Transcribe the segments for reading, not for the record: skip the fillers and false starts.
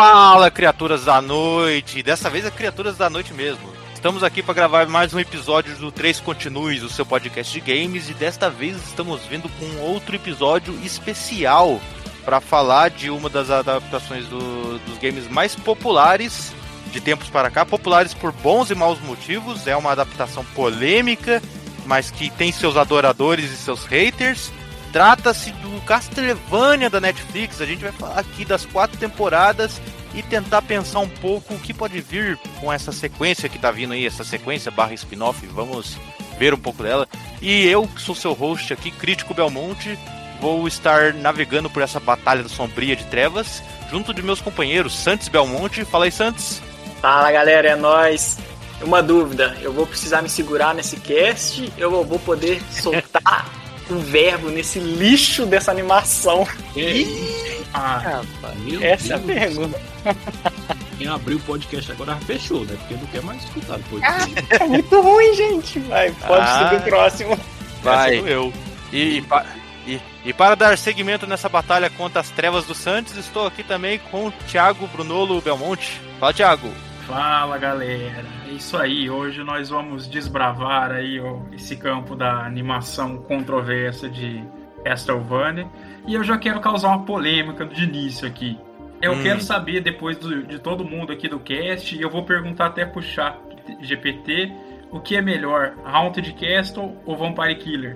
Fala, criaturas da noite! Dessa vez é criaturas da noite mesmo. Estamos aqui para gravar mais um episódio do 3 Continues, o seu podcast de games, e desta vez estamos vindo com outro episódio especial para falar de uma das adaptações dos games mais populares de tempos para cá, populares por bons e maus motivos. É uma adaptação polêmica, mas que tem seus adoradores e seus haters. Trata-se do Castlevania da Netflix. A gente vai falar aqui das 4 temporadas e tentar pensar um pouco o que pode vir com essa sequência que tá vindo aí, essa sequência / spin-off. Vamos ver um pouco dela. E eu, que sou seu host aqui, Crítico Belmonte, vou estar navegando por essa batalha sombria de trevas, junto de meus companheiros, Santos Belmonte. Fala aí, Santos. Fala, galera, é nóis. Uma dúvida, eu vou precisar me segurar nesse cast? Eu vou poder soltar um verbo nesse lixo dessa animação? Essa é a pergunta. Quem abriu o podcast agora fechou, né? Porque não quer mais escutar depois. É muito ruim, gente. Vai, pode subir o próximo. Vai. Eu. E para dar seguimento nessa batalha contra as trevas do Santos, estou aqui também com o Thiago Brunolo Belmonte. Fala, Thiago. Fala, galera. É isso aí. Hoje nós vamos desbravar aí esse campo da animação controversa de Castlevania. E eu já quero causar uma polêmica de início aqui. Eu quero saber, depois de todo mundo aqui do cast, e eu vou perguntar até pro chat GPT, o que é melhor, Haunted Castle ou Vampire Killer?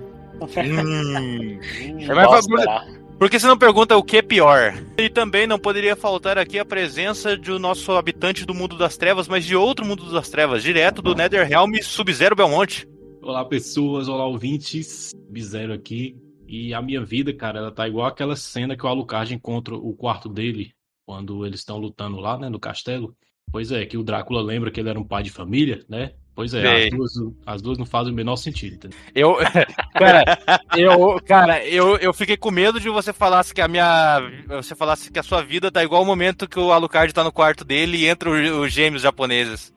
Porque você não pergunta o que é pior. E também não poderia faltar aqui a presença do nosso habitante do mundo das trevas, mas de outro mundo das trevas, direto do Netherrealm, Sub-Zero Belmonte. Olá, pessoas, olá, ouvintes, Sub-Zero aqui. E a minha vida, cara, ela tá igual aquela cena que o Alucard encontra o quarto dele, quando eles estão lutando lá, né, no castelo. Pois é, que o Drácula lembra que ele era um pai de família, né? Pois é, as duas não fazem o menor sentido, entendeu? Eu fiquei com medo de você falasse que a sua vida tá igual ao momento que o Alucard tá no quarto dele e entra os gêmeos japoneses.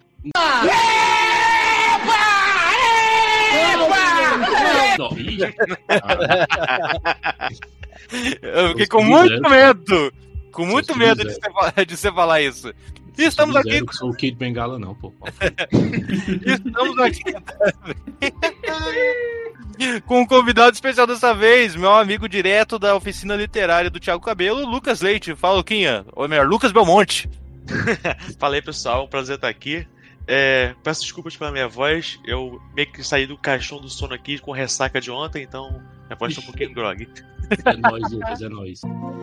Eu fiquei com muito medo. Com muito medo de você falar isso. E estamos aqui. Não sou o Kid Bengala, não, pô. Estamos aqui com um convidado especial dessa vez, meu amigo direto da oficina literária do Thiago Cabelo, Lucas Leite. Fala, Luquinha. Ou melhor, Lucas Belmonte. Fala aí, pessoal. Um prazer estar aqui. Peço desculpas pela minha voz. Eu meio que saí do caixão do sono aqui com ressaca de ontem, então minha voz tá um pouquinho grog. É nóis, Lucas, é nóis.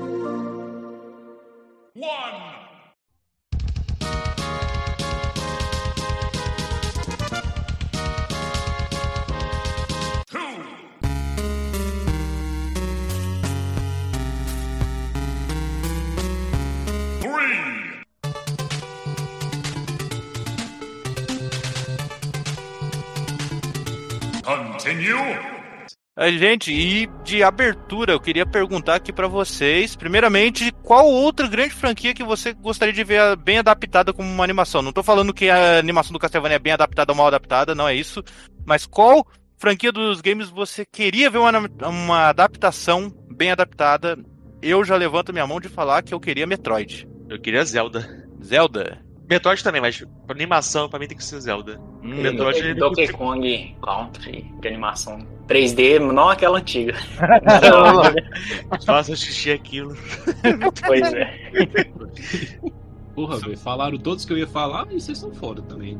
Gente, e de abertura eu queria perguntar aqui pra vocês, primeiramente, qual outra grande franquia que você gostaria de ver bem adaptada como uma animação? Não tô falando que a animação do Castlevania é bem adaptada ou mal adaptada, não é isso, mas qual franquia dos games você queria ver uma adaptação bem adaptada? Eu já levanto minha mão de falar que eu queria Metroid. Eu queria Zelda. Zelda? Metroid também, mas pra animação, pra mim tem que ser Zelda. Metroid Donkey Kong Country de animação 3D, não aquela antiga. Nossa, eu assisti aquilo. Pois é. Porra, velho, falaram todos que eu ia falar e vocês são foda também.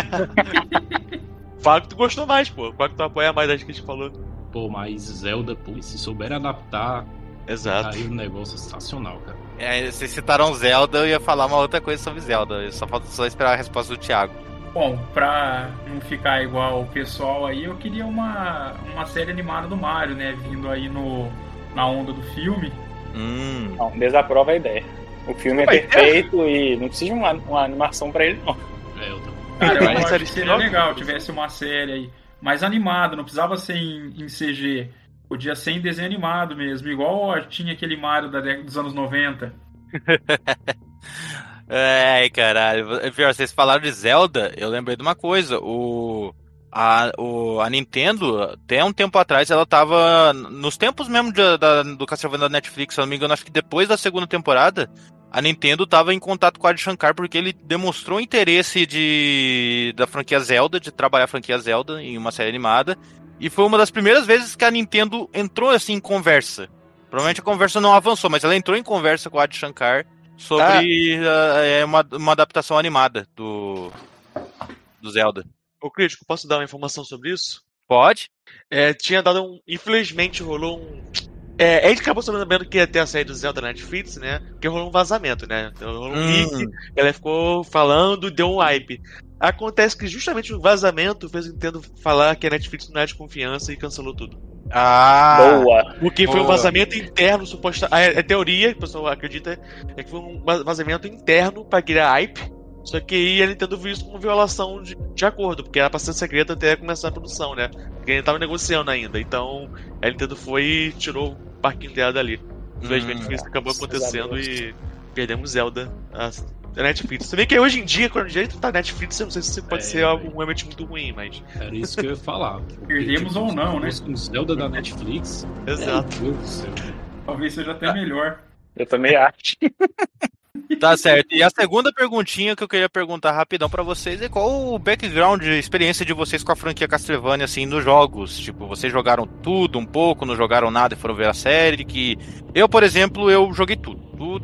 Fala que tu gostou mais, pô. Qual que tu apoia mais das que a gente falou? Pô, mas Zelda, pô, se souber adaptar, exato, aí um negócio sensacional, cara. Vocês citaram Zelda, eu ia falar uma outra coisa sobre Zelda. Só falta esperar a resposta do Thiago. Bom, pra não ficar igual o pessoal aí, eu queria uma série animada do Mario, né? Vindo aí na onda do filme. Não, desaprova a ideia. O filme é perfeito e não precisa de uma animação pra ele, não. Cara, eu acho que seria legal tivesse uma série aí mais animada, não precisava ser em CG. Podia ser em desenho animado mesmo, igual tinha aquele Mario da década dos anos 90. Ai, caralho. Vocês falaram de Zelda, eu lembrei de uma coisa. A Nintendo, até um tempo atrás, ela tava nos tempos mesmo do Castlevania da Netflix, se eu não me engano, acho que depois da segunda temporada, a Nintendo estava em contato com o Adi Shankar porque ele demonstrou interesse da franquia Zelda, de trabalhar a franquia Zelda em uma série animada. E foi uma das primeiras vezes que a Nintendo entrou assim em conversa. Provavelmente a conversa não avançou, mas ela entrou em conversa com o Adi Shankar sobre uma adaptação animada do Zelda. Ô, Crítico, posso dar uma informação sobre isso? Pode? Tinha dado infelizmente rolou um... a gente acabou sabendo que ia ter a série do Zelda na Netflix, né? Porque rolou um vazamento, né? Então, rolou um leak, ela ficou falando, deu um hype. Acontece que justamente o vazamento fez o Nintendo falar que a Netflix não é de confiança e cancelou tudo. Boa! Porque foi um vazamento interno, supostamente. A teoria, que o pessoal acredita, é que foi um vazamento interno pra criar hype. Só que aí a Nintendo viu isso como violação de acordo, porque era pra ser segredo até começar a produção, né? Porque ele tava negociando ainda. Então a Nintendo foi e tirou o parquinho dela dali. Infelizmente isso acabou acontecendo e perdemos Zelda. A Netflix. Também que hoje em dia, quando o jeito tá Netflix, eu não sei se pode ser algo realmente muito ruim, mas. Era isso que eu ia falar. Perdemos ou não, né? Um Zelda da Netflix. Exato. Meu Deus do céu. Talvez seja até melhor. Eu também acho. Tá certo. E a segunda perguntinha que eu queria perguntar rapidão pra vocês é qual o background, experiência de vocês com a franquia Castlevania, assim, nos jogos? Tipo, vocês jogaram tudo um pouco, não jogaram nada e foram ver a série? Que eu, por exemplo, eu joguei tudo.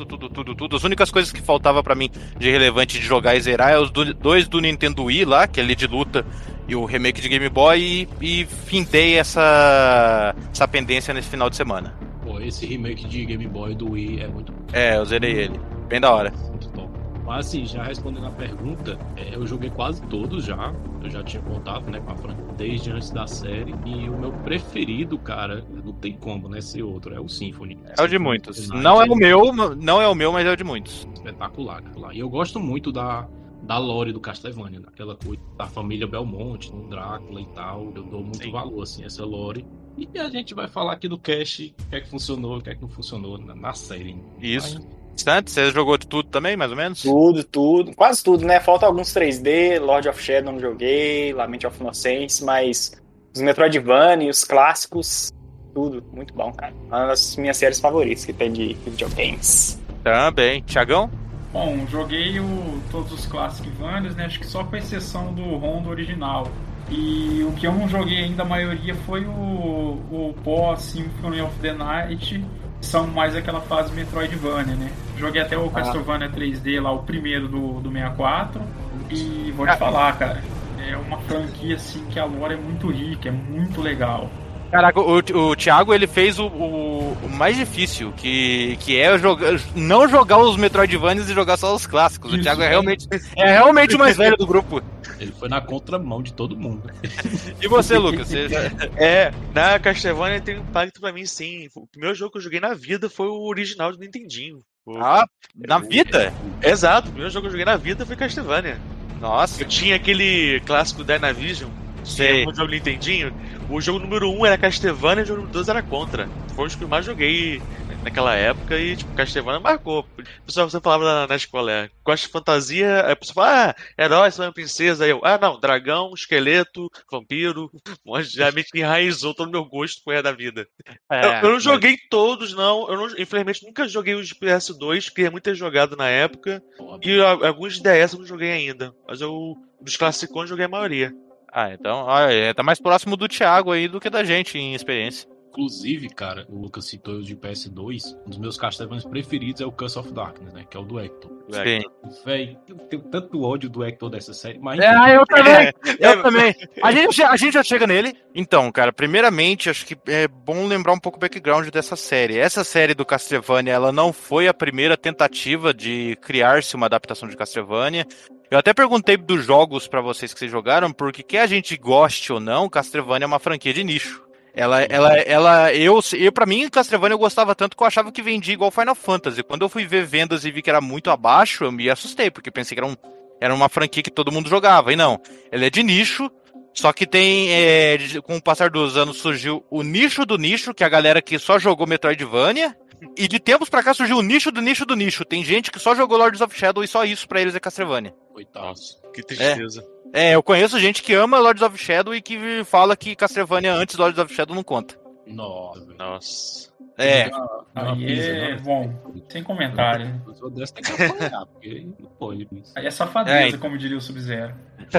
As únicas coisas que faltava pra mim de relevante de jogar e zerar é os dois do Nintendo Wii lá, que é ali de luta, e o remake de Game Boy, e findei essa pendência nesse final de semana. Pô, esse remake de Game Boy do Wii é muito bom. Eu zerei ele. Bem da hora. Muito top. Mas assim, já respondendo a pergunta, eu joguei quase todos já. Eu já tinha contato, né, com a franquia desde antes da série. E o meu preferido, cara, não tem como, né, ser outro, é o Symphony. É o de muitos. Não é o meu, mas é o de muitos. Espetacular. E eu gosto muito da lore do Castlevania, daquela coisa da família Belmonte, do Drácula e tal. Eu dou muito valor, assim, essa lore. E a gente vai falar aqui do cast, o que é que funcionou, o que é que não funcionou na série. Isso. Santos, você jogou de tudo também, mais ou menos? Tudo. Quase tudo, né? Falta alguns 3D, Lord of Shadow não joguei, Lament of Innocence, mas os Metroidvania, os clássicos, tudo. Muito bom, cara. Uma das minhas séries favoritas que tem de videogames. Também. Thiagão? Bom, joguei todos os Classicvanias, né? Acho que só com exceção do Rondo original. E o que eu não joguei ainda, a maioria, foi o pós-Symphony of the Night. São mais aquela fase Metroidvania, né? Joguei até o Castlevania 3D lá, o primeiro do 64. E vou te falar, cara, é uma franquia assim que a lore é muito rica, é muito legal. Caraca, o Thiago, ele fez o mais difícil, que é não jogar os Metroidvanias e jogar só os clássicos. Isso, o Thiago é realmente o mais velho do grupo. Ele foi na contramão de todo mundo. E você, Lucas? Na Castlevania tem um impacto pra mim, sim. O primeiro jogo que eu joguei na vida foi o original do Nintendinho. Na vida? Exato, o primeiro jogo que eu joguei na vida foi Castlevania. Nossa. Eu tinha aquele clássico Dynavision. Sei. O jogo Nintendinho. O jogo número 1 era Castlevania e o jogo número 2 era Contra. Foram os que eu mais joguei naquela época e, tipo, Castlevania marcou. Pessoal, você falava na escola, gosta de fantasia, aí a pessoa fala, herói, você é uma princesa. Aí eu, não, dragão, esqueleto, vampiro. Já me enraizou todo o meu gosto por da vida. Eu não joguei todos, não. Infelizmente, nunca joguei os de PS2, queria muito ter jogado na época. E alguns de DS eu não joguei ainda. Mas dos classicões, joguei a maioria. Então, olha, tá mais próximo do Thiago aí do que da gente em experiência. Inclusive, cara, o Lucas citou os de PS2. Um dos meus Castlevanias preferidos é o Curse of Darkness, né? Que é o do Hector. Sim. Véi, eu tenho tanto ódio do Hector dessa série, mas... eu também! Eu também! A gente já chega nele. Então, cara, primeiramente, acho que é bom lembrar um pouco o background dessa série. Essa série do Castlevania, ela não foi a primeira tentativa de criar-se uma adaptação de Castlevania. Eu até perguntei dos jogos pra vocês que vocês jogaram, porque que a gente goste ou não, Castlevania é uma franquia de nicho. Pra mim, Castlevania eu gostava tanto que eu achava que vendia igual Final Fantasy. Quando eu fui ver vendas e vi que era muito abaixo, eu me assustei, porque pensei que era uma franquia que todo mundo jogava. E não, ela é de nicho, só que com o passar dos anos surgiu o nicho do nicho, que é a galera que só jogou Metroidvania. E de tempos pra cá surgiu o nicho do nicho do nicho. Tem gente que só jogou Lords of Shadow e só isso pra eles é Castlevania. Coitado. Que tristeza. Eu conheço gente que ama Lords of Shadow e que fala que Castlevania antes de Lords of Shadow não conta. Nossa. É. Aí é bom, sem comentário. O pessoal dessa tem que apanhar, porque não pode. Aí é safadeza, como diria o Sub-Zero.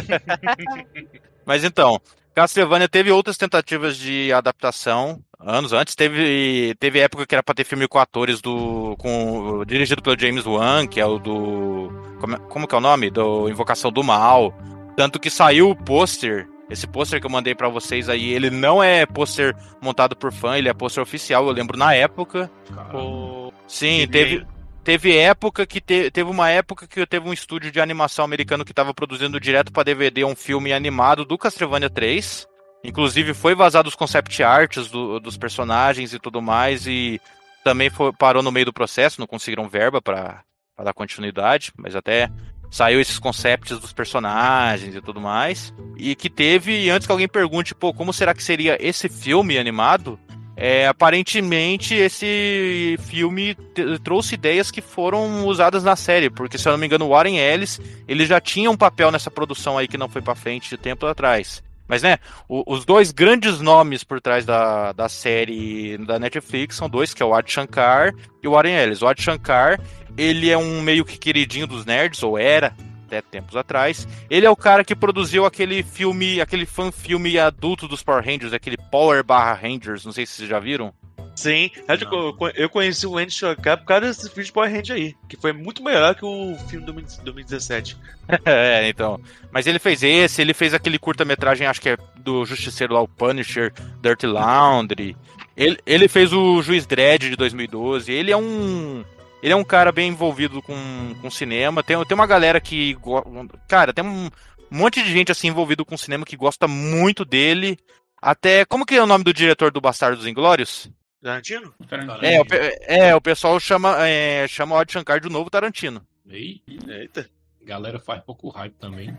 Mas então, Castlevania teve outras tentativas de adaptação anos antes. Teve época que era pra ter filme com atores dirigido pelo James Wan, que é o do... Como que é o nome? Do Invocação do Mal. Tanto que saiu o pôster. Esse pôster que eu mandei pra vocês aí, ele não é pôster montado por fã, ele é pôster oficial, eu lembro na época. Sim, teve época que teve uma época que teve um estúdio de animação americano que estava produzindo direto pra DVD um filme animado do Castlevania 3. Inclusive foi vazado os concept arts dos personagens e tudo mais, e também parou no meio do processo, não conseguiram verba pra dar continuidade, mas até saiu esses concepts dos personagens e tudo mais. E que teve, antes que alguém pergunte, como será que seria esse filme animado? Aparentemente esse filme trouxe ideias que foram usadas na série, porque se eu não me engano o Warren Ellis, ele já tinha um papel nessa produção aí que não foi pra frente de tempo atrás. Mas né, os dois grandes nomes por trás da série da Netflix são dois, que é o Adi Shankar e o Warren Ellis. O Adi Shankar, ele é um meio que queridinho dos nerds, ou era, até tempos atrás. Ele é o cara que produziu aquele fan-filme adulto dos Power Rangers, aquele Power/Rangers, não sei se vocês já viram. Sim, eu conheci o Andy Shankar por causa desse filme de Power Ranger aí, que foi muito melhor que o filme de 2017. Então. Mas ele fez aquele curta-metragem, acho que é do Justiceiro lá, o Punisher, Dirty Laundry. Ele fez o Juiz Dredd de 2012. Ele é um cara bem envolvido com cinema. Tem uma galera que... Cara, tem um monte de gente assim envolvido com cinema que gosta muito dele. Até... Como que é o nome do diretor do Bastardos Inglórios? Tarantino? O pessoal chama o Adi Shankar de novo Tarantino. Eita. Galera faz pouco hype também.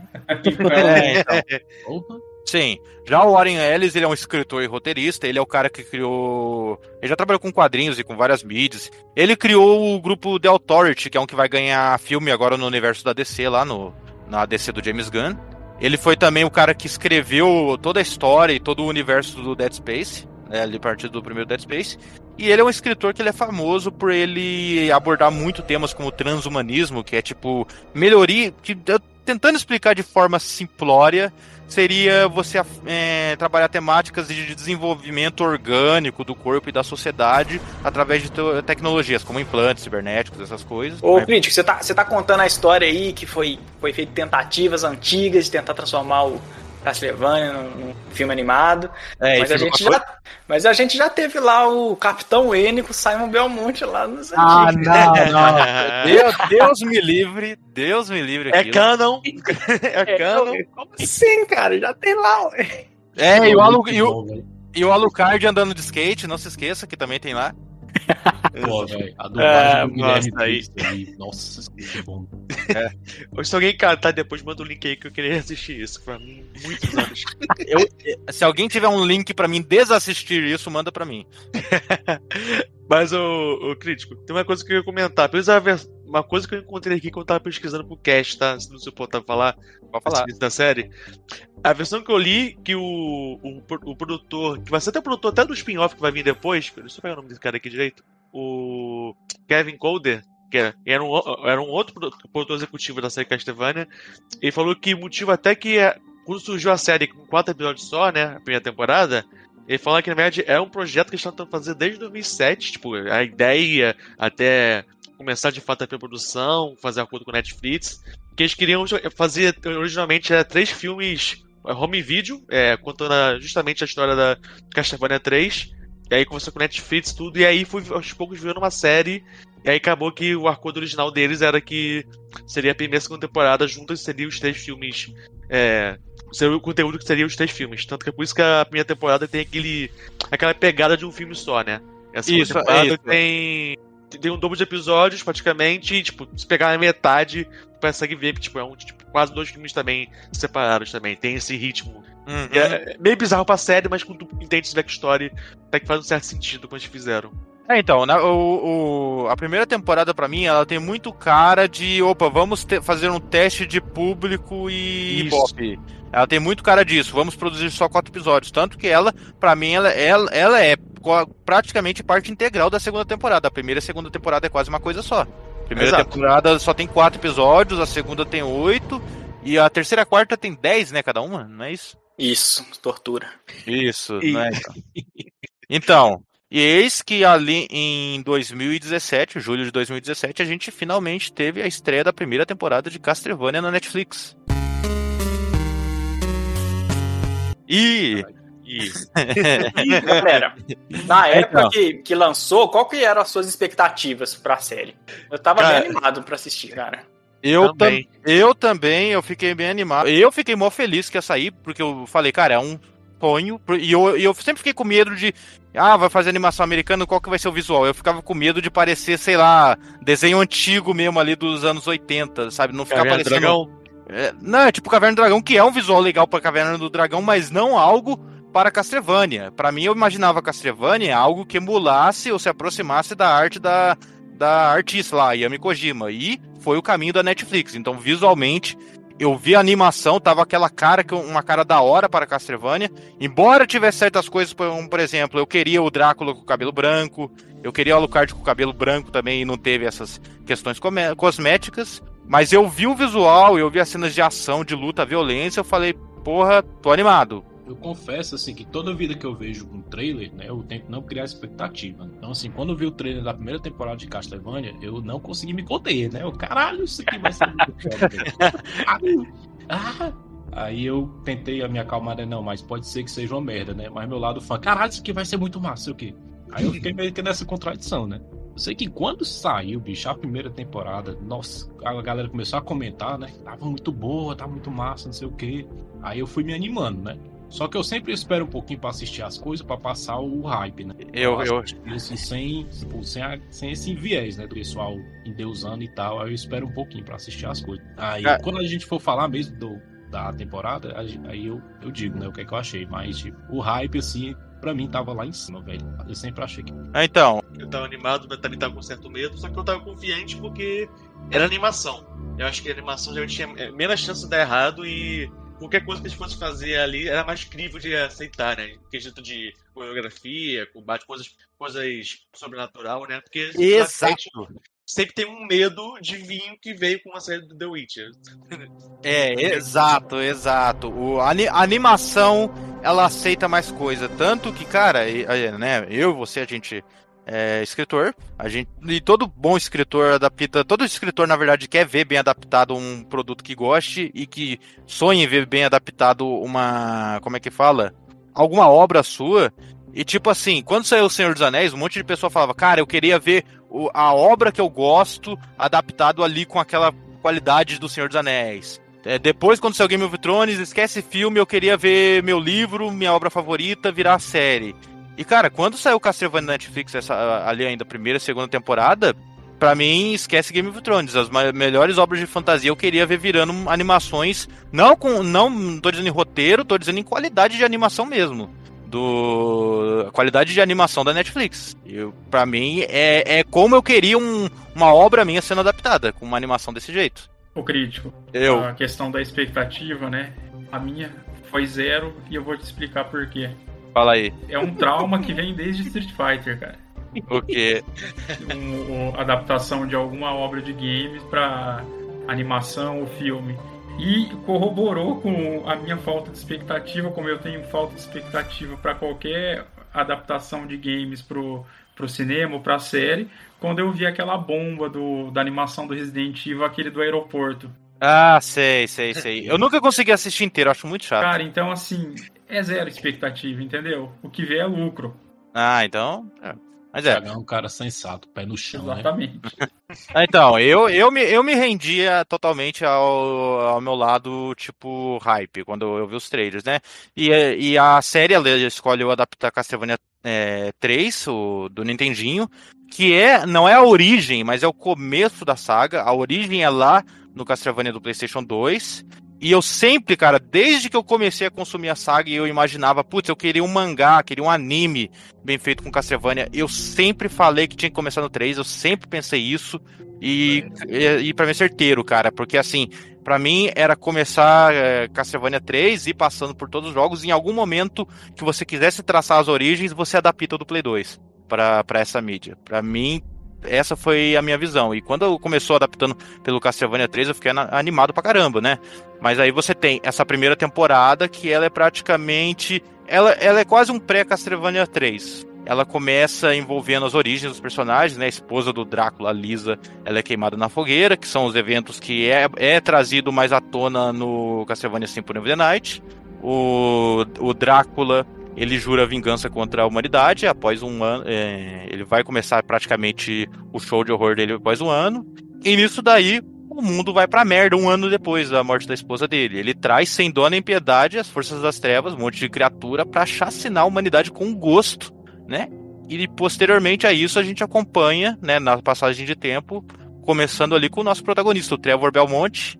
Então. Sim. Já o Warren Ellis, ele é um escritor e roteirista. Ele é o cara que criou... Ele já trabalhou com quadrinhos e com várias mídias. Ele criou o grupo The Authority, que é um que vai ganhar filme agora no universo da DC, lá na DC do James Gunn. Ele foi também o cara que escreveu toda a história e todo o universo do Dead Space, né, ali a partir do primeiro Dead Space. E ele é um escritor que ele é famoso por ele abordar muito temas como transhumanismo, que é tipo melhoria, que tentando explicar de forma simplória, seria você trabalhar temáticas de desenvolvimento orgânico do corpo e da sociedade através de tecnologias como implantes cibernéticos, essas coisas. Ô, Crítico, você tá contando a história aí que foi feito tentativas antigas de tentar transformar o Castlevania num filme animado. Mas a gente já teve lá o Capitão N com o Simon Belmonte lá nos antigos. Não. Deus me livre aquilo. É canon. É canon. Como assim, cara? Já tem lá, ué. E o Alucard andando de skate, não se esqueça que também tem lá. Pô, velho, a dublagem do Guilherme aí. Nossa, que bom. Ou se alguém catar depois, manda um link aí que eu queria assistir isso. Pra mim, muitos anos. Se alguém tiver um link pra mim desassistir isso, manda pra mim. Mas, o Crítico, tem uma coisa que eu ia comentar. Uma coisa que eu encontrei aqui quando eu tava pesquisando pro cast, tá? Se não se importar falar, pode falar. Da série. A versão que eu li, que o produtor, que vai ser até o produtor até do spin-off que vai vir depois, deixa eu pegar o nome desse cara aqui direito, o Kevin Calder, que era um outro produtor executivo da série Castlevania, ele falou que o motivo até que quando surgiu a série com 4 episódios só, né, a primeira temporada, ele falou que na verdade é um projeto que eles estão tentando fazer desde 2007, tipo, a ideia até começar de fato a pré-produção, fazer acordo com a Netflix, que eles queriam fazer originalmente 3 filmes home video, contando justamente a história da Castlevania 3, e aí conversou com a Netflix tudo, e aí foi aos poucos virando uma série, e aí acabou que o acordo original deles era que seria a primeira e segunda temporada juntas, seriam os 3 filmes, seria o conteúdo que seria os 3 filmes, tanto que é por isso que a primeira temporada tem aquela pegada de um filme só, né? A segunda temporada tem um dobro de episódios, praticamente, e, tipo, se pegar a metade, consegue ver que, tipo, quase 2 filmes também separados também. Tem esse ritmo. Uhum. É meio bizarro pra série, mas quando tu entende esse backstory, até que faz um certo sentido como eles fizeram. Então, a primeira temporada pra mim, ela tem muito cara de, vamos fazer um teste de público e pop. Ela tem muito cara disso, vamos produzir só 4 episódios. Tanto que ela, pra mim, ela é praticamente parte integral da segunda temporada. A primeira e a segunda temporada é quase uma coisa só. A primeira Exato. temporada só tem 4 episódios, a segunda tem 8, e a terceira e a quarta tem 10, né, cada uma, não é isso? Isso, tortura. Isso, né? Então, e eis que ali em 2017, julho de 2017, a gente finalmente teve a estreia da primeira temporada de Castlevania na Netflix. E Galera, na época que lançou, qual que eram as suas expectativas pra série? Eu tava bem animado pra assistir, cara. Eu também, eu fiquei bem animado. Eu fiquei mó feliz que ia sair, porque eu falei, cara, é um sonho. E eu sempre fiquei com medo de, vai fazer animação americana, qual que vai ser o visual? Eu ficava com medo de parecer, sei lá, desenho antigo mesmo ali dos anos 80, sabe? Não ficar Caverna do parecendo... Dragão? Não, é tipo Caverna do Dragão, que é um visual legal pra Caverna do Dragão, mas não algo para Castlevania. Pra mim, eu imaginava Castlevania algo que emulasse ou se aproximasse da arte da artista lá, Yami Kojima. E foi o caminho da Netflix. Então, visualmente, eu vi a animação, tava aquela cara, uma cara da hora para Castlevania. Embora tivesse certas coisas, por exemplo, eu queria o Drácula com o cabelo branco, eu queria o Alucard com o cabelo branco também, e não teve essas questões cosméticas. Mas eu vi o visual, eu vi as cenas de ação, de luta, violência, eu falei, porra, tô animado. Eu confesso, assim, que toda vida que eu vejo um trailer, né, eu tento não criar expectativa. Então, assim, quando eu vi o trailer da primeira temporada de Castlevania, eu não consegui me conter, né? Caralho, isso aqui vai ser muito foda. Aí eu tentei me acalmar, né? Não, mas pode ser que seja uma merda, né? Mas meu lado fã, caralho, isso aqui vai ser muito massa, sei o quê. Aí eu fiquei meio que nessa contradição, né? Eu sei que quando saiu, bicho, a primeira temporada, nossa, a galera começou a comentar, né? Tava muito boa, tava muito massa, não sei o quê. Aí eu fui me animando, né? Só que eu sempre espero um pouquinho pra assistir as coisas, pra passar o hype, né? Assim, sem esse viés, né? Do pessoal endeusando e tal, aí eu espero um pouquinho pra assistir as coisas. Aí, quando a gente for falar mesmo da temporada, aí eu digo, né? O que é que eu achei. Mas, tipo, o hype, assim, pra mim tava lá em cima, velho. Eu sempre achei que... Então... Eu tava animado, mas também tava com certo medo, só que eu tava confiante porque era animação. Eu acho que a animação já tinha menos chance de dar errado e... Qualquer coisa que a gente fosse fazer ali era mais crível de aceitar, né? Em quesito de coreografia, combate, coisas sobrenatural, né? Porque exato. Sempre tem um medo de vir que veio com a série do The Witcher. Exato. A animação, ela aceita mais coisa. Tanto que, cara, né? Você, a gente... escritor, e todo bom escritor adapta, todo escritor na verdade quer ver bem adaptado um produto que goste e que sonhe em ver bem adaptado como é que fala? Alguma obra sua. E tipo assim, quando saiu O Senhor dos Anéis, um monte de pessoa falava, cara, eu queria ver a obra que eu gosto adaptado ali com aquela qualidade do Senhor dos Anéis. Depois, quando saiu Game of Thrones, esquece filme, eu queria ver meu livro, minha obra favorita virar série. E, cara, quando saiu o Castlevania na Netflix, ali ainda, primeira e segunda temporada, pra mim, esquece Game of Thrones. As melhores obras de fantasia eu queria ver virando animações, não tô dizendo em roteiro, tô dizendo em qualidade de animação mesmo. A qualidade de animação da Netflix. Pra mim, é como eu queria uma obra minha sendo adaptada, com uma animação desse jeito. O crítico, a questão da expectativa, né? A minha foi 0 e eu vou te explicar por quê. Fala aí. É um trauma que vem desde Street Fighter, cara. O quê? Adaptação de alguma obra de games pra animação ou filme. E corroborou com a minha falta de expectativa, como eu tenho falta de expectativa para qualquer adaptação de games pro cinema ou pra série, quando eu vi aquela bomba da animação do Resident Evil, aquele do aeroporto. Ah, sei. Eu nunca consegui assistir inteiro, acho muito chato. Cara, então assim, é 0 expectativa, entendeu? O que vier é lucro. Ah, então... Mas É um cara sensato, pé no chão, exatamente. Né? Então, eu me rendia totalmente ao meu lado, tipo, hype, quando eu vi os trailers, né? E a série, ela escolheu adaptar Castlevania 3, do Nintendinho, que não é a origem, mas é o começo da saga. A origem é lá no Castlevania do PlayStation 2. E eu sempre, cara, desde que eu comecei a consumir a saga e eu imaginava, putz, eu queria um mangá, queria um anime bem feito com Castlevania, eu sempre falei que tinha que começar no 3, eu sempre pensei isso. E pra mim é certeiro, cara, porque assim, pra mim era começar Castlevania 3 e passando por todos os jogos, e em algum momento que você quisesse traçar as origens, você adapta do Play 2 pra essa mídia. Pra mim, essa foi a minha visão. E quando eu começou adaptando pelo Castlevania 3, eu fiquei animado pra caramba, né? Mas aí você tem essa primeira temporada que ela é praticamente... Ela é quase um pré-Castlevania 3. Ela começa envolvendo as origens dos personagens, né? A esposa do Drácula, a Lisa, ela é queimada na fogueira, que são os eventos que é trazido mais à tona no Castlevania Symphony of the Night. O Drácula, ele jura vingança contra a humanidade após um ano. Ele vai começar praticamente o show de horror dele após um ano. E nisso daí, o mundo vai pra merda um ano depois da morte da esposa dele. Ele traz sem dó nem piedade as forças das trevas, um monte de criatura, pra chacinar a humanidade com gosto, né? E posteriormente a isso a gente acompanha, né, na passagem de tempo, começando ali com o nosso protagonista, o Trevor Belmont,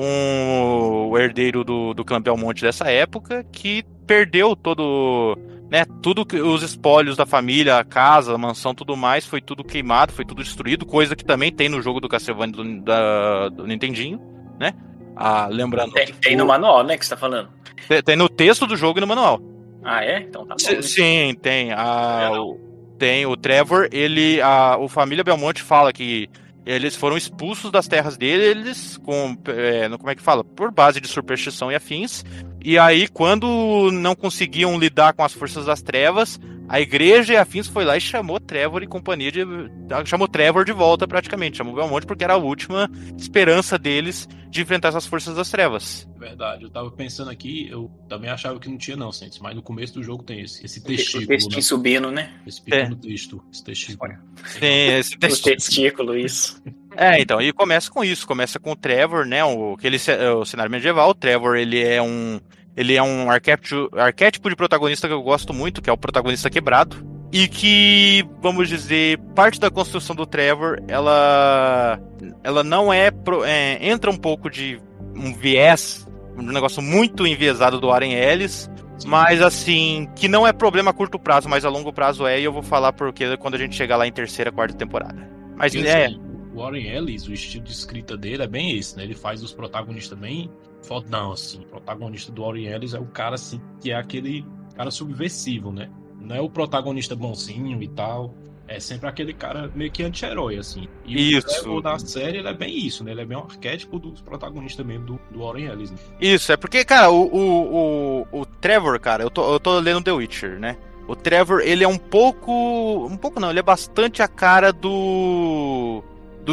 o herdeiro do clã Belmont dessa época, que perdeu todo, né, tudo os espólios da família, a casa, a mansão, tudo mais, foi tudo queimado, foi tudo destruído, coisa que também tem no jogo do Castlevania do Nintendinho, né? Lembrando... Tem no manual, né, que você tá falando? Tem no texto do jogo e no manual. Ah, é? Então tá bom. Sim, tem. Tem o Trevor, o família Belmonte fala que eles foram expulsos das terras deles como é que fala? Por base de superstição e afins. E aí, quando não conseguiam lidar com as forças das trevas, a igreja e afins foi lá e chamou Trevor e companhia chamou Trevor de volta praticamente, chamou Belmonte porque era a última esperança deles de enfrentar essas forças das trevas. Verdade, eu tava pensando aqui, eu também achava que não tinha não, Sentes, mas no começo do jogo tem esse testículo. O textinho subindo, né? Esse pequeno texto, esse testículo. Sim, esse testículo. O testículo, isso. Então, e começa com isso, começa com o Trevor, né, o cenário medieval. O Trevor, ele é um arquétipo de protagonista que eu gosto muito, que é o protagonista quebrado, e que, vamos dizer, parte da construção do Trevor, ela não entra um pouco de um viés, um negócio muito enviesado do Warren Ellis, mas assim, que não é problema a curto prazo, mas a longo prazo e eu vou falar porque quando a gente chegar lá em terceira, quarta temporada. Mas o Warren Ellis, o estilo de escrita dele é bem esse, né? Ele faz os protagonistas bem fodão, assim. O protagonista do Warren Ellis é o cara, assim, que é aquele cara subversivo, né? Não é o protagonista bonzinho e tal. É sempre aquele cara meio que anti-herói, assim. E isso. O da série, ele é bem isso, né? Ele é bem um arquétipo dos protagonistas mesmo do Warren Ellis, né? Isso, é porque, cara, o Trevor, cara, eu tô lendo The Witcher, né? O Trevor, ele é um pouco não, ele é bastante a cara do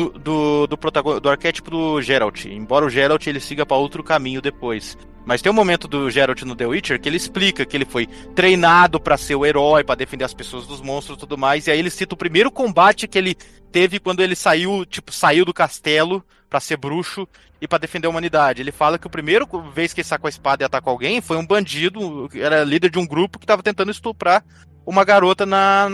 arquétipo do Geralt. Embora o Geralt ele siga para outro caminho depois. Mas tem um momento do Geralt no The Witcher que ele explica que ele foi treinado para ser o herói, para defender as pessoas dos monstros e tudo mais. E aí ele cita o primeiro combate que ele teve quando ele saiu do castelo para ser bruxo e para defender a humanidade. Ele fala que a primeira vez que ele sacou a espada e atacou alguém foi um bandido, era líder de um grupo que estava tentando estuprar uma garota na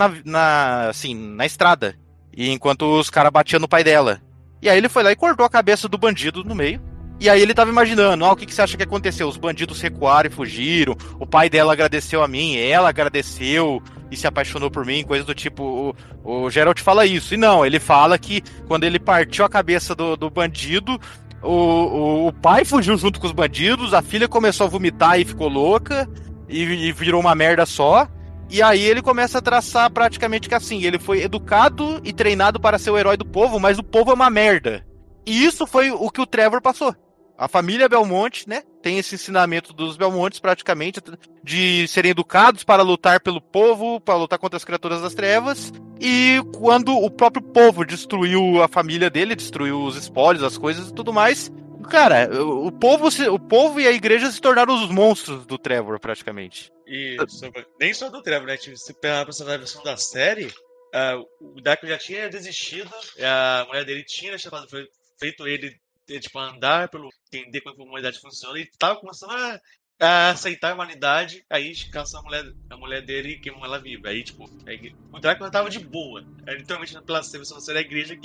estrada. E enquanto os caras batiam no pai dela. E aí ele foi lá e cortou a cabeça do bandido no meio. E aí ele tava imaginando, o que você acha que aconteceu? Os bandidos recuaram e fugiram, o pai dela agradeceu a mim, ela agradeceu e se apaixonou por mim, coisa do tipo. O Geralt fala isso. E não, ele fala que quando ele partiu a cabeça do bandido, o pai fugiu junto com os bandidos, a filha começou a vomitar e ficou louca, e virou uma merda só. E aí ele começa a traçar praticamente que assim, ele foi educado e treinado para ser o herói do povo, mas o povo é uma merda. E isso foi o que o Trevor passou. A família Belmonte, né, tem esse ensinamento dos Belmontes praticamente de serem educados para lutar pelo povo, para lutar contra as criaturas das trevas. E quando o próprio povo destruiu a família dele, destruiu os espólios, as coisas e tudo mais, cara, o povo e a igreja se tornaram os monstros do Trevor praticamente. E nem só do Trevor, né? Se pegar na versão da série, o Drácula já tinha desistido, a mulher dele tinha feito ele tipo, andar entender como a humanidade funciona, e tava começando a aceitar a humanidade, aí caça a mulher dele e queima ela viva. Aí, tipo, o Drácula tava de boa. Aí, literalmente, pela versão da série, a igreja que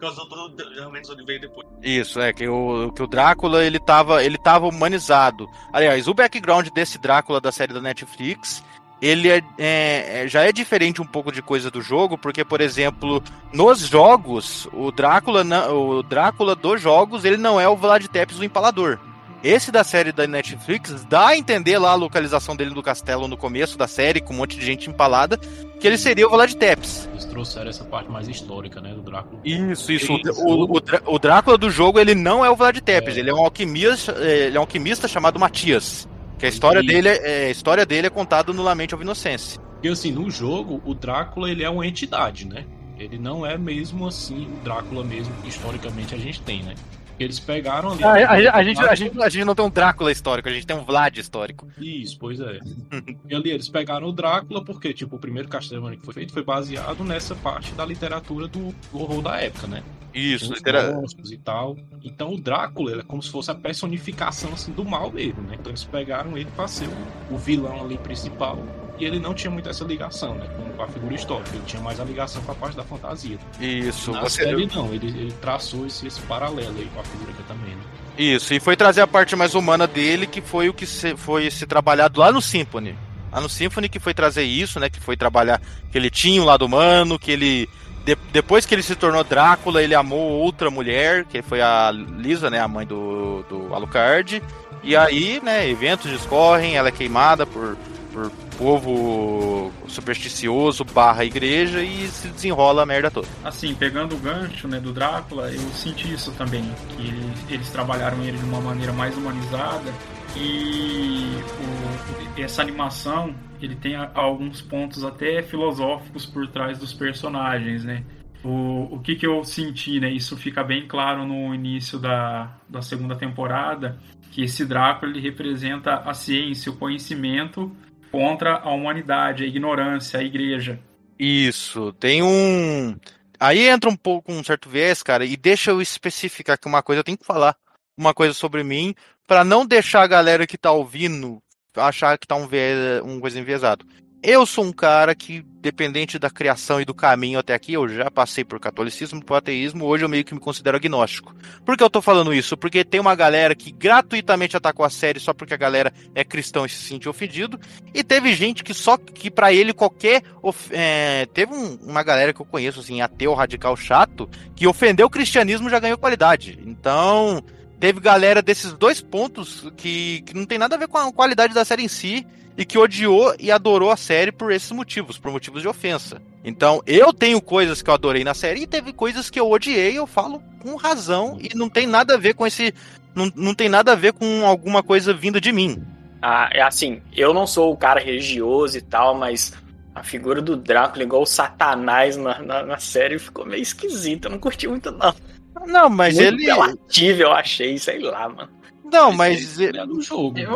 causou todo realmente o veio depois. Isso, que o Drácula ele tava humanizado. Aliás, o background desse Drácula da série da Netflix, ele já é diferente um pouco de coisa do jogo, porque, por exemplo, nos jogos, o Drácula dos jogos, ele não é o Vlad Tepes o Empalador. Esse da série da Netflix dá a entender lá a localização dele no castelo no começo da série, com um monte de gente empalada, que ele seria o Vlad Tepes. Eles trouxeram essa parte mais histórica, né, do Drácula. Isso. O Drácula do jogo, ele não é o Vlad Tepes, ele é um alquimista chamado Matias. Que a história dele é contada no Lamente of Innocence. Porque assim, no jogo, o Drácula ele é uma entidade, né? Ele não é mesmo assim o Drácula mesmo que historicamente a gente tem, né? Eles pegaram ali... A gente não tem um Drácula histórico, a gente tem um Vlad histórico. Isso, pois é. E ali eles pegaram o Drácula porque, tipo, o primeiro Castlevania que foi feito foi baseado nessa parte da literatura do horror da época, né? Isso, monstros e tal. Então o Drácula é como se fosse a personificação assim, do mal mesmo, né? Então eles pegaram ele pra ser o vilão ali principal. E ele não tinha muito essa ligação, né, com a figura histórica. Ele tinha mais a ligação com a parte da fantasia. Isso. Na série não, ele traçou esse paralelo aí com a figura que também, né? Isso, e foi trazer a parte mais humana dele, que foi o que foi se trabalhado lá no Symphony. Lá no Symphony que foi trazer isso, né, que foi trabalhar que ele tinha um lado humano, que ele... Depois que ele se tornou Drácula, ele amou outra mulher, que foi a Lisa, né, a mãe do Alucard. E aí, né, eventos discorrem, ela é queimada por povo supersticioso / igreja e se desenrola a merda toda. Assim, pegando o gancho, né, do Drácula, eu senti isso também, que eles trabalharam ele de uma maneira mais humanizada e essa animação, ele tem alguns pontos até filosóficos por trás dos personagens, né? O que eu senti, né, isso fica bem claro no início da segunda temporada, que esse Drácula ele representa a ciência, o conhecimento contra a humanidade, a ignorância, a igreja. Isso, tem um... Aí entra um pouco um certo viés, cara, e deixa eu especificar que uma coisa, eu tenho que falar uma coisa sobre mim, pra não deixar a galera que tá ouvindo achar que tá um coisa enviesado. Eu sou um cara que, dependente da criação e do caminho até aqui, eu já passei por catolicismo, por ateísmo, hoje eu meio que me considero agnóstico. Por que eu tô falando isso? Porque tem uma galera que gratuitamente atacou a série só porque a galera é cristão e se sentiu ofendido, e teve gente que pra ele qualquer... teve uma galera que eu conheço, assim, ateu, radical, chato, que ofendeu o cristianismo já ganhou qualidade. Então, teve galera desses dois pontos que não tem nada a ver com a qualidade da série em si, e que odiou e adorou a série por esses motivos, por motivos de ofensa. Então, eu tenho coisas que eu adorei na série e teve coisas que eu odiei, eu falo com razão, e não tem nada a ver com esse... Não tem nada a ver com alguma coisa vinda de mim. É assim, eu não sou o cara religioso e tal, mas a figura do Drácula igual o Satanás na série ficou meio esquisita, eu não curti muito não. Não, mas muito ele... relativo, eu achei, sei lá, mano. Não, mas... Ele é do jogo. No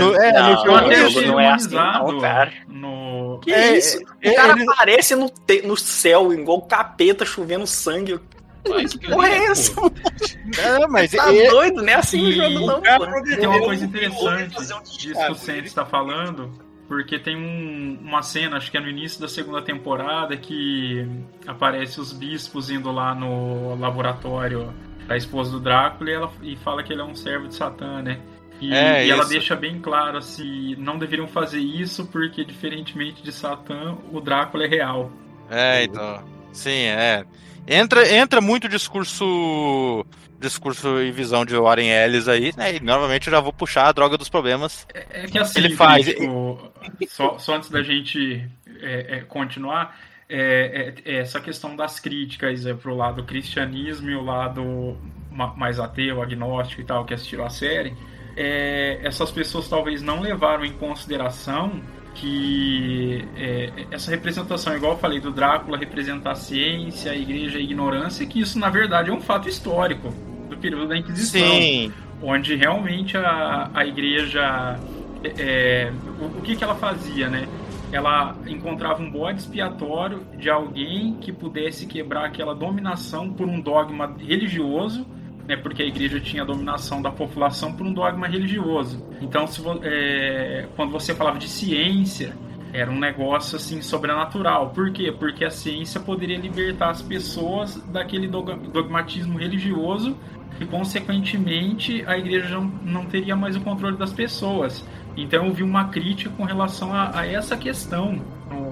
jogo não é assim não, cara. Que isso? O cara aparece no céu, igual o capeta chovendo sangue. Que porra é essa? Mas tá doido, né? Assim o jogo não, pô. Tem uma coisa interessante disso que o Santos está falando, porque tem uma cena, acho que é no início da segunda temporada, que aparece os bispos indo lá no laboratório da esposa do Drácula e fala que ele é um servo de Satã, né? E ela deixa bem claro assim, não deveriam fazer isso porque, diferentemente de Satã, o Drácula é real. Então. Sim, Entra muito discurso e visão de Warren Ellis aí, né? E normalmente eu já vou puxar a droga dos problemas. É que assim, ele faz. Só antes da gente continuar, essa questão das críticas pro lado cristianismo e o lado mais ateu, agnóstico e tal, que assistiram a série, essas pessoas talvez não levaram em consideração que essa representação, igual eu falei, do Drácula representar a ciência, a igreja e a ignorância, que isso na verdade é um fato histórico do período da Inquisição. Sim. Onde realmente a igreja o que ela fazia, né? Ela encontrava um bode expiatório de alguém que pudesse quebrar aquela dominação por um dogma religioso, né, porque a igreja tinha a dominação da população por um dogma religioso. Então, quando você falava de ciência, Era um negócio assim sobrenatural. Por quê? Porque a ciência poderia libertar as pessoas daquele dogmatismo religioso e, consequentemente, a igreja não teria mais o controle das pessoas. Então eu vi uma crítica com relação a essa questão.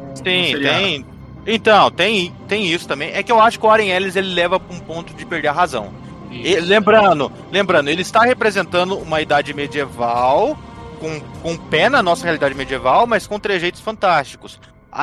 Tem. Então, tem isso também. É que eu acho que o Warren Ellis ele leva para um ponto de perder a razão. E, lembrando, ele está representando uma idade medieval com pé na nossa realidade medieval, mas com trejeitos fantásticos.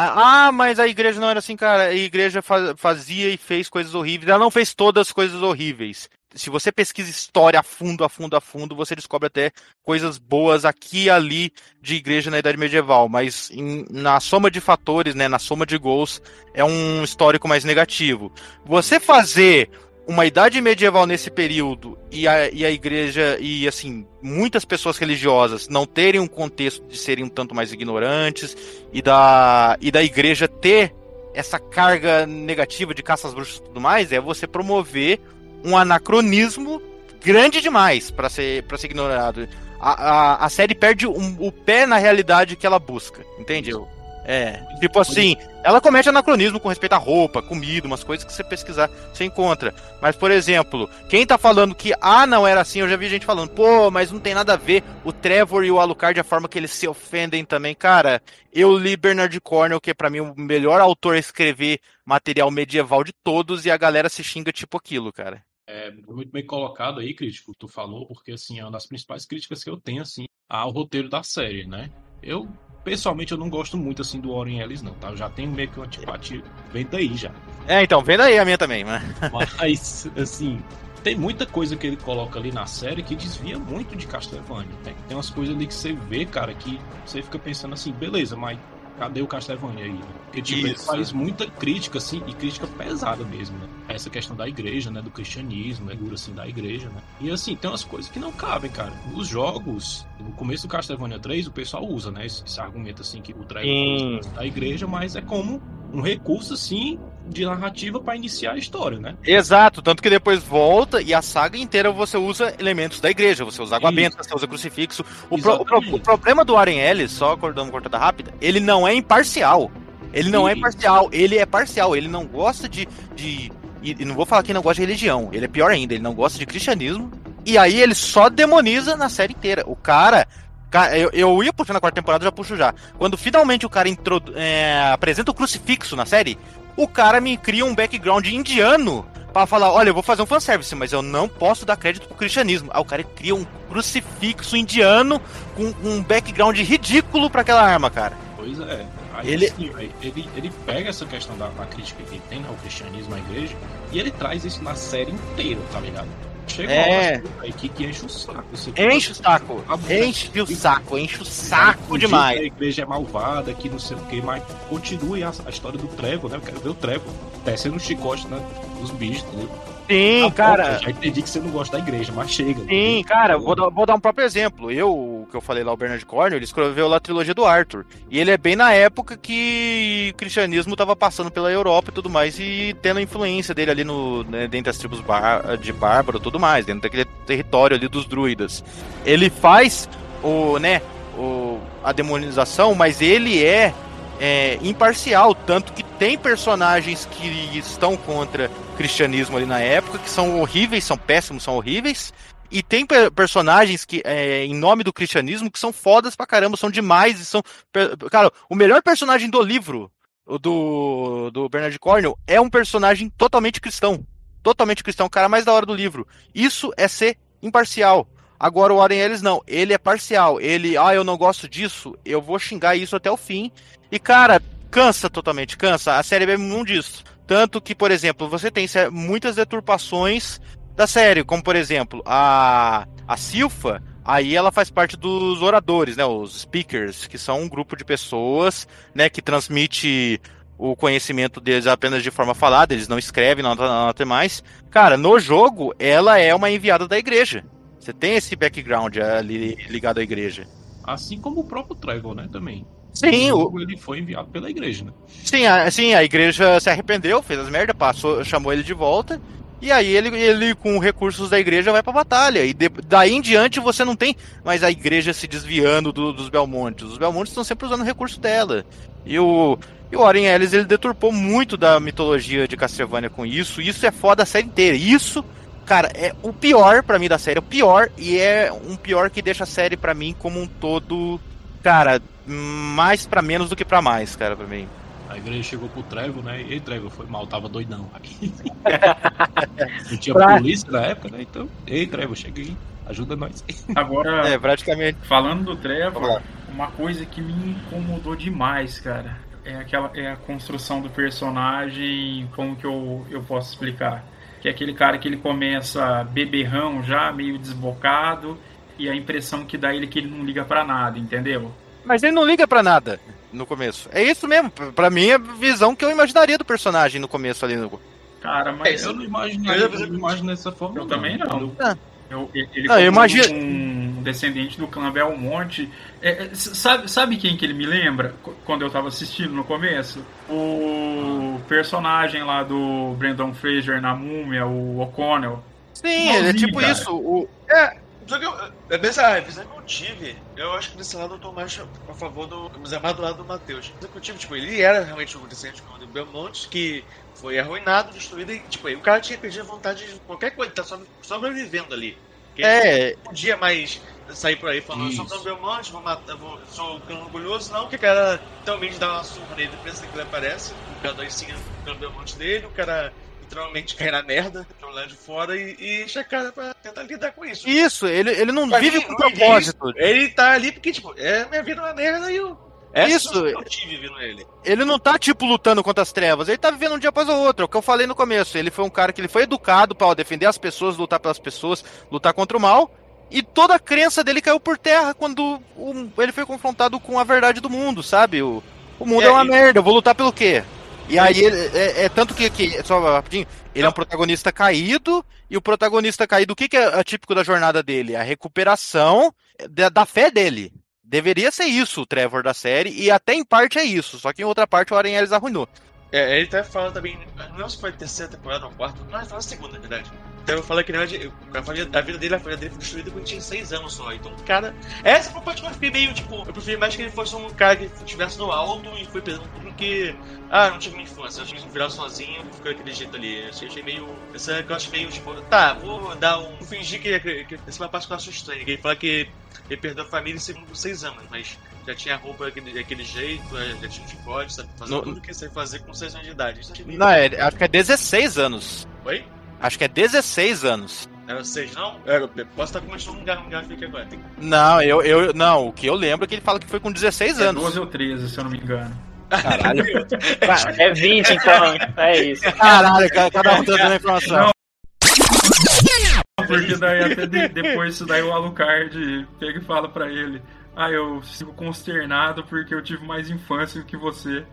Mas a igreja não era assim, cara. A igreja fazia e fez coisas horríveis. Ela não fez todas as coisas horríveis. Se você pesquisa história a fundo, você descobre até coisas boas aqui e ali de igreja na Idade Medieval. Mas na soma de fatores, né, na soma de gols, é um histórico mais negativo. Você fazer uma Idade Medieval nesse período e a igreja, e assim, muitas pessoas religiosas não terem um contexto de serem um tanto mais ignorantes e da igreja ter essa carga negativa de caça às bruxas e tudo mais, é você promover um anacronismo grande demais para ser ignorado. A série perde o pé na realidade que ela busca, entende? Tipo assim, ela comete anacronismo com respeito à roupa, comida, umas coisas que você pesquisar, você encontra. Mas, por exemplo, quem tá falando que, não era assim, eu já vi gente falando, pô, mas não tem nada a ver, o Trevor e o Alucard, a forma que eles se ofendem também. Cara, eu li Bernard Cornwell, que é pra mim o melhor autor a escrever material medieval de todos, e a galera se xinga tipo aquilo, cara. É muito bem colocado aí, crítico, que tu falou, porque assim, é uma das principais críticas que eu tenho, assim, ao roteiro da série, né? Pessoalmente, eu não gosto muito, assim, do Warren Ellis, não, tá? Eu já tenho meio que uma antipatia, vem daí já. Então, vem daí a minha também, né? Mas, assim, tem muita coisa que ele coloca ali na série que desvia muito de Castlevania, né? Tem umas coisas ali que você vê, cara, que você fica pensando assim, beleza, mas cadê o Castlevania aí? Né? Porque, tipo, ele faz muita crítica, assim, e crítica pesada mesmo, né? Essa questão da igreja, né? Do cristianismo, né? Assim, da igreja, né? E, assim, tem umas coisas que não cabem, cara. Nos jogos, no começo do Castlevania 3, o pessoal usa, né? Esse argumento, assim, que o Trevor da igreja, mas é como um recurso, assim, de narrativa para iniciar a história, né? Exato, tanto que depois volta e a saga inteira você usa elementos da igreja, você usa água benta, você usa crucifixo. O problema do Warren Ellis, só dando uma cortada rápida, ele não é imparcial. Ele não é imparcial, ele é parcial, ele não gosta de... E não vou falar que não gosta de religião, ele é pior ainda, ele não gosta de cristianismo, e aí ele só demoniza na série inteira. O cara... Eu ia puxar na quarta temporada, já puxo já. Quando finalmente o cara apresenta o crucifixo na série, o cara me cria um background indiano pra falar, olha, eu vou fazer um fanservice, mas eu não posso dar crédito pro cristianismo. Aí o cara cria um crucifixo indiano com um background ridículo pra aquela arma, cara. Pois é. Aí, ele pega essa questão da crítica que ele tem ao cristianismo, à igreja, e ele traz isso na série inteira, tá ligado? Chega aí que enche o saco. Enche o saco demais. A igreja é malvada, que não sei o que, mas continue a história do Trevor, né? Eu quero ver o Trevor descendo um chicote, né? Dos bichos, entendeu? Sim, cara. Já entendi que você não gosta da igreja, mas chega. Sim, cara, vou dar um próprio exemplo. O que eu falei lá, o Bernard Cornwell, ele escreveu lá a trilogia do Arthur. E ele é bem na época que o cristianismo tava passando pela Europa e tudo mais, e tendo a influência dele ali dentro das tribos de Bárbaro e tudo mais, dentro daquele território ali dos druidas. Ele faz a demonização, mas ele é imparcial, tanto que tem personagens que estão contra o cristianismo ali na época, que são horríveis, são péssimos, são horríveis, e tem personagens que, em nome do cristianismo, que são fodas pra caramba, são demais, e são... Cara, o melhor personagem do livro, do Bernard Cornwell, é um personagem totalmente cristão, o cara mais da hora do livro. Isso é ser imparcial. Agora o Warren Ellis não, ele é parcial, eu não gosto disso, eu vou xingar isso até o fim. E, cara, cansa, a série é muito disso. Tanto que, por exemplo, você tem muitas deturpações da série, como, por exemplo, a Silpha, aí ela faz parte dos oradores, né, os speakers, que são um grupo de pessoas, né, que transmite o conhecimento deles apenas de forma falada, eles não escrevem, não tem mais. Cara, no jogo, ela é uma enviada da igreja. Você tem esse background ali ligado à igreja. Assim como o próprio Trevor, né, também. Sim, ele foi enviado pela igreja, né? Sim, a igreja se arrependeu, fez as merda, chamou ele de volta, E aí ele com recursos da igreja vai pra batalha. E daí em diante você não tem mais a igreja se desviando dos Belmontes. Os Belmontes estão sempre usando o recurso dela. E o Warren Ellis, ele deturpou muito da mitologia de Castlevania com isso. Isso é foda a série inteira. Isso, cara, é o pior pra mim da série. É o pior, e é um pior que deixa a série pra mim como um todo, cara, mais pra menos do que pra mais, cara, pra mim. A igreja chegou pro Trevor, né? E aí, Trevor, foi mal, tava doidão aqui. Não tinha polícia na época, né? Então, ei, Trevor, chega aí, ajuda nós. Agora, praticamente. Falando do Trevor, uma coisa que me incomodou demais, cara, é a construção do personagem. Como que eu posso explicar? Que é aquele cara que ele começa beberrão já, meio desbocado, e a impressão que dá ele é que ele não liga pra nada, entendeu? Mas ele não liga pra nada no começo. É isso mesmo. Pra mim, é a visão que eu imaginaria do personagem no começo ali. Cara, mas eu não imagino dessa forma. Eu também não. Ele eu imagino um descendente do clã Belmonte. Sabe quem que ele me lembra? Quando eu tava assistindo no começo? O personagem lá do Brendan Fraser na Múmia, o O'Connell. Sim, ele é tipo, cara, isso. Apesar que eu tive, eu acho que desse lado eu tô mais a favor do lado do Matheus. Eu tive, tipo, ele era realmente um descendente do Belmonte que foi arruinado, destruído, e tipo, o cara tinha perdido a vontade de qualquer coisa, tá sobrevivendo ali. Ele não podia mais sair por aí falando, eu sou o Belmonte, sou orgulhoso, não, que o cara realmente dá uma surra nele, pensa que ele aparece, o cara dá sim o Belmonte dele, o cara literalmente cair na merda, pro lado de fora e encher a cara pra tentar lidar com isso. Isso, ele não vive com propósito. Ele tá ali porque, tipo, minha vida é uma merda e isso, eu tive vendo ele. Ele não tá, tipo, lutando contra as trevas, ele tá vivendo um dia após o outro, é o que eu falei no começo. Ele foi um cara que ele foi educado pra defender as pessoas, lutar pelas pessoas, lutar contra o mal, e toda a crença dele caiu por terra quando ele foi confrontado com a verdade do mundo, sabe? O mundo é uma merda, eu vou lutar pelo quê? E aí, tanto que só rapidinho, ele é um protagonista caído, e o protagonista caído, o que é atípico da jornada dele? A recuperação da fé dele. Deveria ser isso o Trevor da série, e até em parte é isso, só que em outra parte o Warren Ellis arruinou. Ele até fala também, não sei se foi a terceira temporada ou a quarta, não, ele fala a segunda, na verdade. Então eu falo que na verdade, a vida dele foi destruída quando ele tinha 6 anos só. Então, cara, essa foi a parte que eu fiquei meio, tipo, eu preferi mais que ele fosse um cara que estivesse no alto e foi perdendo tudo que, não tive minha infância, eu tive que virar sozinho e ficar daquele jeito ali. Eu achei meio, essa que eu achei meio, tipo, vou dar vou fingir que essa é uma parte que eu acho estranha. Ele fala que ele perdeu a família em 6 anos, mas já tinha roupa daquele jeito, já tinha chicote, sabe? Fazer tudo que você fazer com 6 anos de idade. Não, acho que é 16 anos. Oi? Acho que é 16 anos. Era 6, não? Posso estar começando um gráfico agora. Não, não, o que eu lembro é que ele fala que foi com 16 anos. 12 ou 13, se eu não me engano. Caralho. É 20, então. É isso. Caralho, cada um tá dando a informação. Não, porque daí até depois isso daí o Alucard pega e fala pra ele: eu fico consternado porque eu tive mais infância do que você.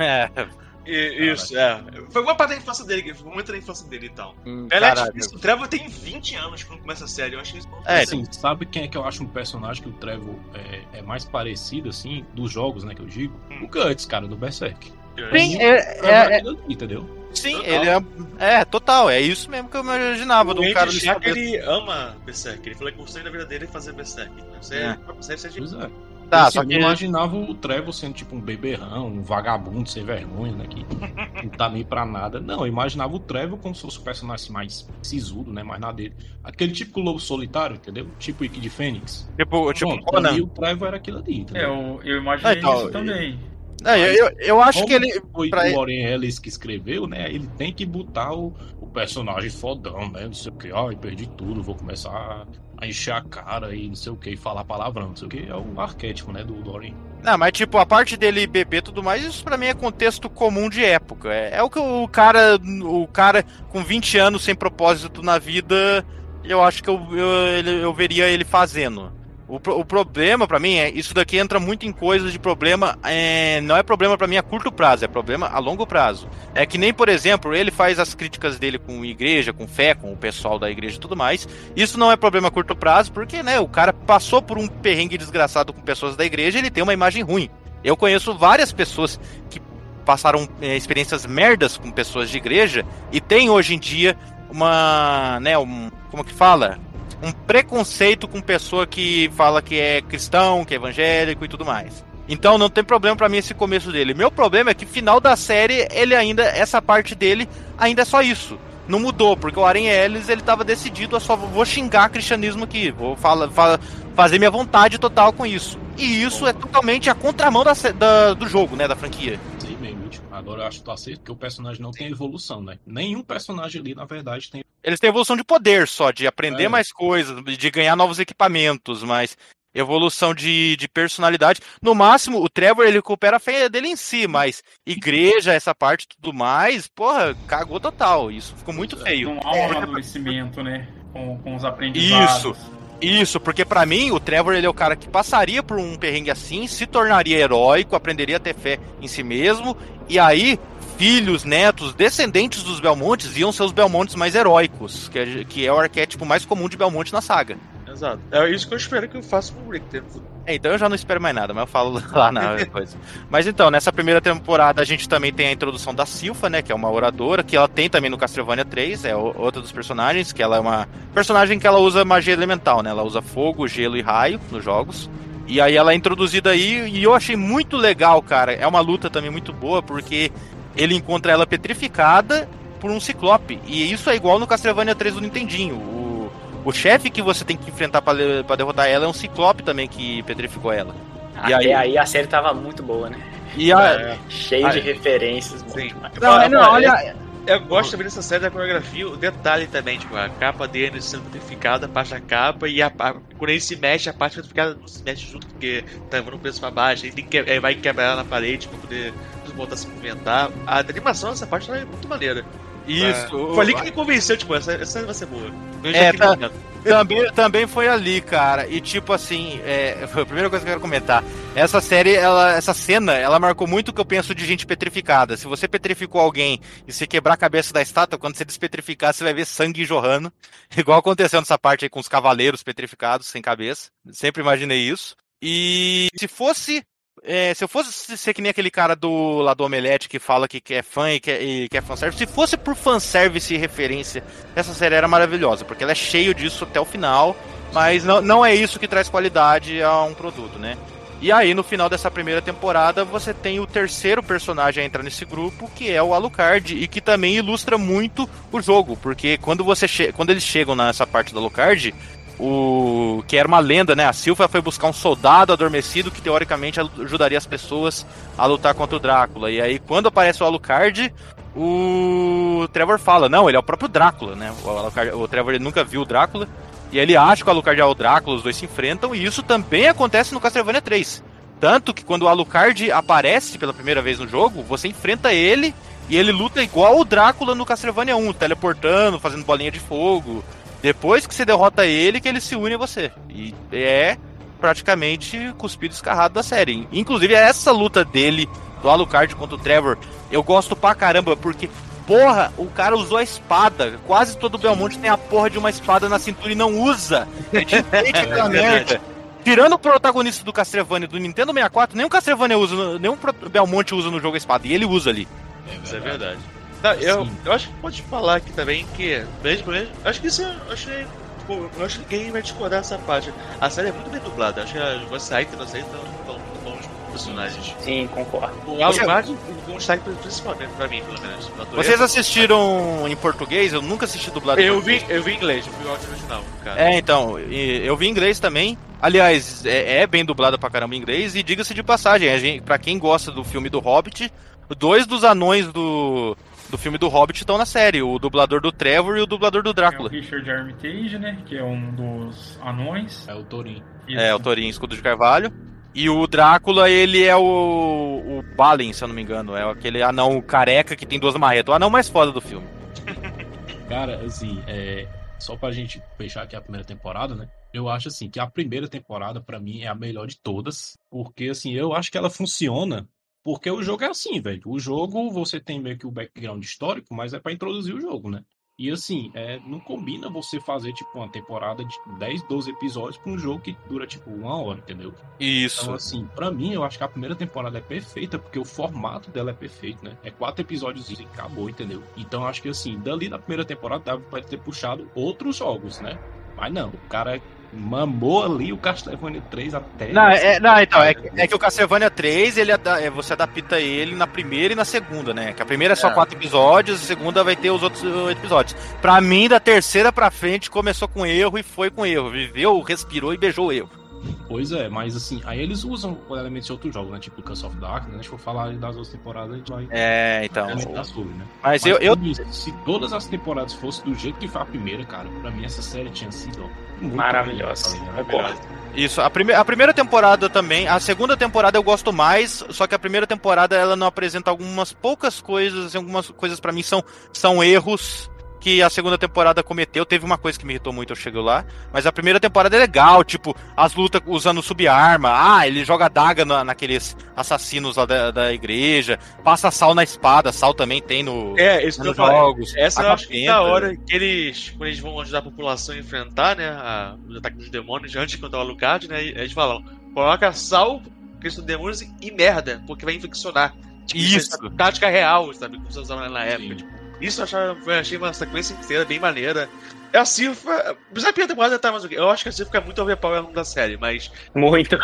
Isso, Foi uma parte da infância dele, foi muito da infância dele e tal. O Trevor tem 20 anos quando começa a série, eu acho que isso assim, sabe quem é que eu acho um personagem que o Trevor é mais parecido, assim, dos jogos, né, que eu digo? O Guts, cara, do Berserk. Sim, entendeu? Sim, total. Ele total, é isso mesmo que eu imaginava do cara do que ele ama Berserk, ele falou que o sonho da vida dele é fazer Berserk. Pois é. Tá, só que eu imaginava o Trevor sendo tipo um beberrão, um vagabundo sem vergonha, né? Que não tá meio pra nada. Não, eu imaginava o Trevor como se fosse o personagem mais sisudo, né? Mais nada dele. Aquele típico lobo solitário, entendeu? Tipo Ike de Fênix. Tipo Conan. E o Trevor era aquilo ali, entendeu? Eu imaginei isso também. Eu acho que ele. Foi o Warren Ellis que escreveu, né? Ele tem que botar o personagem fodão, né? Não sei o que, perdi tudo, vou começar a encher a cara e não sei o que, e falar palavrão, não sei o que. É o arquétipo, né? Do Warren. Não, mas tipo, a parte dele beber e tudo mais, isso pra mim é contexto comum de época. É o que o cara com 20 anos sem propósito na vida, eu acho que eu veria ele fazendo. O problema pra mim isso daqui entra muito em coisas de problema, não é problema pra mim a curto prazo, é problema a longo prazo. É que nem, por exemplo, ele faz as críticas dele com igreja, com fé, com o pessoal da igreja e tudo mais. Isso não é problema a curto prazo, porque, né, o cara passou por um perrengue desgraçado com pessoas da igreja, ele tem uma imagem ruim. Eu conheço várias pessoas que passaram experiências merdas com pessoas de igreja e tem hoje em dia como que fala? Um preconceito com pessoa que fala que é cristão, que é evangélico e tudo mais. Então não tem problema pra mim esse começo dele. Meu problema é que final da série, essa parte dele ainda é só isso. Não mudou, porque o Warren Ellis, ele tava decidido a só vou xingar cristianismo aqui, vou fazer minha vontade total com isso. E isso é totalmente a contramão do jogo, né, da franquia. Sim, mesmo. Agora eu acho que tu aceita que o personagem não tem evolução, né? Nenhum personagem ali, na verdade, tem... Eles têm evolução de poder só, de aprender mais coisas, de ganhar novos equipamentos, mas evolução de personalidade. No máximo, o Trevor, ele recupera a fé dele em si, mas igreja, essa parte e tudo mais, porra, cagou total. Isso ficou muito feio. Não há um amadurecimento, né? Com os aprendizados. Isso, porque pra mim, o Trevor, ele é o cara que passaria por um perrengue assim, se tornaria heróico, aprenderia a ter fé em si mesmo, e aí... filhos, netos, descendentes dos Belmontes iam ser os Belmontes mais heróicos, que é o arquétipo mais comum de Belmonte na saga. Exato. É isso que eu espero que eu faça com o Richter. Então eu já não espero mais nada, mas eu falo lá na coisa. Mas então, nessa primeira temporada a gente também tem a introdução da Silpha, né, que é uma oradora, que ela tem também no Castlevania 3, é outra dos personagens, que ela é uma personagem que ela usa magia elemental, né, ela usa fogo, gelo e raio nos jogos. E aí ela é introduzida aí, e eu achei muito legal, cara, é uma luta também muito boa, porque ele encontra ela petrificada por um ciclope. E isso é igual no Castlevania 3 do Nintendinho. O chefe que você tem que enfrentar pra derrotar ela é um ciclope também que petrificou ela. Até aí a série tava muito boa, né? Cheio de referências. Sim. Olha... Eu gosto também dessa série da coreografia, o detalhe também, tipo, a capa dele sendo petrificada, a parte da capa, e quando ele se mexe, a parte petrificada não se mexe junto, porque tá no preço pra baixo, ele vai quebrar ela na parede pra poder voltar a se movimentar. A animação dessa parte é muito maneira. Isso. Foi ali que me convenceu, tipo, essa série vai ser boa. Também foi ali, cara. E tipo assim, foi a primeira coisa que eu quero comentar. Essa série, essa cena, ela marcou muito o que eu penso de gente petrificada. Se você petrificou alguém e você quebrar a cabeça da estátua, quando você despetrificar, você vai ver sangue jorrando. Igual aconteceu nessa parte aí com os cavaleiros petrificados, sem cabeça. Sempre imaginei isso. E se eu fosse ser que nem aquele cara lá do Omelete que fala que é fã e quer fanservice, se fosse por fanservice e referência, essa série era maravilhosa, porque ela é cheio disso até o final, mas não é isso que traz qualidade a um produto, né? E aí, no final dessa primeira temporada, você tem o terceiro personagem a entrar nesse grupo, que é o Alucard, e que também ilustra muito o jogo, porque quando eles chegam nessa parte do Alucard, que era uma lenda, né? A Silpha foi buscar um soldado adormecido que teoricamente ajudaria as pessoas a lutar contra o Drácula. E aí, quando aparece o Alucard, o Trevor fala, não, ele é o próprio Drácula, né? O Trevor ele nunca viu o Drácula, e ele acha que o Alucard é o Drácula, os dois se enfrentam, e isso também acontece no Castlevania 3. Tanto que quando o Alucard aparece pela primeira vez no jogo, você enfrenta ele, e ele luta igual o Drácula no Castlevania 1, teleportando, fazendo bolinha de fogo. Depois que você derrota ele, que ele se une a você. E é praticamente cuspido escarrado da série. Inclusive, essa luta dele, do Alucard contra o Trevor, eu gosto pra caramba, porque, porra, o cara usou a espada. Quase todo Belmonte tem a porra de uma espada na cintura e não usa. É de aquela merda. Tirando o protagonista do Castlevania do Nintendo 64, nenhum Castlevania usa, nenhum Belmonte usa no jogo a espada. E ele usa ali. Isso é verdade. Não, eu acho que pode falar aqui também que, mesmo, acho que isso eu acho que ninguém vai discordar dessa parte. A série é muito bem dublada, acho que a voz Saita e não sei tão bons personagens. Sim, concordo. O Alucard, um destaque principalmente pra mim, pelo menos. Vocês assistiram em português? Eu nunca assisti dublado em português. Eu vi em inglês, eu vi o áudio original, cara. Então, eu vi em inglês também. Aliás, é bem dublado pra caramba em inglês, e diga-se de passagem, pra quem gosta do filme do Hobbit, 2 dos anões do filme do Hobbit estão na série, o dublador do Trevor e o dublador do Drácula. É o Richard Armitage, né, que é um dos anões. É o Thorin. Isso. É, o Thorin, Escudo de Carvalho. E o Drácula, ele é o Balin, se eu não me engano. É aquele anão careca que tem 2 marretas. O anão mais foda do filme. Cara, assim, só pra gente fechar aqui a primeira temporada, né? Eu acho, assim, que a primeira temporada, pra mim, é a melhor de todas. Porque, assim, eu acho que ela funciona. Porque o jogo é assim, velho. O jogo, você tem meio que o background histórico, mas é pra introduzir o jogo, né? E assim, não combina você fazer, tipo, uma temporada de 10, 12 episódios pra um jogo que dura, tipo, 1 hora, entendeu? Isso. Então, assim, pra mim, eu acho que a primeira temporada é perfeita, porque o formato dela é perfeito, né? É 4 episódios e acabou, entendeu? Então, eu acho que, assim, dali na primeira temporada, dava pra ele ter puxado outros jogos, né? Mas não, o cara mamou ali o Castlevania 3 até... É que o Castlevania 3, você adapta ele na primeira e na segunda, né? Que a primeira é só 4 episódios, a segunda vai ter os outros 8 episódios. Pra mim, da terceira pra frente, começou com erro e foi com erro. Viveu, respirou e beijou o erro. Pois é, mas assim, aí eles usam elementos de outros jogos, né? Tipo Curse of Darkness, né? Se for falar das outras temporadas, a gente vai... então... sobre, né? Mas se todas as temporadas fossem do jeito que foi a primeira, cara, pra mim essa série tinha sido, ó, muito maravilhosa. Isso, a primeira temporada também, a segunda temporada eu gosto mais, só que a primeira temporada ela não apresenta algumas poucas coisas, algumas coisas pra mim são erros que a segunda temporada cometeu. Teve uma coisa que me irritou muito, eu chego lá, mas a primeira temporada é legal, tipo, as lutas usando subarma, ele joga adaga naqueles assassinos lá da igreja, passa sal na espada, sal também tem isso que eu jogos. Essa eu acho que da hora que quando eles vão ajudar a população a enfrentar, né, os ataques dos demônios antes de encontrar o Alucard, né, eles falam, coloca sal, questão de demônios e merda, porque vai infeccionar. Tipo, isso é tática real, sabe, como você usava na época, tipo. Isso eu achei uma sequência inteira bem maneira. A Sifra, apesar da temporada tá mais o quê? Eu acho que a Sifra fica muito overpower ao longo da série, mas. Muito.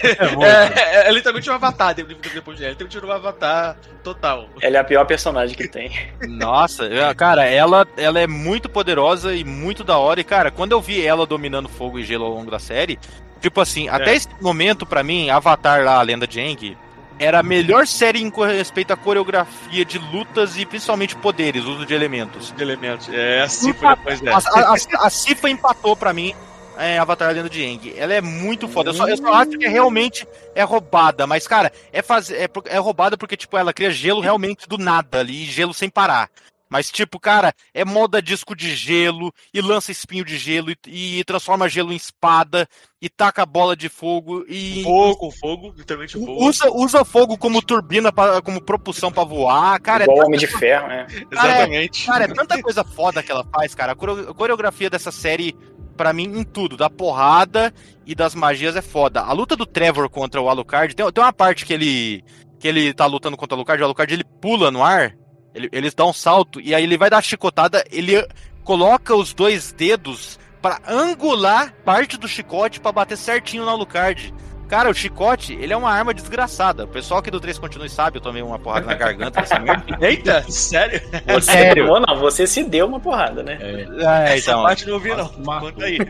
É literalmente um avatar depois dela. Ele literalmente um avatar total. Ela é a pior personagem que tem. Nossa, cara, ela é muito poderosa e muito da hora. E, cara, quando eu vi ela dominando fogo e gelo ao longo da série, tipo assim, até esse momento, pra mim, Avatar lá, a Lenda de Aang, era a melhor série em respeito à coreografia de lutas e principalmente poderes, uso de elementos. A Sifra depois dela. A Sifra empatou pra mim Avatar Lenda de Aang. Ela é muito foda. Eu só acho que realmente é roubada, mas, cara, é roubada porque, tipo, ela cria gelo realmente do nada ali, gelo sem parar. Mas, tipo, cara, molda disco de gelo e lança espinho de gelo e transforma gelo em espada e taca bola de fogo e... Fogo, literalmente fogo. Usa fogo como turbina, como propulsão pra voar, cara. Igual Homem de Ferro, né? Exatamente. Cara, é tanta coisa foda que ela faz, cara. A coreografia dessa série, pra mim, em tudo, da porrada e das magias é foda. A luta do Trevor contra o Alucard, tem uma parte que ele tá lutando contra o Alucard ele pula no ar. Eles dão um salto e aí ele vai dar a chicotada, ele coloca os 2 dedos pra angular parte do chicote pra bater certinho no Alucard. Cara, o chicote, ele é uma arma desgraçada. O pessoal aqui do 3 Continue sabe, eu tomei uma porrada na garganta dessa merda. Eita, sério? Sério? Não, você se deu uma porrada, né? Essa parte não ouvi, não. Conta aí.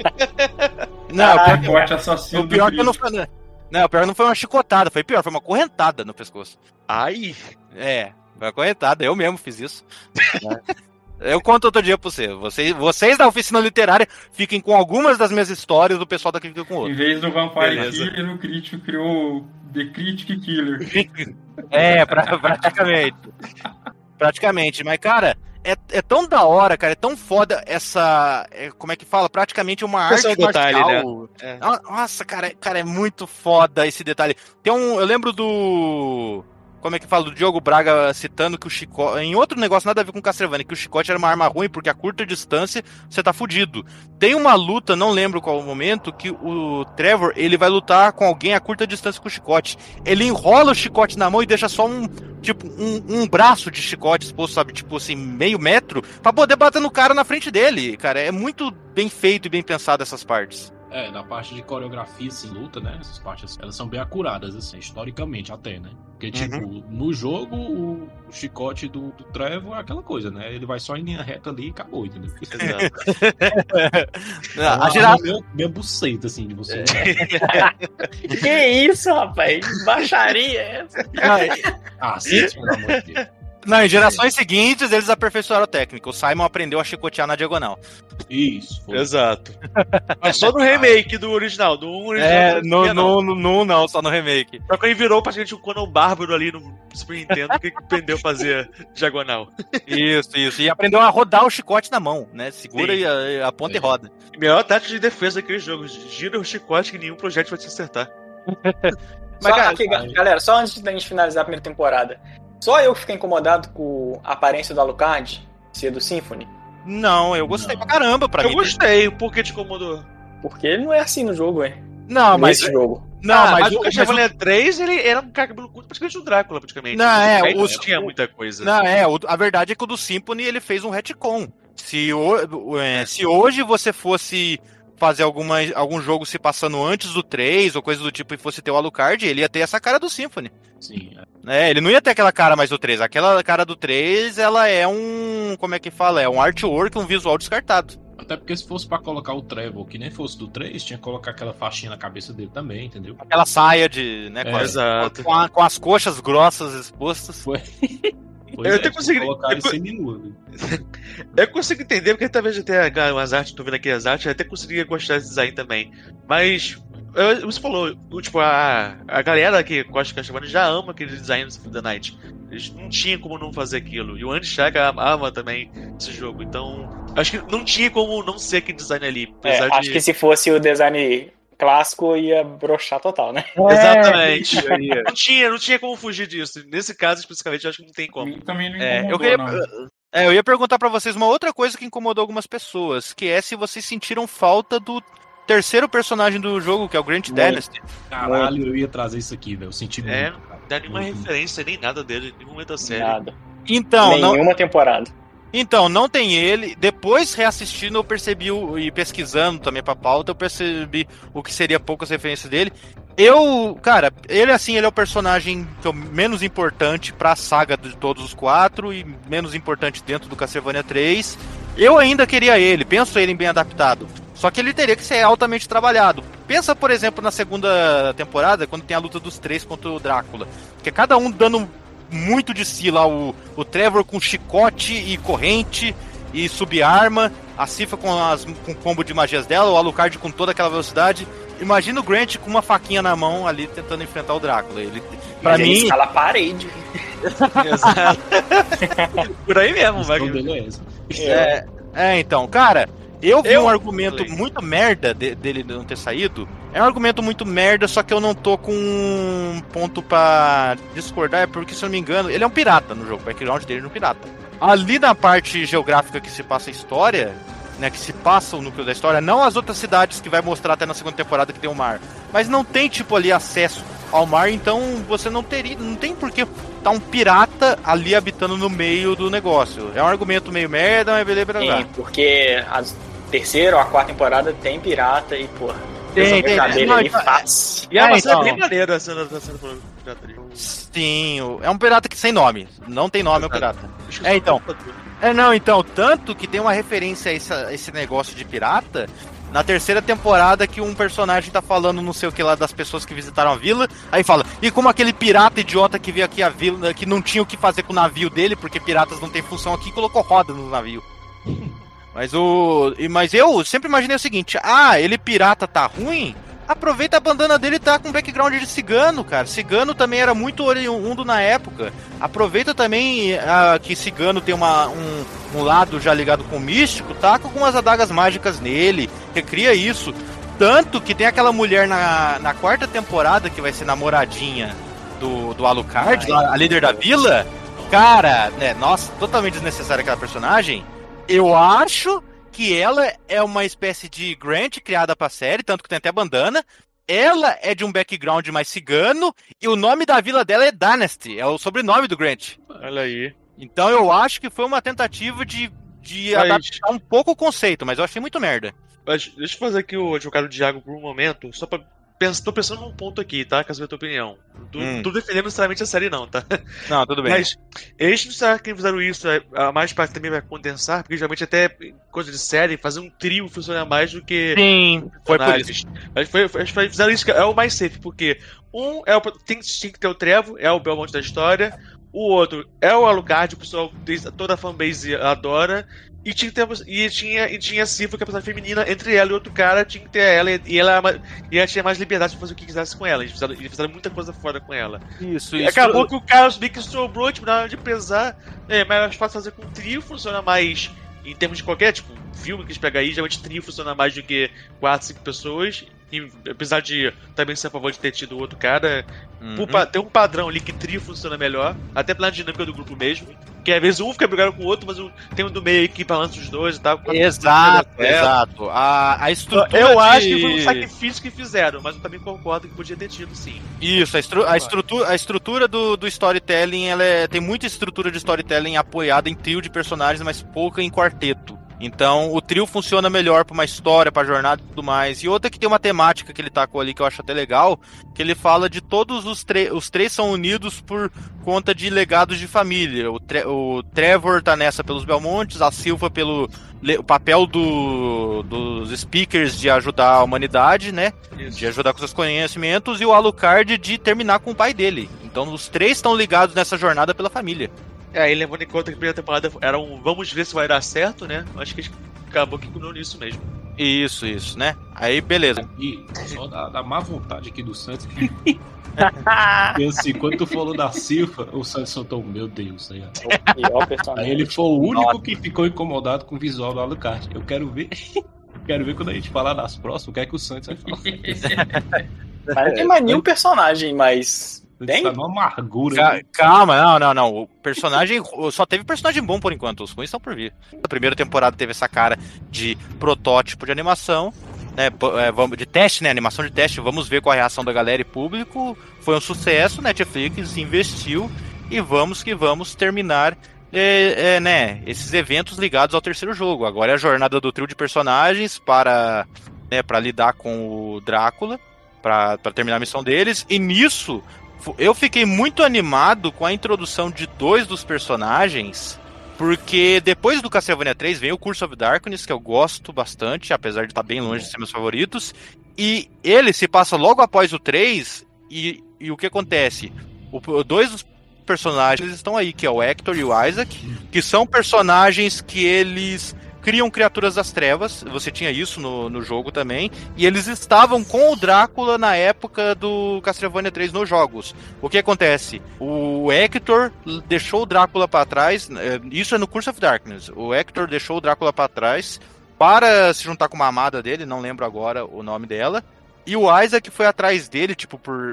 O pior que eu não falei. Não, o pior não foi uma chicotada, foi uma correntada no pescoço. Ai! Foi uma correntada, eu mesmo fiz isso. Eu conto outro dia pra você. Vocês da oficina literária fiquem com algumas das minhas histórias, do pessoal daqui fica com outras. Em vez do Vampire Killer, o crítico criou The Critic Killer. Praticamente. Mas, cara, é tão da hora, cara, é tão foda essa... como é que fala? Praticamente uma arte marcial. Né? Nossa, cara, é muito foda esse detalhe. Eu lembro do... Como é que fala? Do Diogo Braga citando que o chicote... Em outro negócio, nada a ver com o Castlevania, que o chicote era uma arma ruim, porque a curta distância você tá fudido. Tem uma luta, não lembro qual o momento, que o Trevor, ele vai lutar com alguém a curta distância com o chicote. Ele enrola o chicote na mão e deixa só um braço de chicote exposto, sabe? Tipo assim, meio metro, pra poder bater no cara na frente dele, cara. É muito bem feito e bem pensado essas partes. Na parte de coreografia, assim, luta, né? Essas partes, elas são bem acuradas, assim, historicamente até, né? Porque, tipo, no jogo, o chicote do Trevor é aquela coisa, né? Ele vai só em linha reta ali e acabou, entendeu? Exato. Minha buceta, assim, de você. Que isso, rapaz? Baixaria é essa? Sim, pelo amor de Deus. Não, em gerações seguintes, eles aperfeiçoaram a técnica. O Simon aprendeu a chicotear na diagonal. Isso. Foi. Exato. Mas só no remake do original. Do original não, só no remake. Só que ele virou pra gente um Conan Bárbaro ali no Super Nintendo, que aprendeu a fazer diagonal. Isso. E aprendeu a rodar o chicote na mão, né? Segura e a ponta e roda. Melhor tática de defesa daquele jogo. Gira o chicote que nenhum projeto vai te acertar. Mas, galera, só antes da gente finalizar a primeira temporada. Só eu que fiquei incomodado com a aparência do Alucard ser do Symphony. Não, eu gostei pra caramba, pra mim. Eu gostei, por que te incomodou? Porque ele não é assim no jogo, ué. Não, mas... Nesse jogo. Não, mas o Castlevania 3, ele era um cara cabelo curto, praticamente um Drácula, praticamente. Não, Aí não tinha muita coisa. Não, a verdade é que o do Symphony ele fez um retcon. Se hoje você fosse fazer algum jogo se passando antes do 3 ou coisa do tipo e fosse ter o Alucard, ele ia ter essa cara do Symphony. Sim. Ele não ia ter aquela cara mais do 3. Aquela cara do 3, ela é um... Como é que fala? É um artwork, um visual descartado. Até porque se fosse pra colocar o Trevor, que nem fosse do 3, tinha que colocar aquela faixinha na cabeça dele também, entendeu? Aquela saia de... né, Exato. Com as coxas grossas expostas. Eu até consegui colocar ele semi-nu. Eu consigo entender, porque talvez até umas artes, tô vendo aqui as artes, eu até conseguiria gostar desse design também. Mas, você falou, tipo, a galera que gosta de Castlevania já ama aquele design do Symphony of the Night. Eles não tinham como não fazer aquilo. E o Andy Chaga ama também esse jogo. Então, acho que não tinha como não ser aquele design ali. Acho que se fosse o design clássico, ia broxar total, né? Exatamente. Não tinha como fugir disso. Nesse caso, especificamente, eu acho que não tem como. Também não incomodou, não. Eu ia perguntar pra vocês uma outra coisa que incomodou algumas pessoas, que é se vocês sentiram falta do terceiro personagem do jogo, que é o Grant Dynasty. Caralho, eu ia trazer isso aqui, velho. Eu senti muito. Não dá nenhuma referência, nem nada dele, nenhum momento da série. Nada. Então, Nenhuma temporada. Então, não tem ele. Depois, reassistindo, eu percebi, e pesquisando também pra pauta, eu percebi o que seria poucas referências dele. Cara, ele é o personagem menos importante pra saga de todos os 4 e menos importante dentro do Castlevania 3. Eu ainda queria ele, penso ele bem adaptado. Só que ele teria que ser altamente trabalhado. Pensa, por exemplo, na segunda temporada, quando tem a luta dos 3 contra o Drácula. Que é cada um dando muito de si lá, o Trevor com chicote e corrente e subarma, a Sypha com combo de magias dela, o Alucard com toda aquela velocidade. Imagina o Grant com uma faquinha na mão ali tentando enfrentar o Drácula. Pra mim, ele escala a parede. Exato. Por aí mesmo, vai. Então, cara, eu vi um argumento muito merda dele não ter saído. É um argumento muito merda, só que eu não tô com um ponto pra discordar, porque, se eu não me engano, ele é um pirata no jogo, o background dele é um pirata. Ali na parte geográfica que se passa a história, né, que se passa o núcleo da história, não as outras cidades que vai mostrar até na segunda temporada que tem o mar, mas não tem, tipo, ali acesso ao mar, então você não tem por que tá um pirata ali habitando no meio do negócio. É um argumento meio merda, mas beleza. Sim, porque a terceira ou a quarta temporada tem pirata e, porra, tem. Fácil. E a cena é bem maneira a cena da pirataria. Sim, é um pirata que sem nome. Não tem nome, é um pirata. Então, tanto que tem uma referência a esse negócio de pirata na terceira temporada, que um personagem tá falando não sei o que lá das pessoas que visitaram a vila, aí fala, e como aquele pirata idiota que veio aqui a vila, que não tinha o que fazer com o navio dele, porque piratas não tem função aqui, colocou roda no navio. Mas eu sempre imaginei o seguinte, ele pirata tá ruim, aproveita a bandana dele e tá com background de cigano, cara. Cigano também era muito oriundo na época. Aproveita também que cigano tem um lado já ligado com o místico, taca algumas adagas mágicas nele, recria isso. Tanto que tem aquela mulher na quarta temporada que vai ser namoradinha do Alucard, a líder da vila. Cara, nossa, totalmente desnecessária aquela personagem. Eu acho que ela é uma espécie de Grant criada pra série, tanto que tem até bandana. Ela é de um background mais cigano e o nome da vila dela é Dynasty, é o sobrenome do Grant. Olha aí. Então eu acho que foi uma tentativa de adaptar um pouco o conceito, mas eu achei muito merda. Mas deixa eu fazer aqui o advogado do Diago por um momento, só pra... Tô pensando num ponto aqui, tá? Quero saber a tua opinião. Tô defendendo necessariamente a série, não, tá? Não, tudo bem. Mas eles não sabem que fizeram isso, a mais parte também vai condensar, porque geralmente até coisa de série, fazer um trio funciona mais do que... Sim, foi por isso. Mas fizeram isso, que é o mais safe, porque tem que ter o Trevor, é o Belmont da história, o outro é o Alucard, o pessoal, toda a fanbase adora, e tinha a Sypha, que é a personagem feminina, entre ela e outro cara, tinha que ter ela, e ela tinha mais liberdade de fazer o que quisesse com ela. Eles fizeram muita coisa fora com ela. Isso. Acabou que o cara meio que sobrou, tipo, na hora de pesar, mas fácil fazer com trio, funciona mais em termos de qualquer, tipo, filme que a gente pega aí, geralmente trio funciona mais do que 4, 5 pessoas. E, apesar de também ser a favor de ter tido outro cara, tem um padrão ali que trio funciona melhor, até pela dinâmica do grupo mesmo, Porque às vezes um fica brigando com o outro, mas tem um do meio que balança os dois e tal. Exato. A estrutura eu acho que foi um sacrifício que fizeram, mas eu também concordo que podia ter tido, sim. Isso, a estrutura do storytelling, tem muita estrutura de storytelling apoiada em trio de personagens, mas pouca em quarteto. Então, o trio funciona melhor pra uma história, pra jornada e tudo mais. E outra que tem uma temática que ele tacou ali que eu acho até legal, que ele fala de todos os três são unidos por conta de legados de família. O Trevor tá nessa pelos Belmontes, a Silva pelo o papel dos speakers de ajudar a humanidade, né? Isso. De ajudar com seus conhecimentos, e o Alucard de terminar com o pai dele. Então, os três estão ligados nessa jornada pela família. E levando em conta que a primeira temporada era vamos ver se vai dar certo, né? Acho que acabou que culminou nisso mesmo. Isso, né? Aí, beleza. E só da má vontade aqui do Santos. E assim, quando tu falou da Silva, o Santos soltou, meu Deus. Aí ele foi o único que ficou incomodado com o visual do Alucard. Eu quero ver quando a gente falar das próximas, o que é que o Santos vai falar. Mas não tem mais nenhum personagem mais... Tem? Tá numa amargura. Calma, não. O personagem. Só teve personagem bom por enquanto. Os ruins estão por vir. A primeira temporada teve essa cara de protótipo de animação, né? De teste, né? Animação de teste. Vamos ver qual é a reação da galera e público. Foi um sucesso. Netflix investiu. E vamos terminar. Né? Esses eventos ligados ao terceiro jogo. Agora é a jornada do trio de personagens para lidar com o Drácula. Para terminar a missão deles. E nisso. Eu fiquei muito animado com a introdução de 2 dos personagens, porque depois do Castlevania 3 vem o Curse of Darkness, que eu gosto bastante, apesar de estar bem longe de ser meus favoritos, e ele se passa logo após o 3, e o que acontece? 2 dos personagens estão aí, que é o Hector e o Isaac, que são personagens que eles... criam criaturas das trevas, você tinha isso no jogo também, e eles estavam com o Drácula na época do Castlevania 3 nos jogos. O que acontece? O Hector deixou o Drácula para trás, isso é no Curse of Darkness, o Hector deixou o Drácula para trás para se juntar com uma amada dele, não lembro agora o nome dela, e o Isaac foi atrás dele, tipo,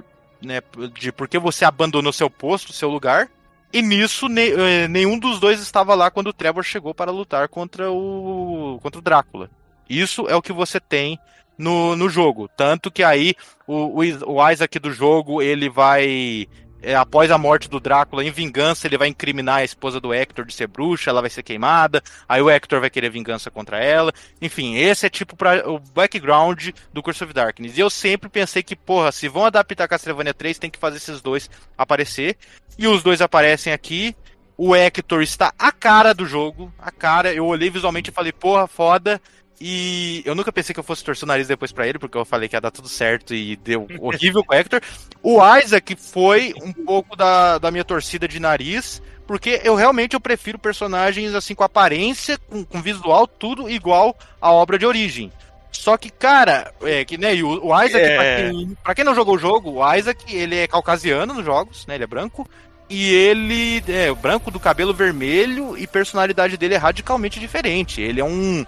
porque você abandonou seu posto, seu lugar. E nisso, nenhum dos dois estava lá quando o Trevor chegou para lutar contra o Drácula. Isso é o que você tem no jogo. Tanto que aí o Isaac do jogo, ele vai... após a morte do Drácula, em vingança, ele vai incriminar a esposa do Hector de ser bruxa, ela vai ser queimada, aí o Hector vai querer vingança contra ela. Enfim, esse é tipo o background do Curse of Darkness. E eu sempre pensei que, se vão adaptar Castlevania 3, tem que fazer esses 2 aparecer. E os 2 aparecem aqui. O Hector está a cara do jogo, eu olhei visualmente e falei, foda. E eu nunca pensei que eu fosse torcer o nariz depois pra ele, porque eu falei que ia dar tudo certo e deu horrível com o Hector. O Isaac foi um pouco da minha torcida de nariz, porque eu prefiro personagens assim com aparência, com visual, tudo igual à obra de origem. Só que, cara, o Isaac, pra quem não jogou o jogo, o Isaac, ele é caucasiano nos jogos, né, ele é branco. E ele é branco, do cabelo vermelho, e personalidade dele é radicalmente diferente. Ele é um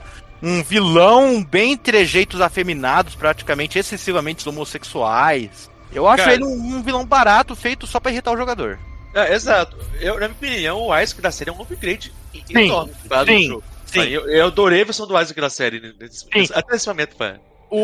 vilão bem trejeitos afeminados, praticamente excessivamente homossexuais. Eu acho ele um vilão barato, feito só pra irritar o jogador. Exato. Na minha opinião, o Isaac da série é um upgrade enorme do jogo. Sim. Eu adorei a versão do Isaac da série, até nesse momento, pai.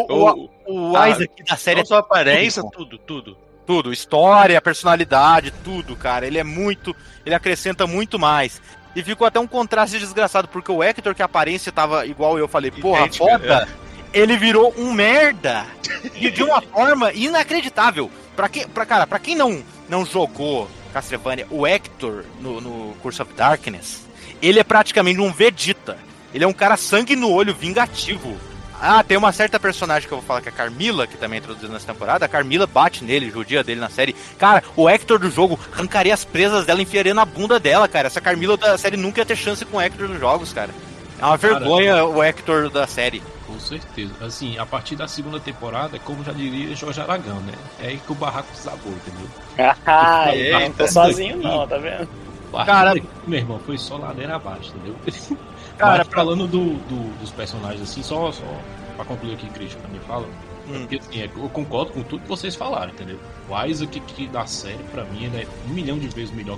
O Isaac da série não só aparência, tudo. Tudo, história, personalidade, tudo, cara. Ele acrescenta muito mais. E ficou até um contraste desgraçado, porque o Hector, que a aparência tava igual eu falei, foda, ele virou um merda. E de uma forma inacreditável. Pra quem não jogou Castlevania, o Hector no Curse of Darkness, ele é praticamente um Vegeta. Ele é um cara sangue no olho, vingativo. Tem uma certa personagem que eu vou falar, que é a Carmilla, que também é introduzida nessa temporada. A Carmilla bate nele, judia dele na série. Cara, o Hector do jogo arrancaria as presas dela, enfiaria na bunda dela, cara. Essa Carmilla da série nunca ia ter chance com o Hector dos jogos, cara. É uma vergonha o Hector da série. Com certeza. Assim, a partir da segunda temporada, como já diria Jorge Aragão, né? É aí que o barraco desabou, entendeu? Não tô sozinho não, tá vendo? Cara, meu irmão, foi só ladeira abaixo, entendeu? Cara, falando dos personagens, assim, só pra concluir aqui, Christian, pra mim fala, porque assim, eu concordo com tudo que vocês falaram, entendeu? O Isaac que da série, pra mim, ele é 1 milhão de vezes melhor que o do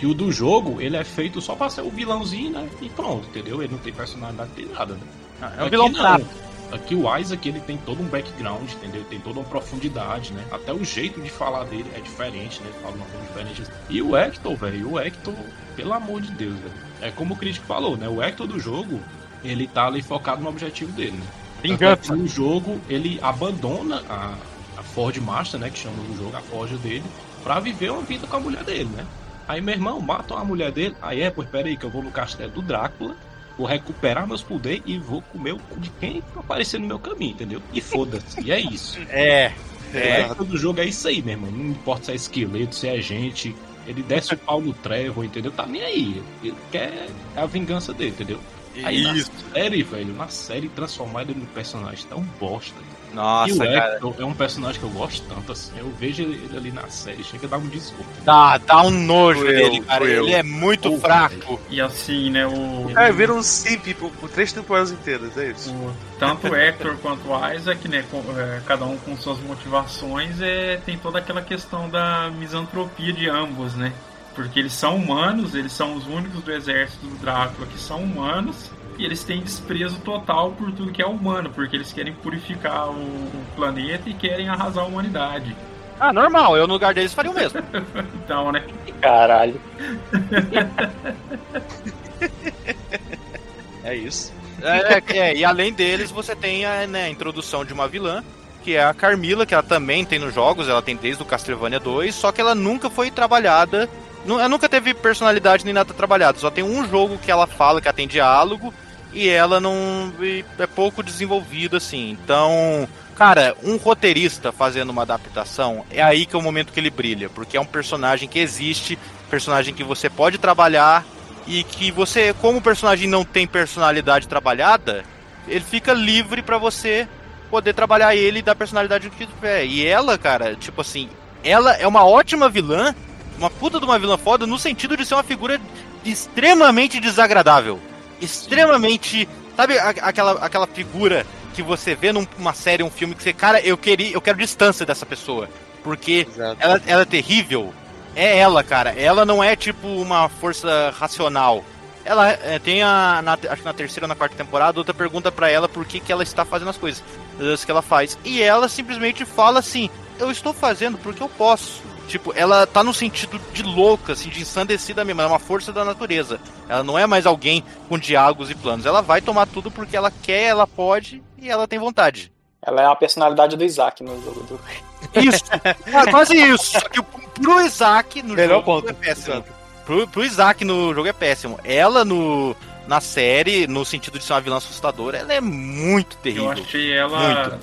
Que o do jogo, ele é feito só pra ser o vilãozinho, né? E pronto, entendeu? Ele não tem personalidade, não tem nada, né? É um vilão fraco. Aqui o Isaac, ele tem todo um background, entendeu? Ele tem toda uma profundidade, né? Até o jeito de falar dele é diferente, né? Ele fala uma coisa diferente. E o Hector, velho, pelo amor de Deus, velho. É como o crítico falou, né? O Hector do jogo, ele tá ali focado no objetivo dele, né? Vingança. No jogo, ele abandona a Ford Master, né? Que chama no jogo, a forja dele, pra viver uma vida com a mulher dele, né? Aí, meu irmão, matam a mulher dele. Aí, pois peraí, que eu vou no castelo do Drácula, vou recuperar meus poderes e vou comer o cu de quem aparecer no meu caminho, entendeu? E foda-se. E é isso. O Hector do jogo é isso aí, meu irmão. Não importa se é esqueleto, se é gente. Ele desce o pau no Trevor, entendeu? Tá nem aí. Ele quer a vingança dele, entendeu? Aí na série, transformar ele num personagem tão bosta. Nossa, e o cara. Hector é um personagem que eu gosto tanto, assim. Eu vejo ele ali na série, chega a dar um desconto. Dá um nojo dele, cara. Ele é muito fraco. Velho. E assim, né, Vira um simp por 3 temporadas inteiras, é isso. Tanto o Hector quanto o Isaac, né, cada um com suas motivações, tem toda aquela questão da misantropia de ambos, né? Porque eles são humanos, eles são os únicos do exército do Drácula que são humanos, e eles têm desprezo total por tudo que é humano, porque eles querem purificar o planeta e querem arrasar a humanidade. Ah, normal, eu no lugar deles faria o mesmo. Então, né? Caralho. É isso. E além deles, você tem a introdução de uma vilã, que é a Carmilla, que ela também tem nos jogos, ela tem desde o Castlevania 2, só que ela nunca foi trabalhada, ela nunca teve personalidade nem nada trabalhado, só tem um jogo que ela fala, que ela tem diálogo, e ela não é pouco desenvolvida, assim. Então, cara, um roteirista fazendo uma adaptação, é aí que é o momento que ele brilha, porque é um personagem que existe, personagem que você pode trabalhar, e que você, como o personagem não tem personalidade trabalhada, ele fica livre pra você poder trabalhar ele e dar personalidade do que tiver. E ela, cara, tipo assim, ela é uma ótima vilã, uma puta de uma vilã foda, no sentido de ser uma figura extremamente desagradável. Extremamente, sabe, aquela figura que você vê numa série, um filme, que você, cara, eu quero distância dessa pessoa, porque ela é terrível. É ela, cara. Ela não é tipo uma força racional. Ela tem acho que na terceira ou na quarta temporada, outra pergunta pra ela por que ela está fazendo as coisas que ela faz. E ela simplesmente fala assim, eu estou fazendo porque eu posso. Tipo, ela tá no sentido de louca, assim, de ensandecida mesmo. Ela é uma força da natureza. Ela não é mais alguém com diálogos e planos. Ela vai tomar tudo porque ela quer, ela pode e ela tem vontade. Ela é a personalidade do Isaac no jogo do... Isso! Quase isso! Só que pro Isaac no Melhor jogo ponto. é péssimo. Pro Isaac no jogo é péssimo. Ela na série, no sentido de ser uma vilã assustadora, ela é muito terrível. Eu achei ela,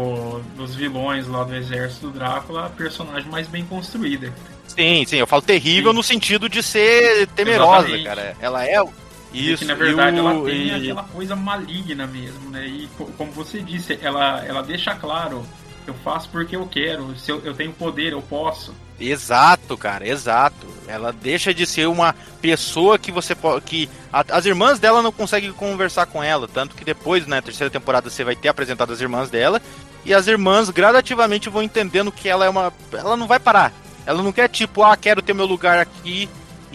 dos vilões lá do exército do Drácula, a personagem mais bem construída. Sim, eu falo terrível no sentido de ser temerosa, exatamente, cara. Ela é... Isso, que na verdade ela tem aquela coisa maligna mesmo, né? E como você disse, ela deixa claro, eu faço porque eu quero, se eu tenho poder, eu posso. Exato, cara, exato. Ela deixa de ser uma pessoa que você pode... As irmãs dela não conseguem conversar com ela, tanto que depois, na terceira temporada, você vai ter apresentado as irmãs dela, e as irmãs gradativamente vão entendendo que ela é uma... Ela não vai parar. Ela não quer tipo, quero ter meu lugar aqui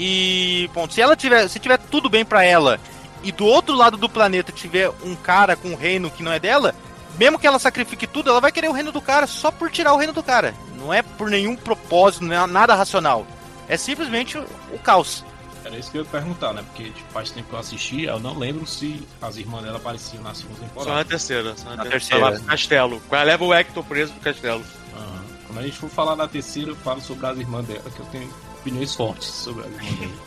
e... Ponto. Se tiver tudo bem pra ela, e do outro lado do planeta tiver um cara com um reino que não é dela, mesmo que ela sacrifique tudo, ela vai querer o reino do cara só por tirar o reino do cara. Não é por nenhum propósito, não é nada racional. É simplesmente o caos. Era isso que eu ia perguntar, né? Porque tipo, faz tempo que eu assisti, eu não lembro se as irmãs dela apareciam na segunda temporada. Só na terceira. Na terceira. Lá no castelo. Leva o Hector preso no castelo. Quando a gente for falar da terceira, eu falo sobre as irmãs dela, que eu tenho opiniões fortes sobre as irmãs dela.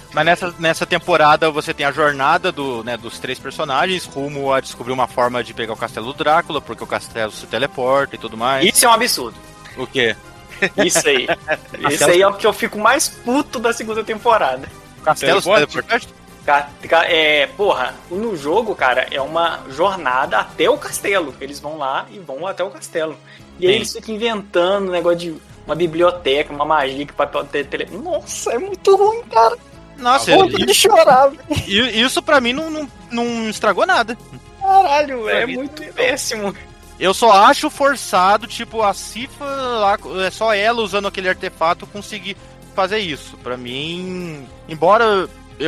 Mas nessa temporada você tem a jornada dos 3 personagens rumo a descobrir uma forma de pegar o castelo do Drácula, porque o castelo se teleporta e tudo mais. Isso é um absurdo. O quê? Isso aí. Isso aí é o que eu fico mais puto da segunda temporada. O castelo se teleporta? Porra, no jogo, cara, é uma jornada até o castelo. Eles vão lá e vão até o castelo. E aí eles ficam inventando um negócio de uma biblioteca, uma magia que pode ter Nossa, é muito ruim, cara. Nossa, de chorar. Isso pra mim não estragou nada. Caralho, é muito péssimo. Eu só acho forçado, tipo, a Sypha lá, é só ela usando aquele artefato conseguir fazer isso. Pra mim, embora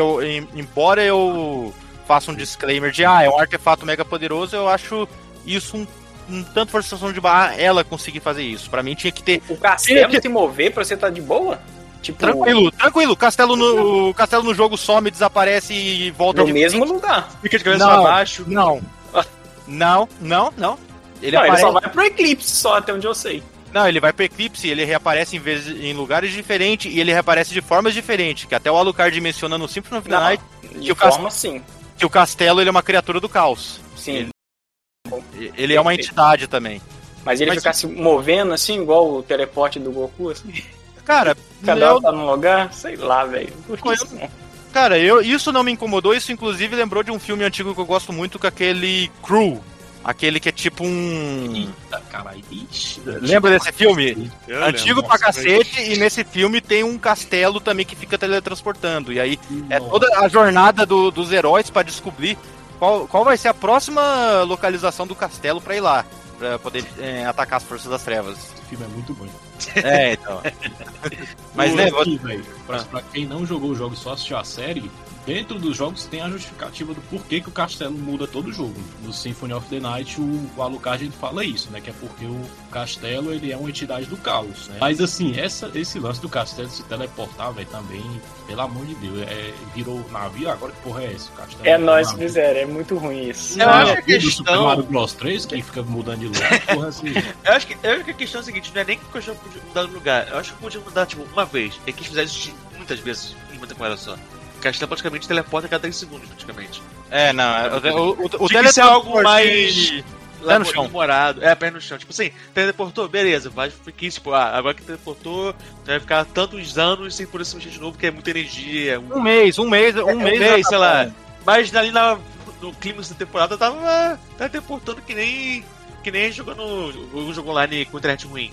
eu faça um disclaimer de é um artefato mega poderoso, eu acho isso um tanto forçação de barra ela conseguir fazer isso. Pra mim tinha que ter... O castelo se mover pra você tá de boa? Tipo... Tranquilo. O castelo no jogo some, desaparece e volta no mesmo lugar. Fica de cabeça pra baixo. Não. Ele só vai pro Eclipse, só até onde eu sei. Não, ele vai pro Eclipse, ele reaparece em lugares diferentes e ele reaparece de formas diferentes, que até o Alucard menciona no Symphony of the Night que o castelo ele é uma criatura do caos. Sim. Ele é uma entidade também. Mas ele ficar se movendo assim, igual o teleporte do Goku, assim. Cara, cada um tá num lugar, sei lá, velho. Cara, isso não me incomodou, isso inclusive lembrou de um filme antigo que eu gosto muito, com aquele Crew. Aquele que é tipo um... Eita, caralho. Lembra desse filme? Antigo pra cacete, e nesse filme tem um castelo também que fica teletransportando. E aí é toda a jornada dos heróis pra descobrir qual vai ser a próxima localização do castelo pra ir lá. Pra poder atacar as forças das trevas. Esse filme é muito bom. Então. Mas pra quem não jogou o jogo e só assistiu a série, dentro dos jogos tem a justificativa do porquê que o castelo muda todo o jogo. No Symphony of the Night, o Alucard fala isso, né? Que é porque o castelo ele é uma entidade do caos, né? Mas assim, esse lance do castelo se teleportar, velho, também, pelo amor de Deus, virou navio, agora que porra é essa? O castelo é nóis, miséria, é muito ruim isso. Eu acho que a questão... Super Mario Bros 3, que fica mudando de lugar, porra assim. Eu acho que a questão é a seguinte, não é nem que o castelo podia mudar de lugar, eu acho que podia mudar, tipo, uma vez. É que eles fizeram isso muitas vezes, em uma temporada só. O castelo praticamente teleporta a cada 10 segundos, praticamente. O teleporte é algo mais... Pé no chão. Demorado. Pé no chão. Tipo assim, teleportou, beleza. Vai ficar, tipo, agora que teleportou, vai ficar tantos anos sem poder se mexer de novo, porque é muita energia. Um mês, sei lá. Mas ali no clima da temporada tava teleportando que nem jogando um jogo online com internet ruim.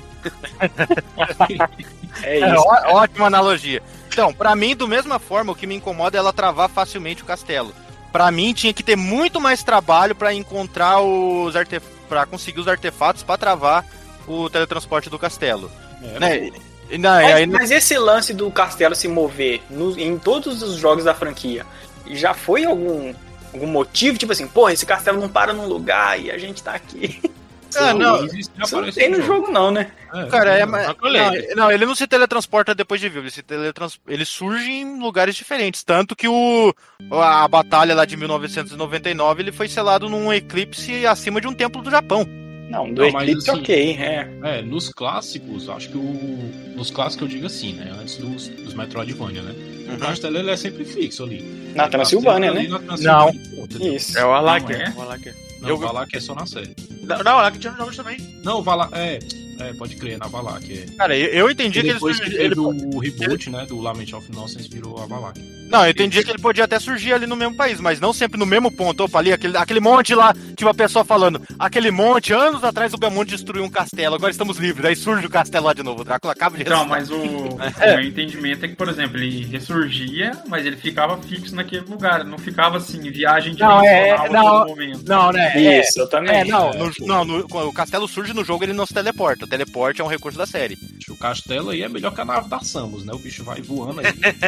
Isso. Ótima analogia. Então, pra mim, da mesma forma, o que me incomoda é ela travar facilmente o castelo. Pra mim, tinha que ter muito mais trabalho pra encontrar pra conseguir os artefatos pra travar o teletransporte do castelo. Mas esse lance do castelo se mover em todos os jogos da franquia, já foi algum motivo? Tipo assim, porra, esse castelo não para num lugar e a gente tá aqui. Isso não tem no jogo não, né? Cara, ele não se teletransporta depois de vivo, ele surge em lugares diferentes, tanto que a batalha lá de 1999 ele foi selado num eclipse acima de um templo do Japão. Não, do Eclipse, assim, ok, nos clássicos, acho que nos clássicos eu digo assim, né? Antes dos Metroidvania, né? O castelo ele é sempre fixo ali. Na Transilvânia, né? Não. Isso. É o Valak. Não, o Valak é só na série. Não, o Valak tinha nos jogos também. Não, o Valak... pode crer, na Valak. Cara, eu entendi que depois que teve o reboot, né, do Lament of Nonsense, virou a Valak. Não, eu entendi que ele podia até surgir ali no mesmo país, mas não sempre no mesmo ponto. Opa, ali, aquele monte lá, tipo a pessoa falando, aquele monte, anos atrás o Belmonte destruiu um castelo, agora estamos livres, aí surge o castelo lá de novo, o Drácula acaba de ressuscitar. Não, mas o meu entendimento é que, por exemplo, ele ressurgia, mas ele ficava fixo naquele lugar, não ficava assim, viagem dimensional a todo momento. Não, né? Isso, eu também. O castelo surge no jogo, ele não se teleporta. O teleporte é um recurso da série. O castelo aí é melhor que a nave da Samus, né? O bicho vai voando aí.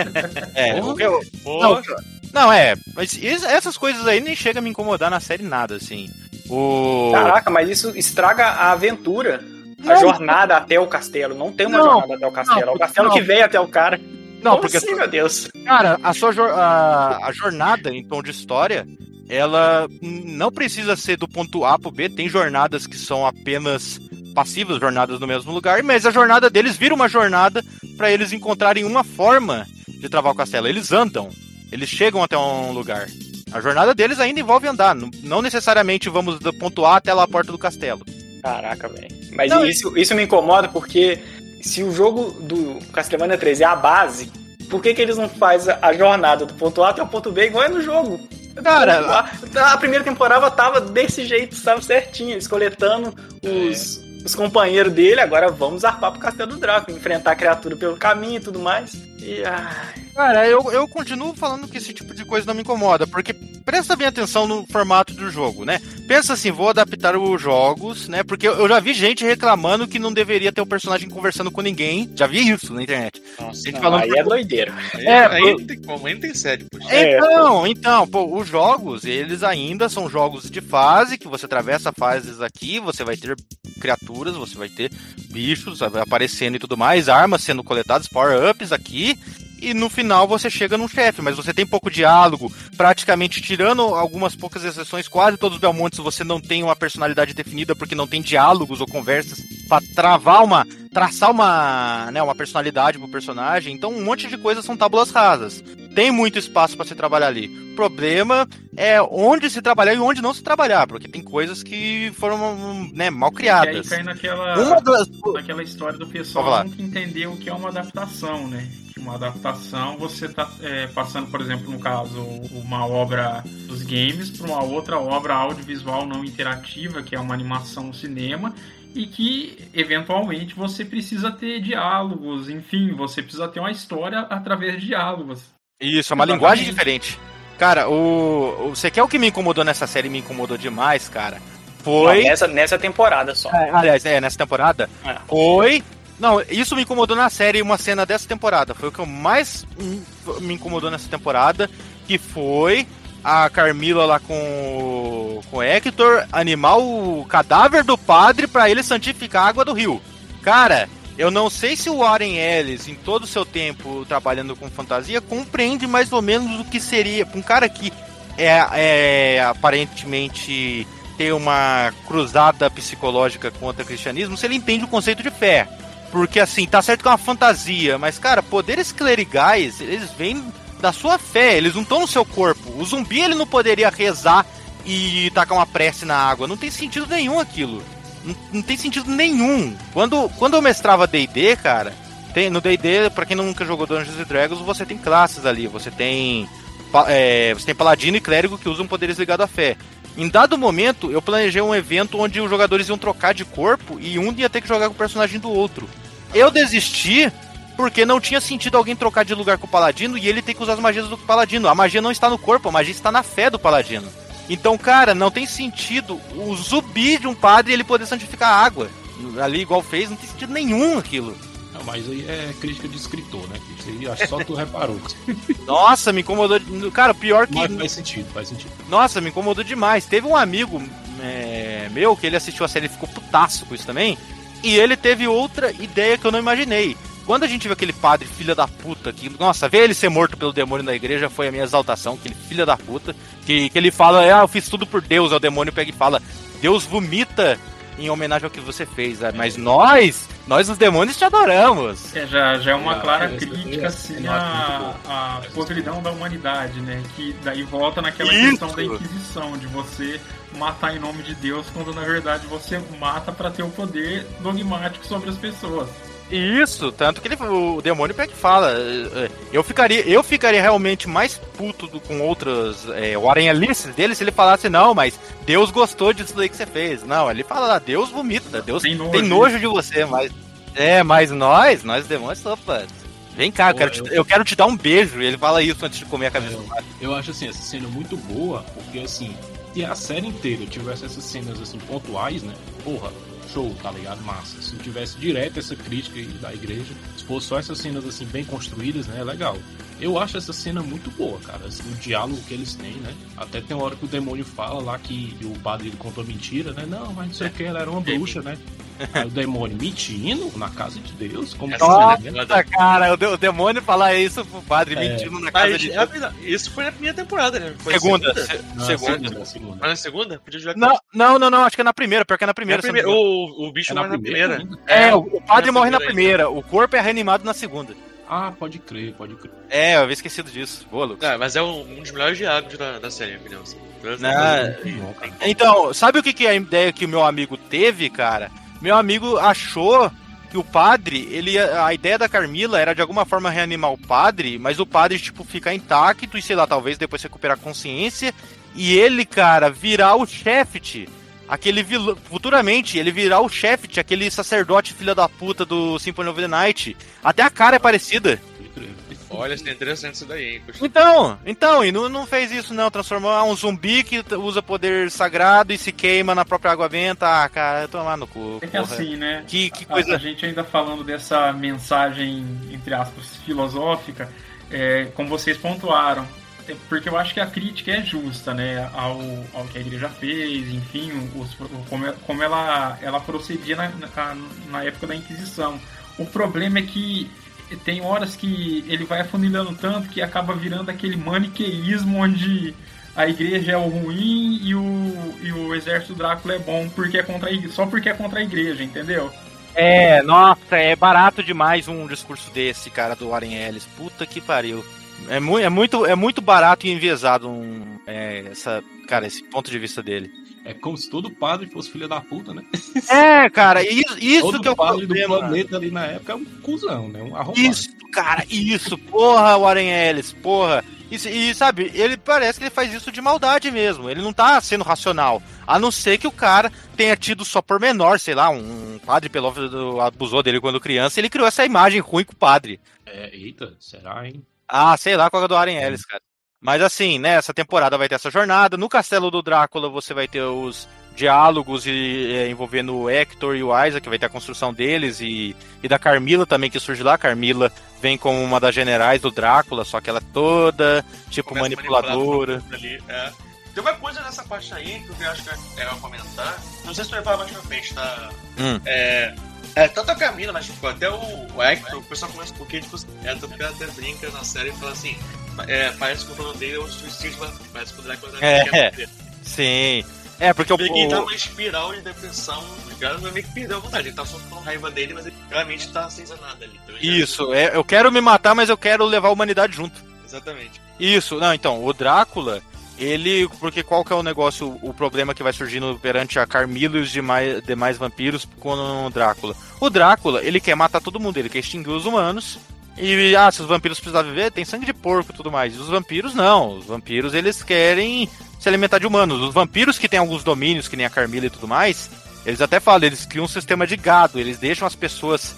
Mas essas coisas aí nem chega a me incomodar na série nada, assim. Caraca, mas isso estraga a aventura. A jornada até o castelo. Não tem uma jornada até o castelo. É o castelo que veio até o cara. Não, porque assim, meu Deus. Cara, a jornada em tom de história, ela não precisa ser do ponto A pro B. Tem jornadas que são apenas passivas, jornadas no mesmo lugar, mas a jornada deles vira uma jornada pra eles encontrarem uma forma de travar o castelo. Eles andam. Eles chegam até um lugar. A jornada deles ainda envolve andar. Não necessariamente vamos do ponto A até lá a porta do castelo. Caraca, velho. Mas não, isso me incomoda porque se o jogo do Castlevania 3 é a base, por que eles não fazem a jornada do ponto A até o ponto B igual é no jogo? Cara, a primeira temporada tava desse jeito, estava certinho, eles coletando os companheiros dele, agora vamos arpar pro Castelo do Drácula, enfrentar a criatura pelo caminho e tudo mais. E, cara, eu continuo falando que esse tipo de coisa não me incomoda, porque presta bem atenção no formato do jogo, né? Pensa assim, vou adaptar os jogos, né? Porque eu já vi gente reclamando que não deveria ter o personagem conversando com ninguém. Já vi isso na internet. Nossa, aí é doideira. Aí não tem como, aí não tem sério. Então, pô, os jogos, eles ainda são jogos de fase, que você atravessa fases aqui, você vai ter criaturas, você vai ter bichos aparecendo e tudo mais, armas sendo coletadas, power-ups aqui, e no final você chega num chefe, mas você tem pouco diálogo, praticamente tirando algumas poucas exceções, quase todos os Belmontes você não tem uma personalidade definida porque não tem diálogos ou conversas pra traçar uma personalidade pro personagem, então um monte de coisas são tábulas rasas. Tem muito espaço para se trabalhar ali. O problema é onde se trabalhar e onde não se trabalhar, porque tem coisas que foram, né, mal criadas. E aí cai naquela história do pessoal nunca entender o que é uma adaptação, né? Uma adaptação, você tá passando, por exemplo, no caso, uma obra dos games para uma outra obra audiovisual não interativa, que é uma animação no cinema, e que, eventualmente, você precisa ter diálogos, enfim, você precisa ter uma história através de diálogos. Isso, é uma linguagem diferente. Cara, você quer o que me incomodou nessa série, me incomodou demais, cara? Foi... Não, nessa temporada só. Aliás, nessa temporada? Foi... Não, isso me incomodou na série, uma cena dessa temporada. Foi o que mais me incomodou nessa temporada, que foi a Carmila lá com o Hector animar o cadáver do padre pra ele santificar a água do rio. Cara, eu não sei se o Warren Ellis, em todo o seu tempo trabalhando com fantasia, compreende mais ou menos o que seria um cara que aparentemente tem uma cruzada psicológica contra o cristianismo, se ele entende o conceito de fé. Porque, assim, tá certo que é uma fantasia, mas, cara, poderes clerigais, eles vêm da sua fé, eles não estão no seu corpo. O zumbi, ele não poderia rezar e tacar uma prece na água. Não tem sentido nenhum aquilo. Não tem sentido nenhum. Quando eu mestrava D&D, cara, no D&D, pra quem nunca jogou Dungeons & Dragons, você tem classes ali. Você tem paladino e clérigo que usam poderes ligados à fé. Em dado momento, eu planejei um evento onde os jogadores iam trocar de corpo e um ia ter que jogar com o personagem do outro. Eu desisti porque não tinha sentido alguém trocar de lugar com o paladino e ele ter que usar as magias do paladino. A magia não está no corpo, a magia está na fé do paladino. Então, cara, não tem sentido o zumbi de um padre ele poder santificar a água. Ali, igual fez, não tem sentido nenhum aquilo. Não, mas aí é crítica de escritor, né? Isso aí acho que só tu reparou. Nossa, me incomodou. Cara, pior que... Mas faz sentido. Nossa, me incomodou demais. Teve um amigo meu que ele assistiu a série e ficou putaço com isso também. E ele teve outra ideia que eu não imaginei. Quando a gente viu aquele padre filha da puta, que, nossa, ver ele ser morto pelo demônio na igreja foi a minha exaltação, aquele filha da puta, que ele fala, eu fiz tudo por Deus, aí o demônio pega e fala, Deus vomita em homenagem ao que você fez, mas nós os demônios te adoramos. Já é uma clara crítica, assim, à podridão da humanidade, né, que daí volta naquela questão da Inquisição, de você matar em nome de Deus, quando na verdade você mata pra ter o poder dogmático sobre as pessoas. Isso, tanto que o demônio pega e fala, eu ficaria realmente mais puto com outras Warren-alices dele se ele falasse, não, mas Deus gostou disso daí que você fez. Não, ele fala, Deus vomita, Deus tem nojo de você, mas nós demônios, opa, vem cá, eu quero te dar um beijo. Ele fala isso antes de comer a cabeça do padre. Eu acho assim, essa cena muito boa, porque assim, se a série inteira tivesse essas cenas assim pontuais, né, porra, show, tá ligado? Massa. Se não tivesse direto essa crítica aí da igreja, se fosse só essas cenas assim bem construídas, né? É legal. Eu acho essa cena muito boa, cara. Assim, o diálogo que eles têm, né? Até tem uma hora que o demônio fala lá que o padre ele contou mentira, né? Não, mas não sei o que, ela era uma bruxa, né? Aí o demônio mentindo na casa de Deus. Como nossa, cara, o demônio falar isso pro padre mentindo na casa de Deus. Isso foi na primeira temporada, né? Foi segunda. Mas na segunda? Podia jogar não, acho que é na primeira, pior que é na primeira. O bicho morre na primeira. O padre morre na primeira, o corpo é reanimado na segunda. Ah, pode crer, pode crer. É, eu havia esquecido disso. Boa, Lucas. Mas é um dos melhores diálogos da série, minha opinião. Então, sabe o que é a ideia que o meu amigo teve, cara? Meu amigo achou que o padre, a ideia da Carmila era de alguma forma reanimar o padre, mas o padre, tipo, ficar intacto e, sei lá, talvez depois recuperar a consciência, e ele, cara, virar o Shefty, aquele vilão, futuramente, ele virar o Shefty, aquele sacerdote filha da puta do Symphony of the Night. Até a cara é parecida. Olha, isso é interessante isso daí, hein? Então, e não fez isso não, transformou um zumbi que usa poder sagrado e se queima na própria água benta. Ah, cara, tomar no cu. É que assim, né? Que coisa... A gente ainda falando dessa mensagem, entre aspas, filosófica, como vocês pontuaram, porque eu acho que a crítica é justa, né, ao que a igreja fez, enfim, como ela procedia na época da Inquisição. O problema é que tem horas que ele vai afunilando tanto que acaba virando aquele maniqueísmo onde a igreja é o ruim e o exército Drácula é bom só porque é contra a igreja, entendeu? Nossa, é barato demais um discurso desse, cara, do Warren Ellis. Puta que pariu. É muito barato e enviesado esse ponto de vista dele. É como se todo padre fosse filho da puta, né? Cara, isso todo que é o padre problema. Do planeta ali na época é um cuzão, né? Um arrombado. Isso, porra, Warren Ellis, porra. E sabe, ele parece que ele faz isso de maldade mesmo. Ele não tá sendo racional. A não ser que o cara tenha tido só por menor, sei lá, um padre pedófilo abusou dele quando criança, e ele criou essa imagem ruim com o padre. Eita, será, hein? Ah, sei lá qual é do Warren Ellis, cara. Mas assim, né, essa temporada vai ter essa jornada. No Castelo do Drácula você vai ter os diálogos envolvendo o Hector e o Isaac, que vai ter a construção deles, e da Carmila também, que surge lá. A Carmila vem como uma das generais do Drácula, só que ela é toda, tipo, manipuladora. Tem uma coisa nessa parte aí que eu acho que é legal comentar. Não sei se tu vai falar mais pra frente, tá? Tanto a Camila, mas tipo, até o Hector, o pessoal começa um pouquinho, tipo, tanto que ela até brinca na série e fala assim, parece que o plano dele é o suicídio, parece que o Drácula quer sim. Porque ele tá numa espiral de depressão, o cara meio que perdeu a vontade, ele tá só com raiva dele, mas ele realmente tá sem nada ali. Então, isso, eu quero me matar, mas eu quero levar a humanidade junto. Exatamente. Isso, não, então, o Drácula, porque qual que é o negócio, o problema que vai surgindo perante a Carmila e os demais vampiros com o Drácula? O Drácula, ele quer matar todo mundo, ele quer extinguir os humanos, e se os vampiros precisam viver, tem sangue de porco e tudo mais. E os vampiros não, os vampiros eles querem se alimentar de humanos. Os vampiros que têm alguns domínios, que nem a Carmila e tudo mais, eles até falam, eles criam um sistema de gado, eles deixam as pessoas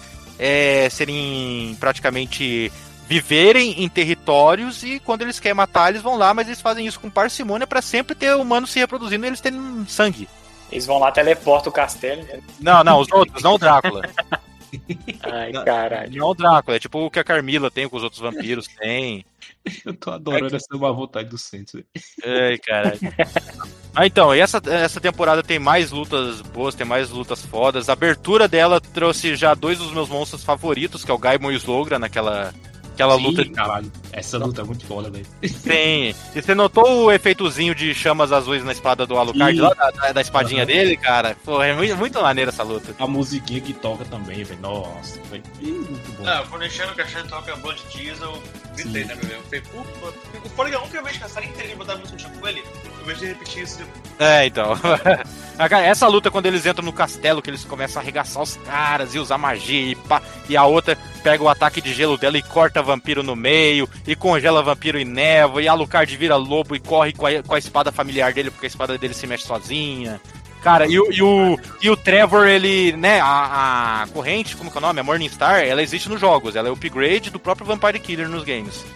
serem praticamente... viverem em territórios, e quando eles querem matar, eles vão lá, mas eles fazem isso com parcimônia pra sempre ter humanos se reproduzindo e eles terem sangue. Eles vão lá, teleportam o castelo. Né? Não, os outros, não o Drácula. Ai, caralho. Não o Drácula, é tipo o que a Carmila tem, com os outros vampiros tem. Eu tô adorando essa má vontade do Santos. Ai, caralho. Então, e essa temporada tem mais lutas boas, tem mais lutas fodas. A abertura dela trouxe já dois dos meus monstros favoritos, que é o Gaimon e o Slogra, naquela luta. Caralho, essa luta é muito foda, velho. Tem. E você notou o efeitozinho de chamas azuis na espada do Alucard, lá da espadinha dele, cara? Pô, é muito maneira essa luta. A musiquinha que toca também, velho. Nossa, velho. Muito bom. Quando enchendo o cachorro toca Blood Diesel, eu gritei, né, meu? Eu falei, puta. O fora que a única vez que a série inteira botar música junto com ele, eu vejo de repetir isso. Então. Essa luta, quando eles entram no castelo, que eles começam a arregaçar os caras e usar magia, e a outra pega o ataque de gelo dela e corta vampiro no meio, e congela vampiro em névoa, e Alucard vira lobo e corre com a espada familiar dele, porque a espada dele se mexe sozinha. Cara, e o Trevor, ele, né, a corrente, como que é o nome? A Morningstar, ela existe nos jogos, ela é o upgrade do próprio Vampire Killer nos games.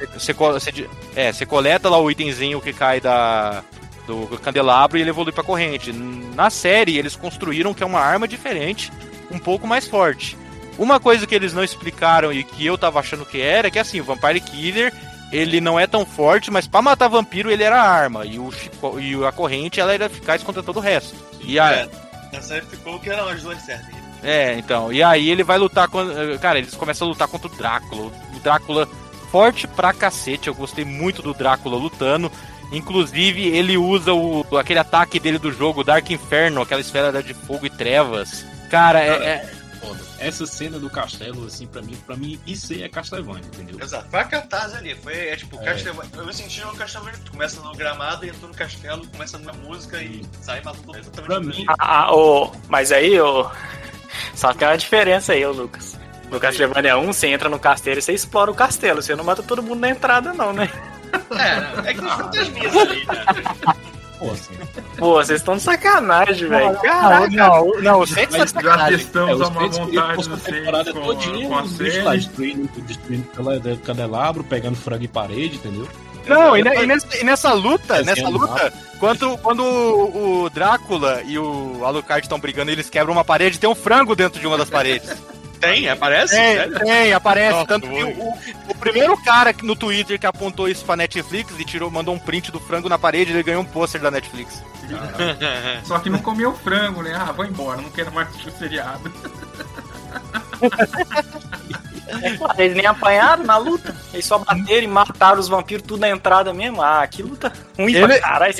Você coleta lá o itemzinho que cai do candelabro e ele evolui pra corrente. Na série, eles construíram que é uma arma diferente, um pouco mais forte. Uma coisa que eles não explicaram e que eu tava achando que era, é que assim, o Vampire Killer, ele não é tão forte, mas pra matar vampiro ele era arma, e a corrente ela era eficaz contra todo o resto. Na série ficou que eram as duas certas. Então, e aí ele vai lutar cara, eles começam a lutar contra o Drácula. O Drácula forte pra cacete, eu gostei muito do Drácula lutando. Inclusive, ele usa aquele ataque dele do jogo, Dark Inferno, aquela esfera de fogo e trevas. Cara, essa cena do castelo, assim, pra mim isso aí é Castlevania, entendeu? Exato, foi a catarse ali, Castlevania. Eu me senti no Castlevania, tu começa no gramado, entra no castelo, começa na música e sai matando exatamente. Pra mim... Mas aí, só que há uma diferença aí, Lucas. No Castlevania 1, você entra no castelo e você explora o castelo, você não mata todo mundo na entrada não, né? É que não tem fantasmias ali, né? Pô, vocês estão de sacanagem, velho. Caraca. Não, você que tá de Já sacanagem. testamos a má Os vontade feitos do a temporada todinha, com a os bichos lá série. destruindo candelabro, pegando frango em parede, entendeu? Não, e nessa luta, Desenhando quando o Drácula e o Alucard estão brigando e eles quebram uma parede, tem um frango dentro de uma das paredes. Tem? Aparece? Tem, aparece. Nossa, Tanto que o primeiro cara no Twitter que apontou isso pra Netflix e mandou um print do frango na parede, ele ganhou um pôster da Netflix. Só que não comeu frango, né? Vou embora, não quero mais assistir o seriado. Eles nem apanharam na luta. Eles só bateram e mataram os vampiros tudo na entrada mesmo. Que luta ruim pra caralho.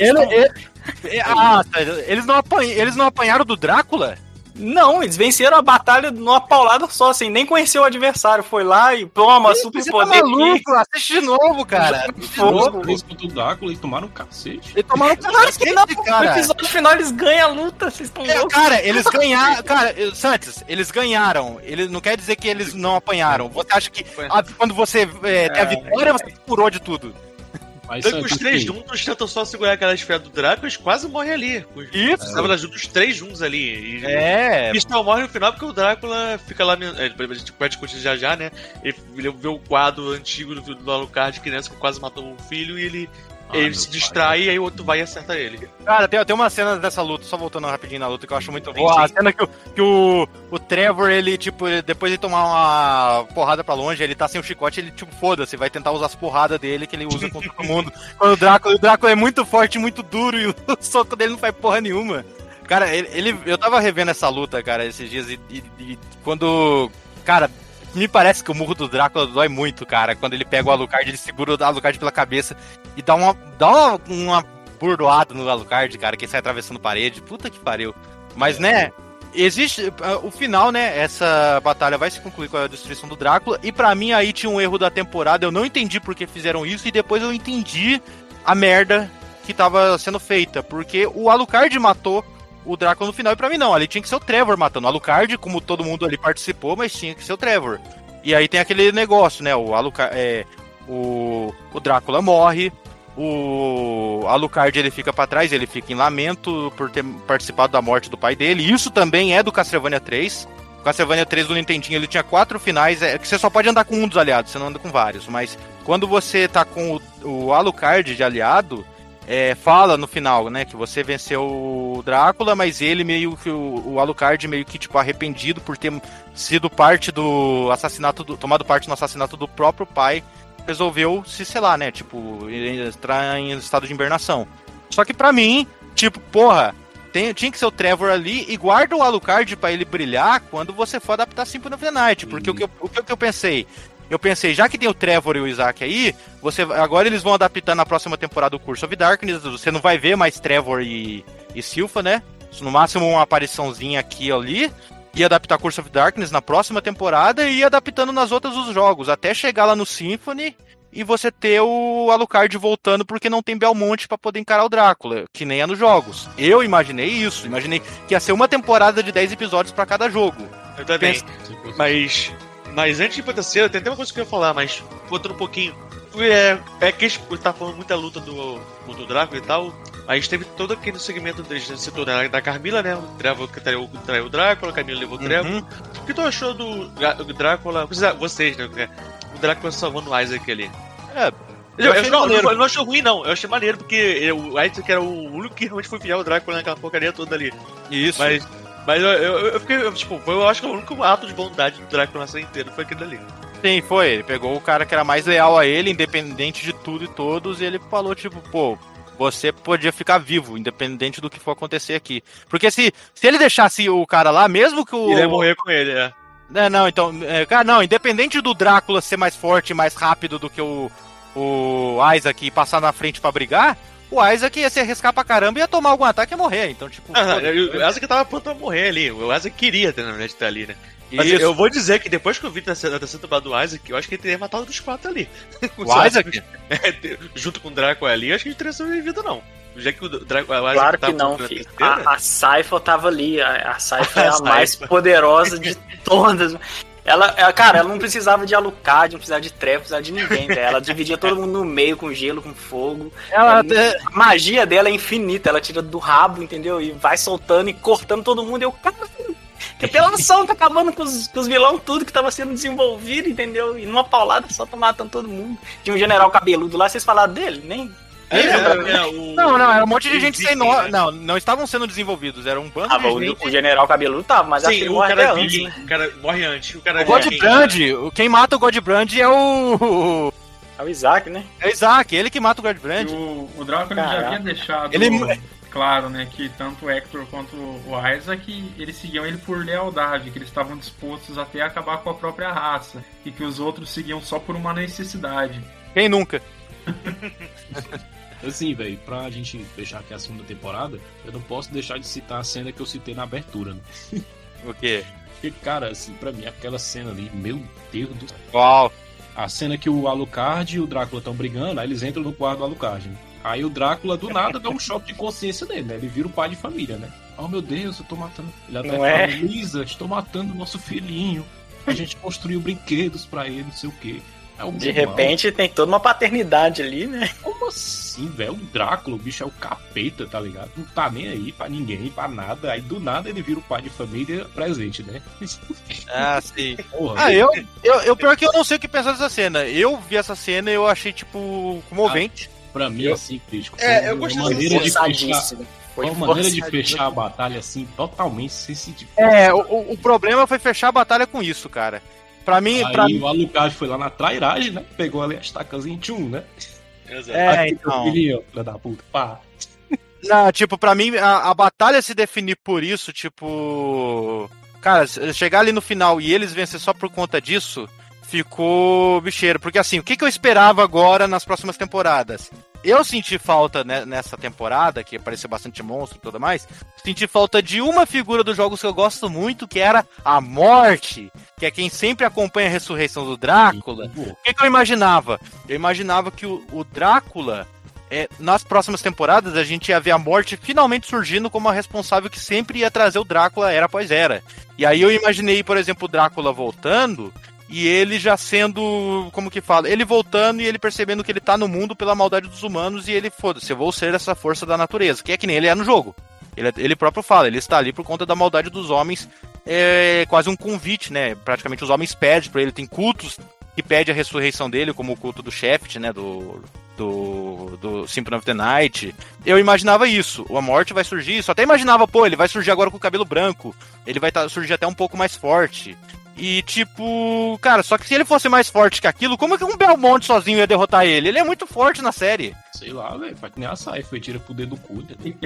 Eles não apanharam do Drácula? Não, eles venceram a batalha numa paulada só, assim, nem conheceu o adversário. Foi lá e toma, super poder. Tá maluco? Assiste de novo, cara. Eles contra o Drácula e tomaram um cacete. Eles tomaram um cacete, cara. No episódio final eles ganham a luta, vocês estão loucos. Cara, eles ganharam. Cara, Santos, eles ganharam. Ele não quer dizer que eles não apanharam. Você acha que quando você tem a vitória, você curou de tudo? Mas Tanto que os três juntos tentam só segurar aquela esfera do Drácula, eles quase morrem ali. Isso. Estavam juntos, os três juntos ali. E só morre no final porque o Drácula fica lá. A gente vai discutir já, né? Ele vê o quadro antigo do Alucard de criança que quase matou um filho e ele se distrai e aí o outro vai e acerta ele. Cara, tem uma cena dessa luta, só voltando rapidinho na luta, que eu acho muito boa. A cena que o Trevor, ele, tipo, depois de tomar uma porrada pra longe, ele tá sem o chicote, ele, tipo, foda-se, vai tentar usar as porradas dele que ele usa contra todo mundo. Quando o Drácula é muito forte, muito duro e o soco dele não faz porra nenhuma. Cara, eu tava revendo essa luta, cara, esses dias e quando... Cara, me parece que o murro do Drácula dói muito, cara. Quando ele pega o Alucard, ele segura o Alucard pela cabeça e dá uma burdoada no Alucard, cara, que sai atravessando parede. Puta que pariu. Mas, né, existe... O final, né, essa batalha vai se concluir com a destruição do Drácula. E pra mim, aí tinha um erro da temporada. Eu não entendi por que fizeram isso. E depois eu entendi a merda que tava sendo feita. Porque o Alucard matou o Drácula no final, e pra mim não, ali tinha que ser o Trevor matando o Alucard, como todo mundo ali participou, mas tinha que ser o Trevor. E aí tem aquele negócio, né, o Alucard, o Drácula morre, o Alucard ele fica pra trás, ele fica em lamento por ter participado da morte do pai dele. Isso também é do Castlevania 3. O Castlevania 3 do Nintendinho, ele tinha 4 finais, que você só pode andar com um dos aliados, você não anda com vários, mas quando você tá com o Alucard de aliado, fala no final, né, que você venceu o Drácula, mas ele meio que, o Alucard meio que, tipo, arrependido por ter sido parte do assassinato, tomado parte no assassinato do próprio pai, resolveu se selar, né, tipo, entrar em estado de hibernação. Só que pra mim, tipo, porra, tinha que ser o Trevor ali e guarda o Alucard pra ele brilhar quando você for adaptar Symphony of the Night, porque o que eu pensei? Eu pensei, já que tem o Trevor e o Isaac aí, agora eles vão adaptar na próxima temporada o Curse of Darkness, você não vai ver mais Trevor e Silpha, né? No máximo uma apariçãozinha aqui e ali, e adaptar Curse of Darkness na próxima temporada e ir adaptando nas outras os jogos, até chegar lá no Symphony e você ter o Alucard voltando porque não tem Belmonte pra poder encarar o Drácula, que nem é nos jogos. Eu imaginei isso, imaginei que ia ser uma temporada de 10 episódios pra cada jogo. Eu também, Mas antes de acontecer, tem até uma coisa que eu ia falar, mas voltando um pouquinho. Que a gente tá falando muita luta do Drácula e tal. A gente teve todo aquele segmento desse setor da Carmila, né? O Trevor que traiu o Drácula, a Carmila levou o Trevor. O que tu achou do Drácula? Vocês, né? O Drácula salvando o Isaac ali. Eu não achei ruim, não. Eu achei maneiro, porque o Isaac era o único que realmente foi fiel ao Drácula naquela porcaria toda ali. Isso. Mas eu fiquei, tipo, eu acho que o único ato de bondade do Drácula na série inteira foi aquele ali. Sim, foi. Ele pegou o cara que era mais leal a ele, independente de tudo e todos, e ele falou, tipo, pô, você podia ficar vivo, independente do que for acontecer aqui. Porque se ele deixasse o cara lá, mesmo que o... Ele ia morrer com ele, Não, então... Cara, não, independente do Drácula ser mais forte e mais rápido do que o Isaac e passar na frente pra brigar, o Isaac ia se arriscar pra caramba e ia tomar algum ataque e ia morrer. Então, tipo. O Isaac tava pronto a morrer ali. O Isaac queria ter, na verdade, estar ali, né? Mas Isso. eu vou dizer que depois que eu vi a terceira temporada do Isaac, eu acho que ele teria matado dos 4 ali. O Isaac? Junto com o Draco ali, eu acho que ele teria sobrevivido, não. Já que o Isaac claro que não, filho. A Sypha tava ali. A Sypha é a mais poderosa de todas. Cara, ela não precisava de Alucard, não precisava de Trevor, não precisava de ninguém, velho. Ela dividia todo mundo no meio, com gelo, com fogo. A magia dela é infinita, ela tira do rabo, entendeu? E vai soltando e cortando todo mundo. Cara, revelação, tá acabando com os vilões, tudo que tava sendo desenvolvido, entendeu? E numa paulada só tá matando todo mundo. Tinha um general cabeludo lá, vocês falaram dele? Nem... Não, era um monte de gente sem nome. Não estavam sendo desenvolvidos, era um bando de gente. O general cabeludo tava, mas acho que ele morre antes, né? O cara morre antes. O Godbrand, quem mata o Godbrand é o... É o Isaac, né? É o Isaac, ele que mata o Godbrand. O Draco já havia deixado claro, né, que tanto o Hector quanto o Isaac, eles seguiam ele por lealdade, que eles estavam dispostos até a acabar com a própria raça, e que os outros seguiam só por uma necessidade. Quem nunca? Assim, velho, pra gente fechar aqui a segunda temporada, eu não posso deixar de citar a cena que eu citei na abertura, né? O quê? Porque, cara, assim, pra mim, aquela cena ali, meu Deus do céu. Uau! A cena que o Alucard e o Drácula estão brigando, aí eles entram no quarto do Alucard, né? Aí o Drácula, do nada, dá um choque de consciência nele, né? Ele vira o pai de família, né? Oh, meu Deus, eu tô matando... Ele até fala, Lisa, estou matando o nosso filhinho. A gente construiu brinquedos pra ele, não sei o quê. De repente tem toda uma paternidade ali, né? Como assim, velho? O Drácula, o bicho é o capeta, tá ligado? Não tá nem aí pra ninguém, pra nada. Aí do nada ele vira o pai de família presente, né? Ah, sim. Porra, eu pior que eu não sei o que pensar dessa cena. Eu vi essa cena e eu achei, tipo, comovente. Pra mim, assim, crítico. Eu gostei Uma maneira de fechar a batalha, assim, totalmente sensitiva. O problema foi fechar a batalha com isso, cara. Pra mim, o Alucard foi lá na trairagem, né? Pegou ali a estacazinha em né? Exato. Então. Filho da puta, pá. Não, tipo, pra mim, a batalha se definir por isso, tipo... Cara, chegar ali no final e eles vencer só por conta disso, ficou bicheiro. Porque assim, o que eu esperava agora nas próximas temporadas? Eu senti falta nessa temporada, que apareceu bastante monstro e tudo mais, senti falta de uma figura dos jogos que eu gosto muito, que era a Morte, que é quem sempre acompanha a ressurreição do Drácula. O que eu imaginava? Eu imaginava que o Drácula, nas próximas temporadas, a gente ia ver a Morte finalmente surgindo como a responsável que sempre ia trazer o Drácula era após era. E aí eu imaginei, por exemplo, o Drácula voltando... E ele já sendo, como que fala, ele voltando e ele percebendo que ele tá no mundo pela maldade dos humanos e ele, foda-se, eu vou ser essa força da natureza, que é que nem ele é no jogo. Ele próprio fala, ele está ali por conta da maldade dos homens, quase um convite, né? Praticamente os homens pedem pra ele, tem cultos que pedem a ressurreição dele, como o culto do Shaft, né? Do Symphony of the Night. Eu imaginava isso, a Morte vai surgir, só até imaginava, ele vai surgir agora com o cabelo branco, ele vai surgir até um pouco mais forte. E tipo, cara, só que se ele fosse mais forte que aquilo, como é que um Belmont sozinho ia derrotar ele? Ele é muito forte na série. Sei lá, velho, faz que nem a Sypha, tira o poder do cu.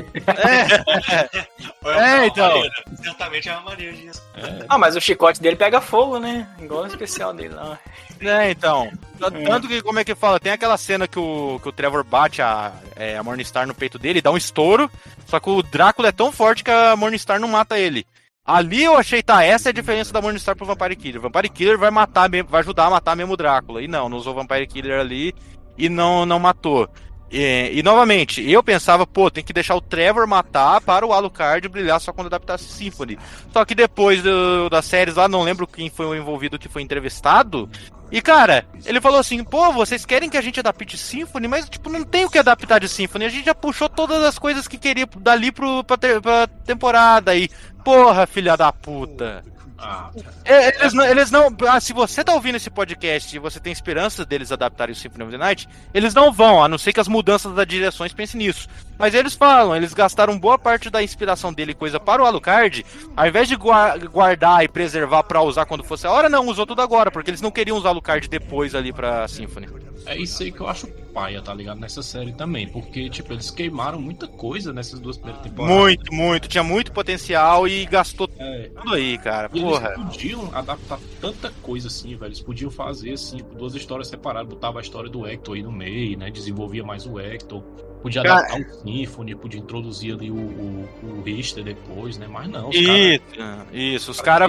Então. Certamente é uma maneira disso. Mas o chicote dele pega fogo, né? Igual o especial dele lá. Então. Tanto que, como é que fala, tem aquela cena que o Trevor bate a Morningstar no peito dele, dá um estouro, só que o Drácula é tão forte que a Morningstar não mata ele. Ali eu achei, essa é a diferença da Morningstar pro Vampire Killer. O Vampire Killer vai ajudar a matar mesmo o Drácula. E não usou o Vampire Killer ali e não matou. E novamente, eu pensava, tem que deixar o Trevor matar para o Alucard brilhar só quando adaptasse Symphony. Só que depois das séries lá, não lembro quem foi o envolvido que foi entrevistado. E cara, ele falou assim, vocês querem que a gente adapte Symphony, mas tipo, não tem o que adaptar de Symphony. A gente já puxou todas as coisas que queria dali pra temporada aí. Porra, filha da puta. Eles não. Se você tá ouvindo esse podcast e você tem esperança deles adaptarem o Symphony of the Night, eles não vão, a não ser que as mudanças das direções pensem nisso. Mas eles falam, eles gastaram boa parte da inspiração dele coisa para o Alucard, ao invés de guardar e preservar pra usar quando fosse a hora, não, usou tudo agora, porque eles não queriam usar o Alucard depois ali pra Symphony. É isso aí que eu acho paia, tá ligado? Nessa série também, porque, tipo, eles queimaram muita coisa nessas duas primeiras temporadas. Muito, tinha muito potencial e gastou tudo aí, cara. E porra. Eles podiam adaptar tanta coisa assim, velho. Eles podiam fazer, assim, 2 histórias separadas, botava a história do Hector aí no meio, né? Desenvolvia mais o Hector. Podia adaptar o Symphony, podia introduzir ali o Richter depois, né? Mas não, os caras...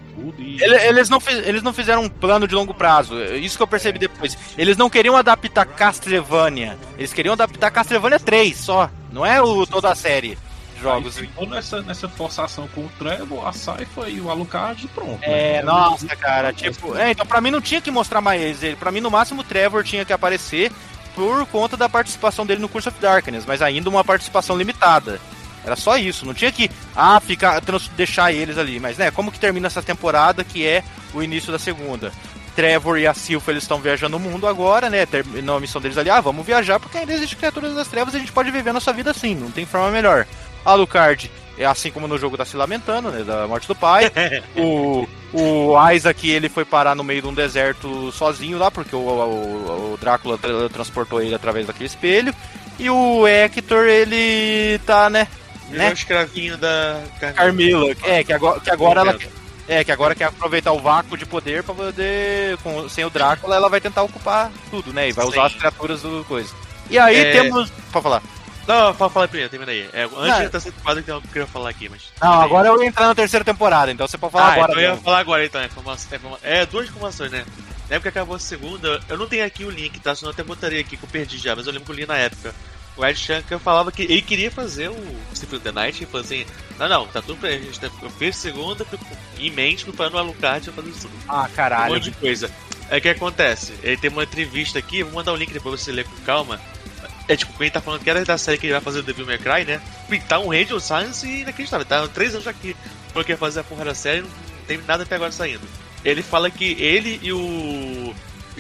Eles não fizeram um plano de longo prazo. Isso que eu percebi depois. Eles não queriam adaptar Castlevania. Eles queriam adaptar Castlevania 3 só. Não é toda a série de jogos. Aí ficou nessa forçação com o Trevor, a Sypha e o Alucard e pronto. Nossa, cara. Tipo, então pra mim não tinha que mostrar mais ele. Pra mim, no máximo, o Trevor tinha que aparecer por conta da participação dele no Curse of Darkness, mas ainda uma participação limitada. Era só isso, não tinha que deixar eles ali, mas né, como que termina essa temporada, que é o início da segunda? Trevor e a Sylpha, eles estão viajando o mundo agora, né, terminou a missão deles ali, vamos viajar porque ainda existe Criaturas das Trevas e a gente pode viver a nossa vida assim, não tem forma melhor. Alucard, assim como no jogo, tá se lamentando, né, da morte do pai. O Isaac, ele foi parar no meio de um deserto sozinho lá, porque o Drácula transportou ele através daquele espelho. E o Hector, ele tá, né? Virou escravinho da Carmilla. Que agora quer aproveitar o vácuo de poder pra poder, sem o Drácula, ela vai tentar ocupar tudo, né? E vai usar as criaturas do coisa. E aí temos... Pode falar. Não, fala primeiro, termina aí. Antes de ter sido quadro que eu queria falar aqui, mas... Não, agora eu ia entrar na terceira temporada, então você pode falar agora. Então eu ia falar agora, então. Duas informações, né? Na época que acabou a segunda, eu não tenho aqui o link, tá? Senão eu até botaria aqui, que eu perdi já, mas eu lembro que eu li na época. O Ed Shankar falava que ele queria fazer o Symphony of the Night e falou assim: não, tá tudo pra gente. Eu fiz segunda em mente preparando o Alucard pra fazer isso tudo. Caralho. Um monte de coisa. Aí o que acontece? Ele tem uma entrevista aqui, vou mandar o link depois pra você ler com calma. Tipo, quem tá falando que era da série que ele vai fazer o Devil May Cry, né? Tá um Radio Science inacreditável. Tá 3 anos aqui. Falou que ia fazer a porra da série, não tem nada até agora saindo. Ele fala que ele e o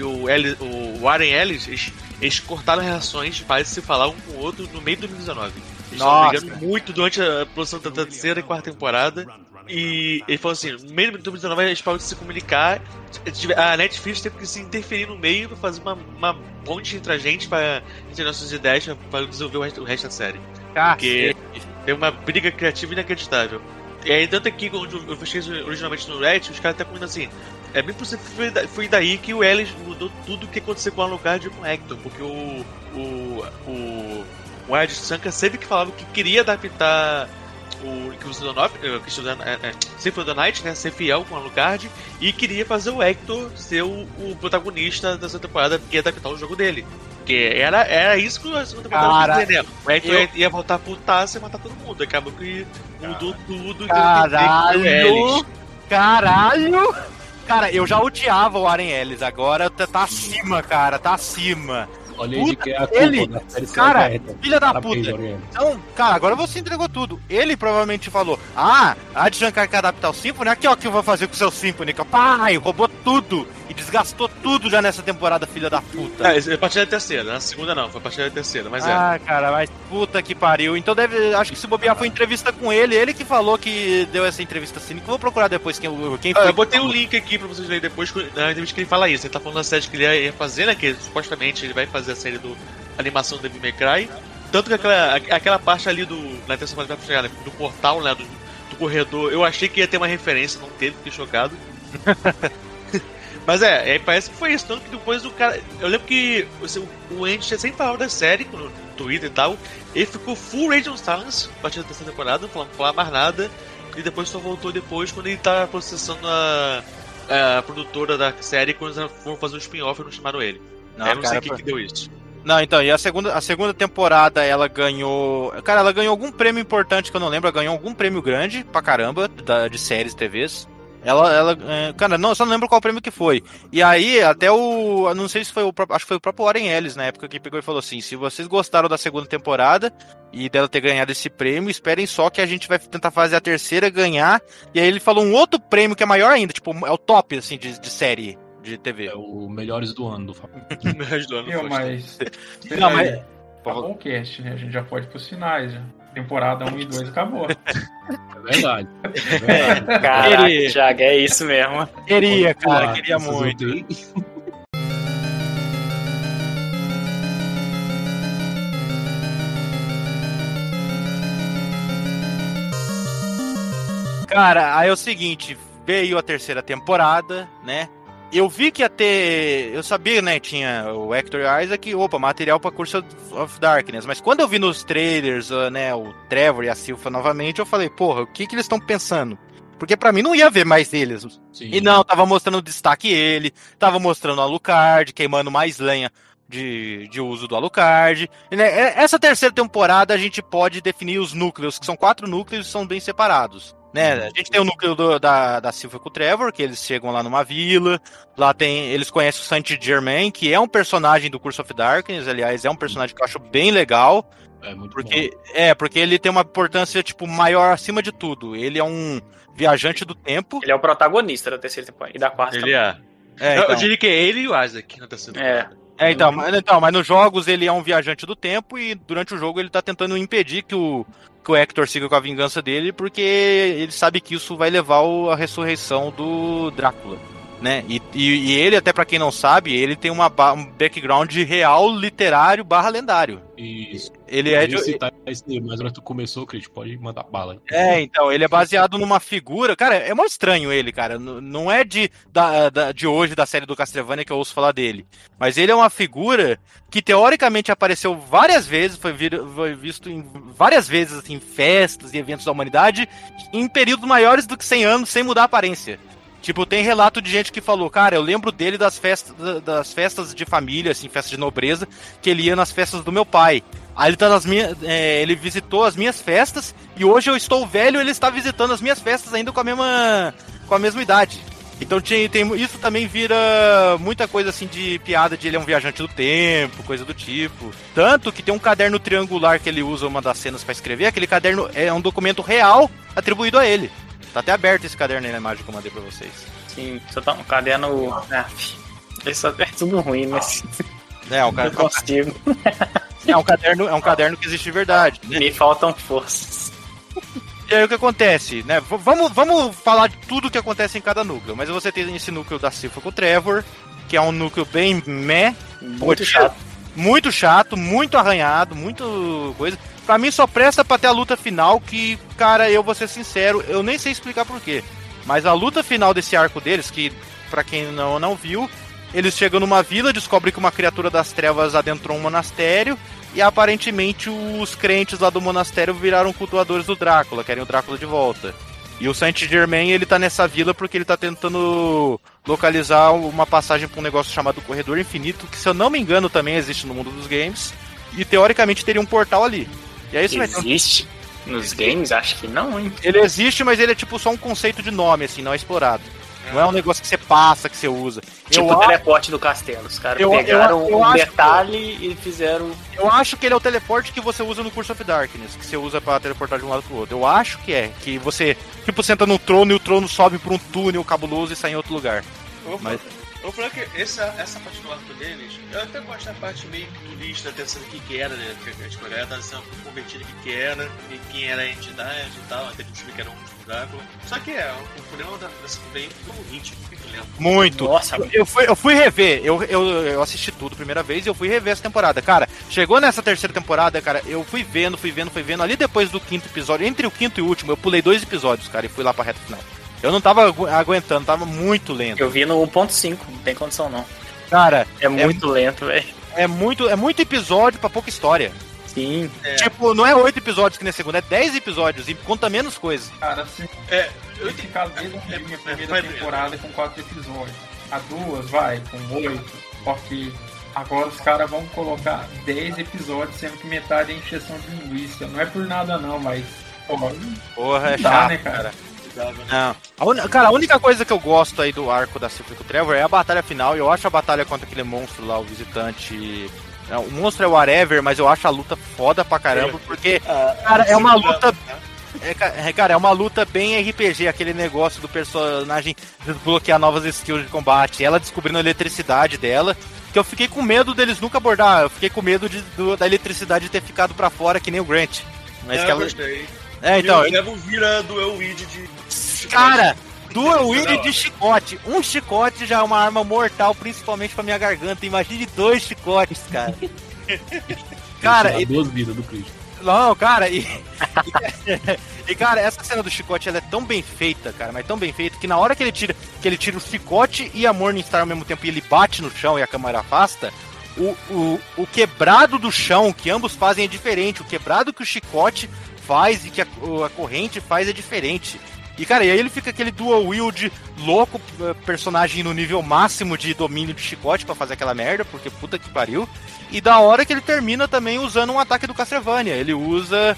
Warren Ellis, eles cortaram relações, parece se falar um com o outro no meio de 2019. Eles estavam brigando muito durante a produção da terceira e quarta temporada. E ele falou assim, no meio de 2019 eles pararam de se comunicar. A Netflix teve que se interferir no meio pra fazer uma ponte entre a gente, entre nossas ideias, para desenvolver o resto da série. Porque tem uma briga criativa inacreditável. E aí, tanto aqui, onde eu fechei originalmente no Reddit, os caras estão comentando assim: é bem possível que foi daí que o Ellis mudou tudo o que aconteceu com o Alucard e com o Hector, porque o Ed Shankar sempre que falava que queria adaptar o Symphony of the Night, né, ser fiel com o Alucard, e queria fazer o Hector ser o protagonista dessa temporada, que ia adaptar o jogo dele. Porque era isso que a segunda temporada queria dizer, né? O Hector ia voltar a putaça e matar todo mundo. Acabou que mudou tudo. Caralho! Cara, eu já odiava o Warren Ellis, agora tá acima, cara, tá acima. Olha aí de que é a culpa ele, da série cara, secreta. filha da Parabéns, puta. Oriente. Então, cara, agora você entregou tudo. Ele provavelmente falou: a Ed Shankar quer adaptar o Symphony, aqui ó, o que eu vou fazer com o seu Symphony. Pai, roubou tudo e desgastou tudo já nessa temporada, filha da puta. É a partir da terceira, na segunda não, foi a partir da terceira, mas cara, mas puta que pariu. Então acho que se bobear foi entrevista com ele que falou que deu essa entrevista assim, que eu vou procurar depois quem foi. Eu botei o link aqui pra vocês lerem depois, na entrevista que ele fala isso. Ele tá falando da série que ele ia fazer, né, que supostamente ele vai fazer a série do animação do Devil May Cry. Tanto que aquela parte ali na terceira parte pra chegar, né, do portal, né, do corredor, eu achei que ia ter uma referência, não teve, fiquei chocado. Mas aí parece que foi isso, tanto que depois o cara... Eu lembro que o Andy sempre falava da série no Twitter e tal, ele ficou full Radio Silence a partir da terceira temporada, não falava mais nada, e depois só voltou depois quando ele tá processando a produtora da série, quando eles foram fazer um spin-off e não chamaram ele. Não sei o que deu isso. Não, então, e a segunda temporada ela ganhou... Cara, ela ganhou algum prêmio importante que eu não lembro, ela ganhou algum prêmio grande pra caramba, de séries, TVs. Cara, só não lembro qual prêmio que foi. E aí, até não sei se foi acho que foi o próprio Warren Ellis na época que pegou e falou assim: se vocês gostaram da segunda temporada e dela ter ganhado esse prêmio, esperem só que a gente vai tentar fazer a terceira ganhar. E aí ele falou um outro prêmio que é maior ainda, tipo, é o top, assim, de série de TV. É o Melhores do Ano do Fábio. Melhores do Ano. Mas... Não, mas... Acabou o cast, né? A gente já pode ir pros finais, já. Temporada 1 e 2 acabou. É verdade. Caraca, Thiago, é isso mesmo. Queria muito. Cara, aí é o seguinte, veio a terceira temporada, né? Eu vi que ia ter... Eu sabia, né, tinha o Hector Isaac, material pra Curse of Darkness. Mas quando eu vi nos trailers, né, o Trevor e a Sylpha novamente, eu falei, porra, o que eles estão pensando? Porque pra mim não ia ver mais deles. Sim. E não, tava mostrando destaque ele, tava mostrando o Alucard, queimando mais lenha de uso do Alucard. E, né, essa terceira temporada a gente pode definir os núcleos, que são 4 núcleos e são bem separados. Né? A gente tem o núcleo da Sylpha com o Trevor, que eles chegam lá numa vila. Lá eles conhecem o Saint-Germain, que é um personagem do Curse of Darkness. Aliás, é um personagem que eu acho bem legal. É muito porque, bom. Porque ele tem uma importância tipo, maior acima de tudo. Ele é um viajante do tempo. Ele é o protagonista da terceira temporada e da quarta. Ele é. Eu diria que é ele e o Isaac na terceira temporada. Mas nos jogos ele é um viajante do tempo e durante o jogo ele tá tentando impedir que o Hector siga com a vingança dele, porque ele sabe que isso vai levar à ressurreição do Drácula, né? E ele, até pra quem não sabe, ele tem um background real, literário / lendário. Isso. Ele é mas tu começou, Cris, pode mandar bala. Então, ele é baseado numa figura... Cara, é muito estranho ele, cara. Não é de hoje, da série do Castlevania, que eu ouço falar dele. Mas ele é uma figura que, teoricamente, apareceu várias vezes, foi visto várias vezes assim, em festas e eventos da humanidade, em períodos maiores do que 100 anos, sem mudar a aparência. Tipo, tem relato de gente que falou, cara, eu lembro dele das festas de família, assim, festas de nobreza, que ele ia nas festas do meu pai. Aí ele tá ele visitou as minhas festas, e hoje eu estou velho e ele está visitando as minhas festas ainda com a mesma idade. Então isso também vira muita coisa assim de piada de ele é um viajante do tempo, coisa do tipo. Tanto que tem um caderno triangular que ele usa uma das cenas pra escrever, aquele caderno é um documento real atribuído a ele. Tá até aberto esse caderno aí na imagem que eu mandei pra vocês. Sim, só tá um caderno... É tudo ruim, né? É um caderno que existe de verdade, né? Me faltam forças. E aí o que acontece, né? Vamos falar de tudo que acontece em cada núcleo. Mas você tem esse núcleo da Sylpha com o Trevor, que é um núcleo bem muito chato. Muito chato, muito arranhado, muito coisa. Pra mim só presta pra ter a luta final, que, cara, eu vou ser sincero, eu nem sei explicar porquê. Mas a luta final desse arco deles, que pra quem não viu, eles chegam numa vila, descobrem que uma criatura das trevas adentrou um monastério, e aparentemente os crentes lá do monastério viraram cultuadores do Drácula, querem o Drácula de volta. E o Saint-Germain, ele tá nessa vila porque ele tá tentando localizar uma passagem pra um negócio chamado Corredor Infinito, que, se eu não me engano, também existe no mundo dos games, e teoricamente teria um portal ali. E aí você existe? Nos games? Acho que não, hein? Ele existe, mas ele é tipo só um conceito de nome, assim, não é explorado. Não é um negócio que você passa, que você usa. Tipo o teleporte do castelo. Os caras pegaram um detalhe e fizeram... Eu acho que ele é o teleporte que você usa no Curse of Darkness, que você usa pra teleportar de um lado pro outro. Eu acho que é. Que você, tipo, senta no trono e o trono sobe por um túnel cabuloso e sai em outro lugar. Mas... Eu vou falar que essa particular deles, eu até gosto da parte meio turista, pensando o que era, né? A escolher a nação convertida que era, e quem era a entidade e tal, até descobrir que era um Drácula. Só que o problema dessa também foi o ritmo, que eu lembro. Muito. Nossa, eu fui rever, eu assisti tudo a primeira vez e eu fui rever essa temporada. Cara, chegou nessa terceira temporada, cara, eu fui vendo, ali depois do 5º episódio, entre o 5º e o último, eu pulei 2 episódios, cara, e fui lá pra reta final. Eu não tava aguentando, tava muito lento. Eu vi no 1.5, não tem condição não. Cara, é muito lento, velho. É muito episódio pra pouca história. Sim. Tipo, não é 8 episódios que nem a segunda, é 10 episódios e conta menos coisas. Cara, assim, eu tinha caso desde a minha primeira temporada com 4 episódios. A 2 vai com 8, porque agora os caras vão colocar 10 episódios, sendo que metade é encheção de linguiça. Não é por nada não, mas... Porra, é chato, chato, né, cara? Não. Cara, a única coisa que eu gosto aí do arco da Sylpha com o Trevor é a batalha final. Eu acho a batalha contra aquele monstro lá, o visitante. O monstro é o whatever, mas eu acho a luta foda pra caramba, porque, cara, é uma luta. Cara, é uma luta bem RPG, aquele negócio do personagem desbloquear novas skills de combate, ela descobrindo a eletricidade dela, que eu fiquei com medo deles nunca abordar, eu fiquei com medo da eletricidade ter ficado pra fora, que nem o Grant. Mas que ela... gostei. Então. Eu vira Dual Weed de cara, Dual Weed de chicote. Um chicote já é uma arma mortal, principalmente pra minha garganta. Imagine 2 chicotes, cara. Cara, 2 vidas do Cristo. Não, cara, E, cara, essa cena do chicote, ela é tão bem feita, cara, mas tão bem feita, que na hora que ele tira o chicote e a Morningstar ao mesmo tempo e ele bate no chão e a câmera afasta, o quebrado do chão que ambos fazem é diferente. O quebrado que o chicote faz e que a corrente faz é diferente. E, cara, e aí ele fica aquele dual wield louco, personagem no nível máximo de domínio de chicote pra fazer aquela merda, porque puta que pariu. E da hora que ele termina também usando um ataque do Castlevania. Ele usa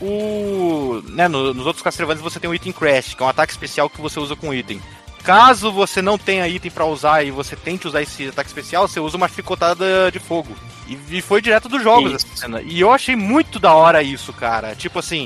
né, nos outros Castlevanias você tem o item Crash, que é um ataque especial que você usa com o item. Caso você não tenha item pra usar e você tente usar esse ataque especial, você usa uma chicotada de fogo. E foi direto dos jogos essa cena. E eu achei muito da hora isso, cara. Tipo assim,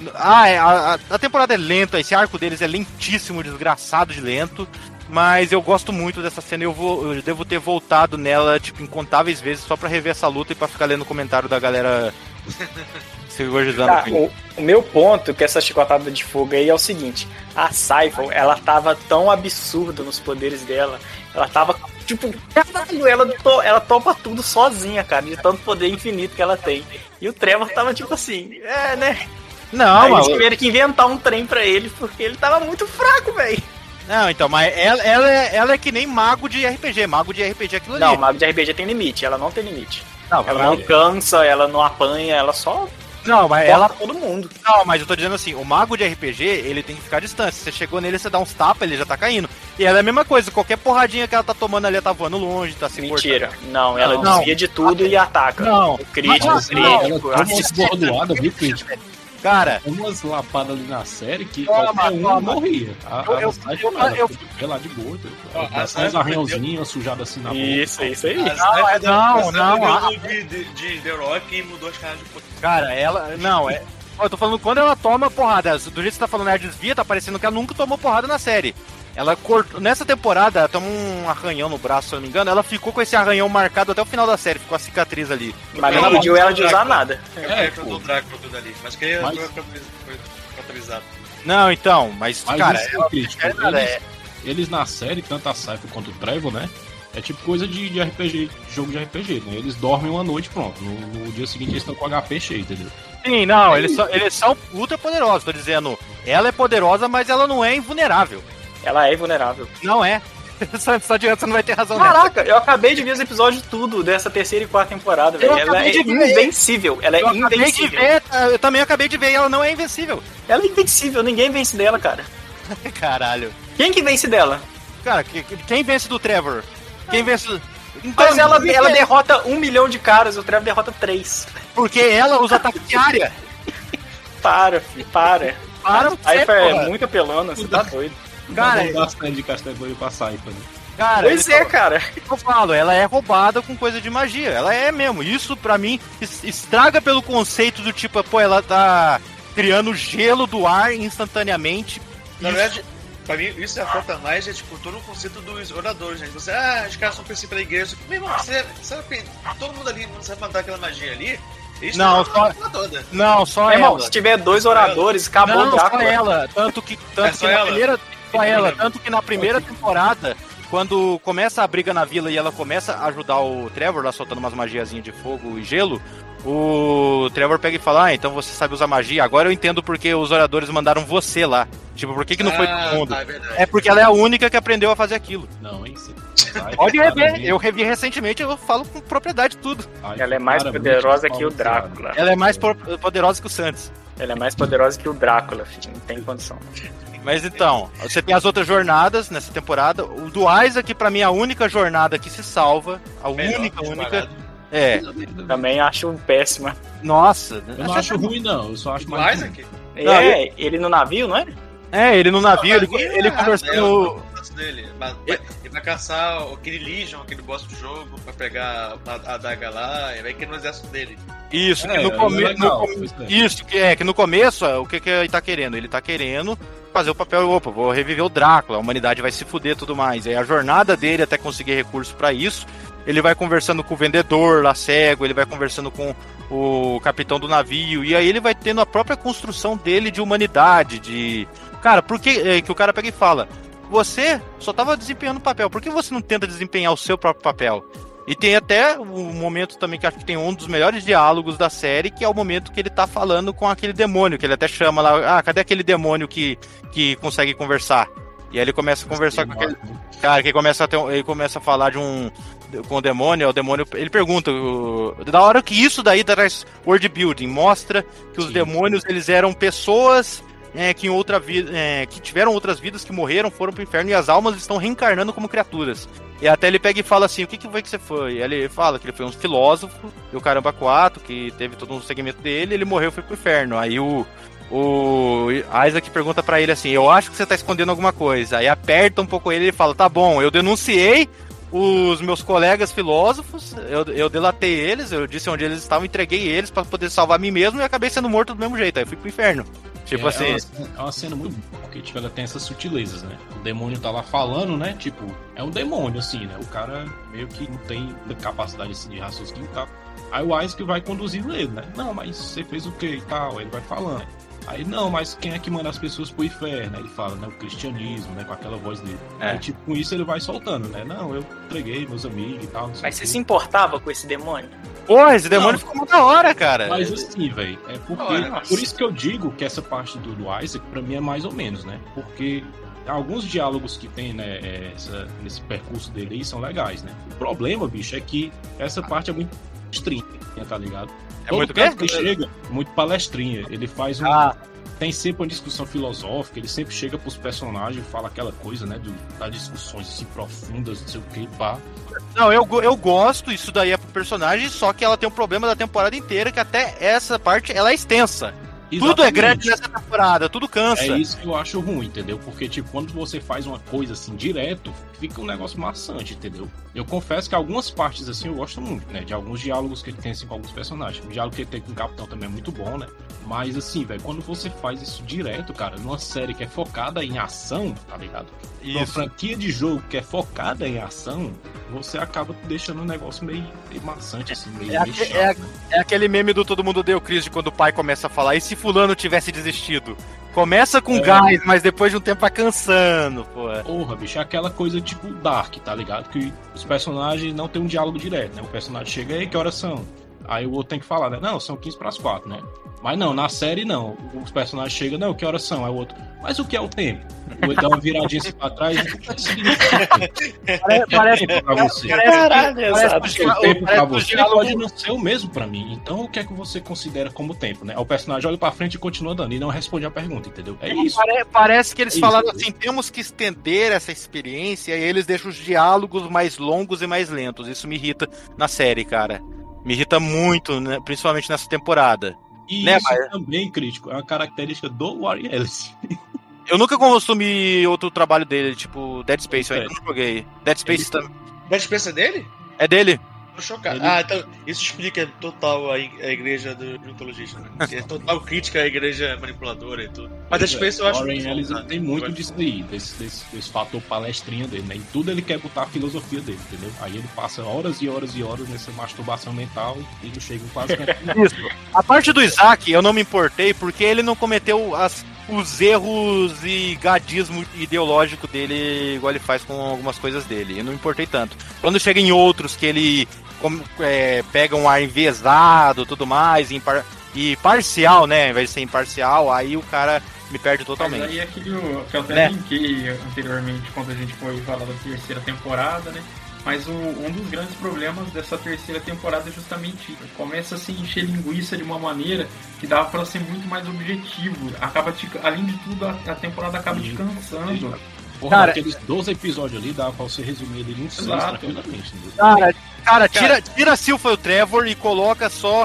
a temporada é lenta, esse arco deles é lentíssimo, desgraçado de lento. Mas eu gosto muito dessa cena e eu devo ter voltado nela, tipo, incontáveis vezes só pra rever essa luta e pra ficar lendo o comentário da galera se gojizando. O meu ponto com essa chicotada de fogo aí é o seguinte: a Saifa, ela tava tão absurda nos poderes dela, ela tava, tipo, caralho, ela topa tudo sozinha, cara, de tanto poder infinito que ela tem. E o Trevor tava tipo assim, né? Não, mas eles tiveram que inventar um trem pra ele, porque ele tava muito fraco, velho. Não, então, mas ela é que nem mago de RPG. Mago de RPG é aquilo ali. Não, mago de RPG tem limite, ela não tem limite. Não, ela não cansa, ela não apanha, ela só... Não, mas ela... todo mundo. Não, mas eu tô dizendo assim, o mago de RPG, ele tem que ficar à distância. Você chegou nele, você dá uns tapas, ele já tá caindo. E ela é a mesma coisa, qualquer porradinha que ela tá tomando ali, ela tá voando longe, tá se Mentira. Cortando. Não, ela desvia de tudo e ataca. Não. O crítico. Ela bordoada, viu, crítico? Cara, umas lapadas ali na série que qualquer um morria. Eu fui lá de boa. Uns arranhõezinhos sujados assim na boca. Isso aí. Não. De The Rock e mudou as caras de porra. Cara, ela. Não, é. Eu tô falando quando ela toma porrada. Do jeito que você tá falando, ela desvia, tá parecendo que ela nunca tomou porrada na série. Ela cortou. Nessa temporada, ela toma um arranhão no braço, se eu não me engano. Ela ficou com esse arranhão marcado até o final da série, ficou a cicatriz ali. Mas não impediu ela de usar nada. Do Drácula tudo ali. Mas que foi catalisado. Não, então, mas cara, eles na série, tanto a Saifa quanto o Trevor, né? É tipo coisa de RPG, jogo de RPG, né? Eles dormem uma noite, pronto. No dia seguinte eles estão com HP cheio, entendeu? Sim, não, eles são ultra poderosos, tô dizendo. Ela é poderosa, mas ela não é invulnerável. Ela é invulnerável. Não é. Só adianta, você não vai ter razão. Caraca, eu acabei de ver os episódios tudo dessa terceira e quarta temporada, velho. Ela é invencível. Ela é invencível. Eu também acabei de ver e ela não é invencível. Ela é invencível, ninguém vence dela, cara. Caralho. Quem que vence dela? Cara, quem vence do Trevor? Quem vence... Então, mas ela derrota 1 milhão de caras, o Trevor derrota 3. Porque ela usa ataque de área. Para. Saifa é muito apelona, você tá doido. Cara, não bastante de Castlevania pra Saifa, né? Cara, pois é, cara. Eu falo, ela é roubada com coisa de magia. Ela é mesmo. Isso, pra mim, estraga pelo conceito do tipo, pô, ela tá criando gelo do ar instantaneamente. Na verdade, pra mim, isso afeta mais, tipo, todo o conceito dos oradores, né? Você, os caras são princípios da igreja. Meu irmão, você sabe que todo mundo ali não sabe mandar aquela magia ali? Isso não, só ela. Se tiver 2 oradores, acabou o Drácula. Só ela. Tanto que na primeira temporada, quando começa a briga na vila e ela começa a ajudar o Trevor lá soltando umas magiazinhas de fogo e gelo, o Trevor pega e fala, então você sabe usar magia, agora eu entendo porque os oradores mandaram você lá. Tipo, por que não foi todo mundo? É porque ela é a única que aprendeu a fazer aquilo. Não, hein? Pode rever, eu revi recentemente, eu falo com propriedade tudo. Ela é mais poderosa que o Drácula. Ela é mais poderosa que o Santos. Ela é mais poderosa que o Drácula, filho. Não tem condição. Mas então, você tem as outras jornadas nessa temporada. O do Isaac, pra mim, é a única jornada que se salva. A única. É. Também acho péssima. Nossa. Eu não acho ruim, não. Eu só acho mais. Isaac? Ele no navio, não é? Ele no navio, ele conversando. Dele. Ele vai caçar aquele Legion, aquele boss do jogo, pra pegar a adaga lá, e vai cair no exército dele. Isso, que no começo. Que no começo, o que ele tá querendo? Ele tá querendo fazer o papel, vou reviver o Drácula, a humanidade vai se fuder e tudo mais. Aí a jornada dele até conseguir recurso pra isso, ele vai conversando com o vendedor lá cego, ele vai conversando com o capitão do navio, e aí ele vai tendo a própria construção dele de humanidade, de... Cara, por que o cara pega e fala... Você só tava desempenhando o papel, por que você não tenta desempenhar o seu próprio papel? E tem até um momento também que acho que tem um dos melhores diálogos da série, que é o momento que ele tá falando com aquele demônio, que ele até chama lá, cadê aquele demônio que consegue conversar? E aí ele começa a conversar com aquele cara, que ele começa a falar com o demônio, ele pergunta, da hora que isso daí traz world building, mostra que os demônios, eles eram pessoas que em outra vida, que tiveram outras vidas, que morreram, foram pro inferno, e as almas estão reencarnando como criaturas. E até ele pega e fala assim, o que foi que você foi? E ele fala que ele foi um filósofo, e o Caramba 4, que teve todo um segmento dele, ele morreu e foi pro inferno. Aí o Isaac pergunta pra ele assim, eu acho que você tá escondendo alguma coisa. Aí aperta um pouco ele e fala, tá bom, eu denunciei os meus colegas filósofos, eu delatei eles, eu disse onde eles estavam, entreguei eles pra poder salvar a mim mesmo e acabei sendo morto do mesmo jeito, aí eu fui pro inferno. Tipo assim... É uma cena muito boa, porque tipo, ela tem essas sutilezas, né? O demônio tá lá falando, né? Tipo, é um demônio, assim, né? O cara meio que não tem capacidade assim, de raciocínio e tal. Aí o Isaac vai conduzindo ele, né? Não, mas você fez o quê e tal? Aí ele vai falando. Aí, não, mas quem é que manda as pessoas pro inferno? Aí ele fala, né, o cristianismo, né, com aquela voz dele. Aí, tipo, com isso ele vai soltando, né? Não, eu entreguei meus amigos e tal. Mas você se importava com esse demônio? Pô, esse demônio ficou muito da hora, cara. Mas assim, velho, é porque... Por isso que eu digo que essa parte do Isaac, pra mim, é mais ou menos, né? Porque alguns diálogos que tem, né, nesse percurso dele aí são legais, né? O problema, bicho, é que essa parte é muito estrinha, tá ligado? É muito quê? Ele chega muito palestrinha. Ele faz tem sempre uma discussão filosófica, ele sempre chega pros personagens e fala aquela coisa, né? Das discussões assim profundas, não sei o que, pá. Não, eu gosto, isso daí é pro personagem, só que ela tem um problema da temporada inteira, que até essa parte ela é extensa. Exatamente. Tudo é grande nessa temporada, tudo cansa. É isso que eu acho ruim, entendeu? Porque, tipo, quando você faz uma coisa assim direto, fica um negócio maçante, entendeu? Eu confesso que algumas partes assim eu gosto muito, né? De alguns diálogos que ele tem assim com alguns personagens. O diálogo que ele tem com o Capitão também é muito bom, né? Mas assim, velho, quando você faz isso direto, cara, numa série que é focada em ação, tá ligado? Isso. Uma franquia de jogo que é focada em ação, você acaba deixando um negócio meio maçante, assim, meio chato. É aquele meme do Todo Mundo Deu Crise, de quando o pai começa a falar, e se fulano tivesse desistido? Começa com gás, mas depois de um tempo vai cansando, pô. Porra, bicho, é aquela coisa tipo Dark, tá ligado? Que os personagens não tem um diálogo direto, né? O personagem chega aí, que horas são? Aí o outro tem que falar, né? Não, são 15:04, né? Mas não, na série não. Os personagens chegam, não, que horas são? Aí o outro, mas o que é o tempo? Ele dá uma viradinha assim pra trás e o que significa? Parece pra você. Caralho, exato. O tempo pra você pode não ser o mesmo pra mim. Então o que é que você considera como tempo, né? O personagem olha pra frente e continua dando e não responde a pergunta, entendeu? É isso. Parece que eles falaram assim, temos que estender essa experiência, e eles deixam os diálogos mais longos e mais lentos. Isso me irrita na série, cara. Me irrita muito, né? Principalmente nessa temporada. E né, isso também, crítico, é uma característica do Warren Ellis. Eu nunca consumi outro trabalho dele, tipo Dead Space, eu ainda não joguei. Dead Space também. Dead Space é dele? É dele? Tô chocado. Então isso explica total a igreja do ontologista, né? É total crítica à igreja manipuladora e tudo. Mas Dead Space eu acho Warren Ellis tem muito disso aí, desse fator palestrinha dele, né? Em tudo ele quer botar a filosofia dele, entendeu? Aí ele passa horas e horas e horas nessa masturbação mental e não chega em quase isso. A parte do Isaac eu não me importei porque ele não cometeu os erros e gadismo ideológico dele, igual ele faz com algumas coisas dele. Eu não me importei tanto. Quando chega em outros que ele pega um ar enviesado, tudo mais, e parcial, né? Ao invés de ser imparcial, aí o cara me perde totalmente. Mas aí é aquilo que eu até brinquei anteriormente, quando a gente foi falar da terceira temporada, né? Mas um dos grandes problemas dessa terceira temporada é justamente isso. Começa a se encher linguiça de uma maneira que dava pra ser muito mais objetivo. Além de tudo, a temporada acaba te cansando. Porra, cara, aqueles 12 episódios ali dava pra você resumir ele em 6 tranquilamente. Cara, tira Silva e o Trevor e coloca só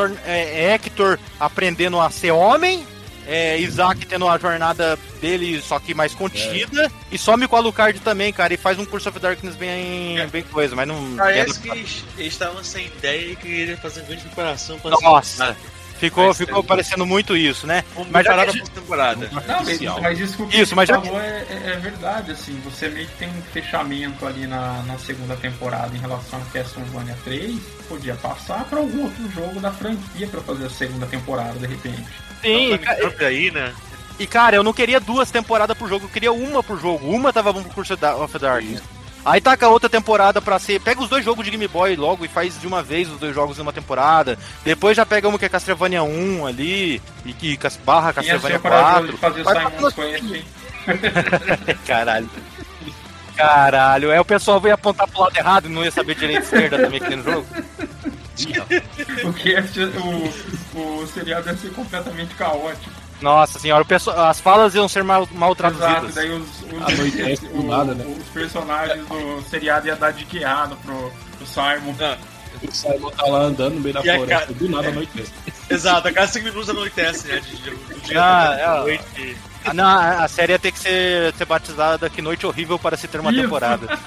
Hector aprendendo a ser homem, Isaac tendo a jornada dele, só que mais contida, e some com a Alucard também, cara, e faz um Curse of Darkness bem coisa, mas não... Parece que eles estavam sem ideia e queriam fazer uma grande preparação pra... Nossa! Ficou parecendo muito isso, né? Mas já que temporada. Não, mas isso que o falou é verdade, assim. Você meio que tem um fechamento ali na segunda temporada em relação a Castlevania 3. Podia passar pra algum outro jogo da franquia pra fazer a segunda temporada, de repente. Sim, então, aí, né? E cara, eu não queria 2 temporadas por jogo, eu queria uma por jogo. Uma tava bom pro Curse of Darkness. Aí taca outra temporada pra ser... Pega os 2 jogos de Game Boy logo e faz de uma vez os 2 jogos em uma temporada. Depois já pega uma que é Castlevania 1 ali, e que barra Castlevania 4. Fazer Simon Quest, Caralho. Caralho, o pessoal ia apontar pro lado errado e não ia saber direita e esquerda também que tem no jogo. Porque o seriado deve ser completamente caótico. Nossa senhora, as falas iam ser mal traduzidas. Exato, daí os personagens do seriado iam dar de guiado pro Simon. O Simon tá lá andando no meio da floresta, do nada anoitece. Exato, a cada 5 minutos anoitece, né? A série ia ter que ser batizada Que Noite Horrível para se ter uma temporada.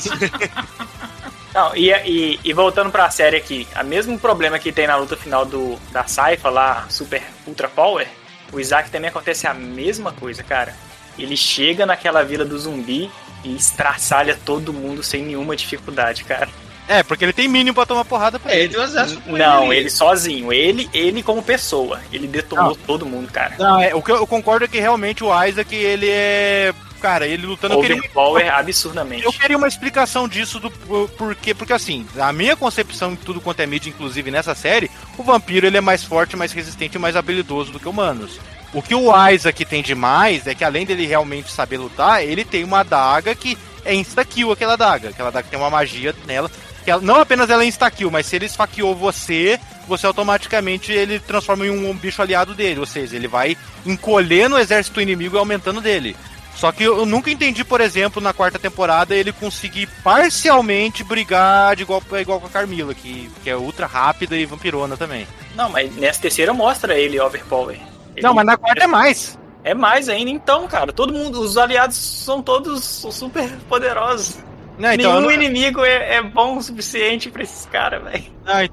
Não, e voltando pra série aqui, o mesmo problema que tem na luta final da Saifa lá, Super Ultra Power, o Isaac também acontece a mesma coisa, cara. Ele chega naquela vila do zumbi e estraçalha todo mundo sem nenhuma dificuldade, cara. Porque ele tem mínimo pra tomar porrada pra ele. Ele tem um exército com Não, ele sozinho. Ele como pessoa. Ele detonou todo mundo, cara. Não, o que eu concordo é que realmente o Isaac, ele é... Cara, ele lutando... Overpower absurdamente. Eu queria uma explicação disso do porquê. Porque assim, a minha concepção de tudo quanto é mídia, inclusive nessa série, o vampiro ele é mais forte, mais resistente e mais habilidoso do que humanos. O que o Isaac tem demais é que além dele realmente saber lutar, ele tem uma adaga que é insta-kill, aquela adaga. Aquela adaga tem uma magia nela. Que não apenas ela é insta-kill, mas se ele esfaqueou você automaticamente ele transforma em um bicho aliado dele. Ou seja, ele vai encolhendo o exército inimigo e aumentando dele. Só que eu nunca entendi, por exemplo, na 4ª temporada, ele conseguir parcialmente brigar de igual com a Carmilla, que é ultra rápida e vampirona também. Não, mas nessa 3ª mostra ele overpower. Não, mas na 4ª é mais. É mais ainda, então, cara. Todo mundo, os aliados são todos super poderosos. Não, então, nenhum inimigo é bom o suficiente pra esses caras, velho.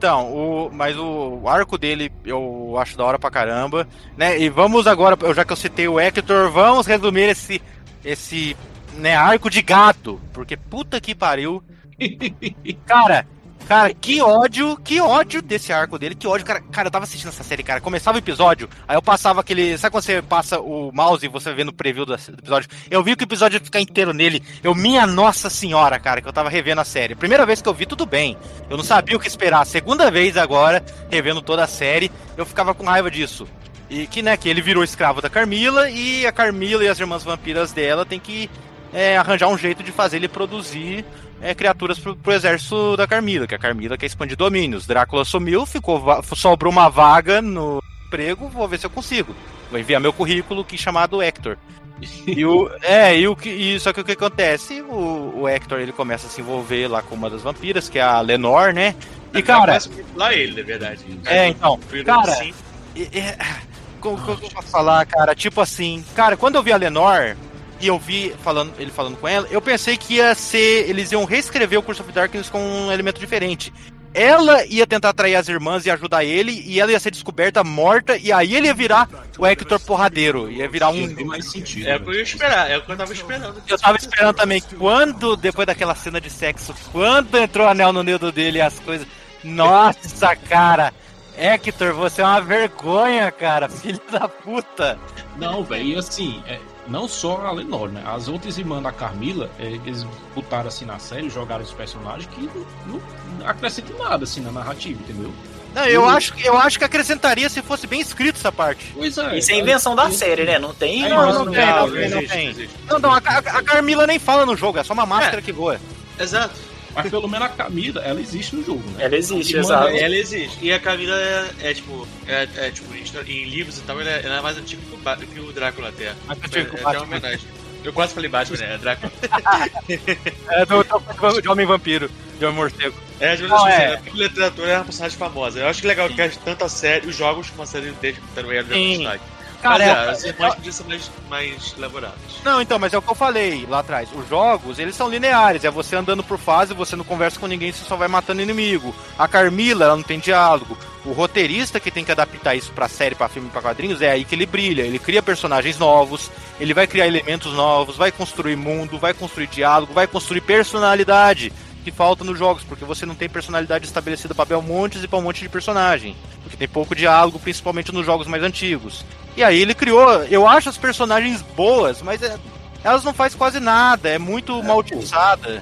Mas o arco dele eu acho da hora pra caramba, né? E vamos agora, já que eu citei o Hector, vamos resumir esse né, arco de gado, porque puta que pariu. Cara, que ódio desse arco dele, que ódio, cara, eu tava assistindo essa série, cara, começava o episódio, aí eu passava sabe quando você passa o mouse e você vê no preview do episódio, eu vi que o episódio ia ficar inteiro nele, minha nossa senhora, cara, que eu tava revendo a série, primeira vez que eu vi, tudo bem, eu não sabia o que esperar, segunda vez agora, revendo toda a série, eu ficava com raiva disso, e que ele virou escravo da Carmilla, e a Carmilla e as irmãs vampiras dela tem que arranjar um jeito de fazer ele produzir criaturas pro exército da Carmilla, que a Carmilla quer expandir domínios. Drácula sumiu, sobrou uma vaga no emprego, vou ver se eu consigo. Vou enviar meu currículo que chamado Hector. Só que o que acontece? O Hector ele começa a se envolver lá com uma das vampiras, que é a Lenore, né? E cara. Lá ele, na verdade. Então. Cara. Como eu posso falar, cara? Tipo assim, cara, quando eu vi a Lenore. E eu vi ele falando com ela, eu pensei que eles iam reescrever o Curse of Darkness com um elemento diferente. Ela ia tentar atrair as irmãs e ajudar ele, e ela ia ser descoberta, morta, e aí ele ia virar o Hector porradeiro, ia virar Tem mais sentido. É o que eu ia esperar, é o que eu tava esperando. Eu tava esperando também, depois daquela cena de sexo, quando entrou o anel no dedo dele e as coisas, nossa, cara, Hector, você é uma vergonha, cara, filho da puta. Não, velho, e assim, não só a Lenore, né? As outras irmãs da Carmilla, eles botaram assim na série, jogaram os personagens que não acrescentam nada assim na narrativa, entendeu? Não, eu acho que acrescentaria se fosse bem escrito essa parte. Pois é. Isso é invenção da série, né? Não tem. Não tem. Não, a Carmilla nem fala no jogo, é só uma máscara que voa. Exato. Mas pelo menos a Camila, ela existe no jogo, né? Ela existe, exato. Ela existe. E a Camila tipo, em livros e tal, ela é mais antiga que o Drácula até. É uma homenagem. Eu quase falei Batman, né? É Drácula. De Homem Vampiro, de Homem Morcego. A literatura é uma personagem famosa. Eu acho que legal que tanto a série, os jogos como a série desde que deram ela da personagem. Cara, as irmãs podiam ser mais elaboradas. Não, então, mas é o que eu falei lá atrás. Os jogos, eles são lineares. É você andando por fase, você não conversa com ninguém, você só vai matando inimigo. A Carmilla, ela não tem diálogo. O roteirista que tem que adaptar isso pra série, pra filme, pra quadrinhos, é aí que ele brilha. Ele cria personagens novos, ele vai criar elementos novos, vai construir mundo, vai construir diálogo, vai construir personalidade que falta nos jogos, porque você não tem personalidade estabelecida para Belmontes e para um monte de personagem, porque tem pouco diálogo, principalmente nos jogos mais antigos. E aí ele criou, eu acho as personagens boas, mas elas não fazem quase nada, é muito mal utilizada.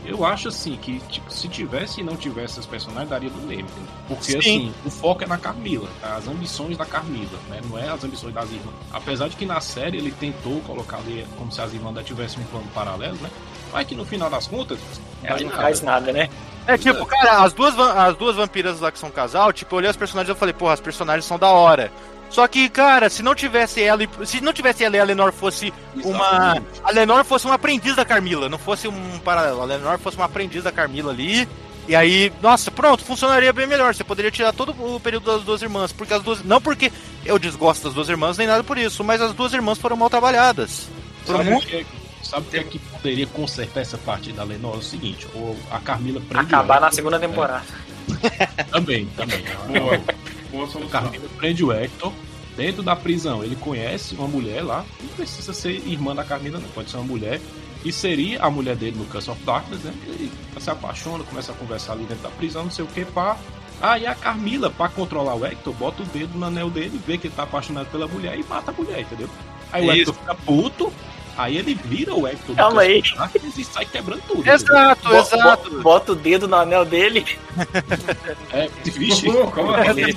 Eu acho assim que tipo, se tivesse e não tivesse essas personagens, daria do mesmo. Porque Sim. assim, o foco é na Carmila, as ambições da Carmila, né? Não é as ambições das irmãs. Apesar de que na série ele tentou colocar ali como se as irmãs ainda tivessem um plano paralelo, né? Mas que no final das contas, Ela não faz nada, né? É tipo, cara, as duas vampiras lá que são casal, tipo, eu olhei os personagens e eu falei, porra, as personagens são da hora. Só que, cara, se não tivesse ela e a Lenore fosse Exatamente. a Lenore fosse uma aprendiz da Carmila, não fosse um paralelo. A Lenore fosse uma aprendiz da Carmila ali. E aí, nossa, pronto, funcionaria bem melhor. Você poderia tirar todo o período das duas irmãs, porque as duas, não porque eu desgosto das duas irmãs nem nada por isso, mas as duas irmãs foram mal trabalhadas. Sabe o que é que poderia consertar essa parte da Lenore? É o seguinte, ou a Carmila prende Acabar o na Hector, segunda temporada. Também. Boa A solução. Carmila prende o Hector dentro da prisão. Ele conhece uma mulher lá, não precisa ser irmã da Carmila, não, pode ser uma mulher, que seria a mulher dele no Curse of Darkness, né? Ele se apaixona, começa a conversar ali dentro da prisão, não sei o que, pá. E a Carmila, pra controlar o Hector, bota o dedo no anel dele, vê que ele tá apaixonado pela mulher e mata a mulher, entendeu? Aí o Hector fica puto, aí ele vira o Hector do Calma Curse aí. of Darkness e sai quebrando tudo. Exato. Bota o dedo no anel dele. Vixe. Como assim?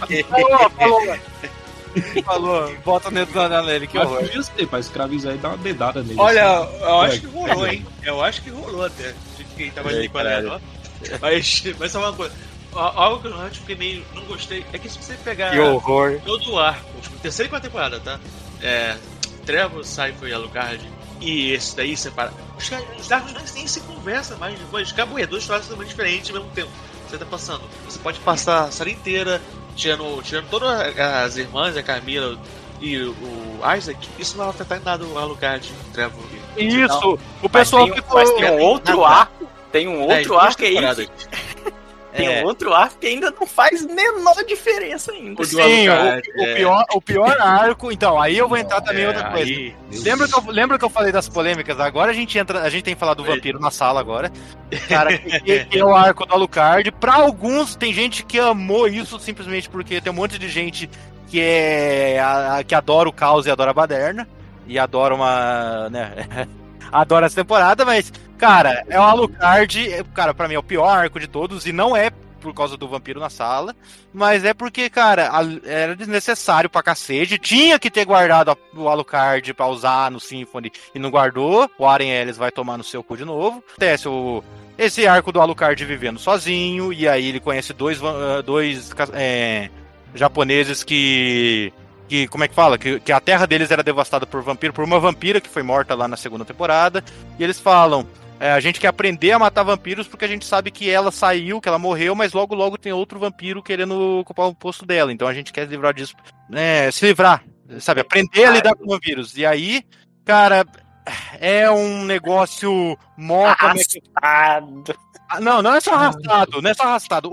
Falou, bota dentro da nele, que Mas horror. podia ser, pra escravizar e dar uma dedada nele. Olha, assim. eu acho que rolou, hein? Eu acho que rolou até. De quem tava ali com a Lenore. Mas só uma coisa. Algo que eu realmente fiquei meio. Não gostei. É que se você pegar Que horror. todo o arco, tipo, terceira e quarta temporada, tá? Trevor, Cypher e Alucard. E esse daí separa. Os Darkos nem se conversam mais. Depois, acabou, duas histórias totalmente diferentes ao mesmo tempo. Você tá passando. Você pode passar a série inteira tirando todas as irmãs, a Camila e o Isaac. Isso não vai afetar em nada o Alucard, o Trevor. Isso, o pessoal ficou... Mas tem um outro arco. Tem um outro arco aí. temporadas. Tem um outro arco que ainda não faz menor diferença ainda. O do Sim, Alucard, o pior arco. Então, aí eu vou entrar também em outra coisa. aí- Lembra que eu falei das polêmicas? Agora a gente tem que falar do vampiro na sala agora. Cara, que é o arco do Alucard. Pra alguns, tem gente que amou isso simplesmente porque tem um monte de gente que que adora o caos e adora a baderna. E adora adora essa temporada, mas, cara, é o Alucard. Cara, pra mim é o pior arco de todos. E não é por causa do vampiro na sala, mas é porque, cara, era desnecessário pra cacete. Tinha que ter guardado o Alucard pra usar no Symphony e não guardou. O Aren Ellis vai tomar no seu cu de novo. Acontece esse arco do Alucard vivendo sozinho, e aí ele conhece dois japoneses que como é que fala? Que a terra deles era devastada por uma vampira que foi morta lá na segunda temporada. E eles falam: a gente quer aprender a matar vampiros porque a gente sabe que ela saiu, que ela morreu, mas logo tem outro vampiro querendo ocupar o posto dela. Então a gente quer se livrar disso. Se livrar, sabe? Aprender a lidar com vampiros. E aí, cara, é um negócio Arrastado. Não é só arrastado.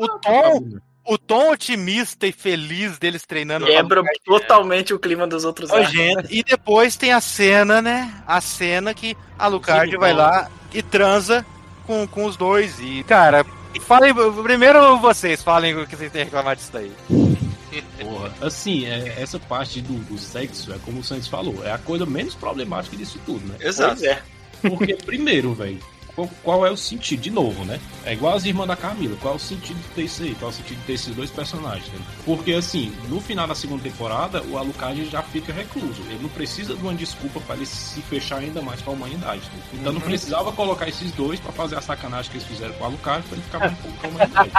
O tom otimista e feliz deles treinando Quebra totalmente o clima dos outros arcos. nojento. E depois tem a cena, né? A cena que a Alucard vai lá e transa com os dois. E, cara, falem primeiro vocês, falem o que vocês têm a reclamar disso daí. Porra, assim, essa parte do sexo, é como o Santos falou, é a coisa menos problemática disso tudo, né? Exato. Pois é. Porque, primeiro, velho, qual é o sentido? De novo, né? É igual as irmãs da Camila. Qual é o sentido de ter isso aí? Qual é o sentido de ter esses dois personagens? Né? Porque, assim, no final da segunda temporada, o Alucard já fica recluso. Ele não precisa de uma desculpa pra ele se fechar ainda mais com a humanidade. Né? Então não precisava colocar esses dois pra fazer a sacanagem que eles fizeram com o Alucard pra ele ficar um pouco com a humanidade.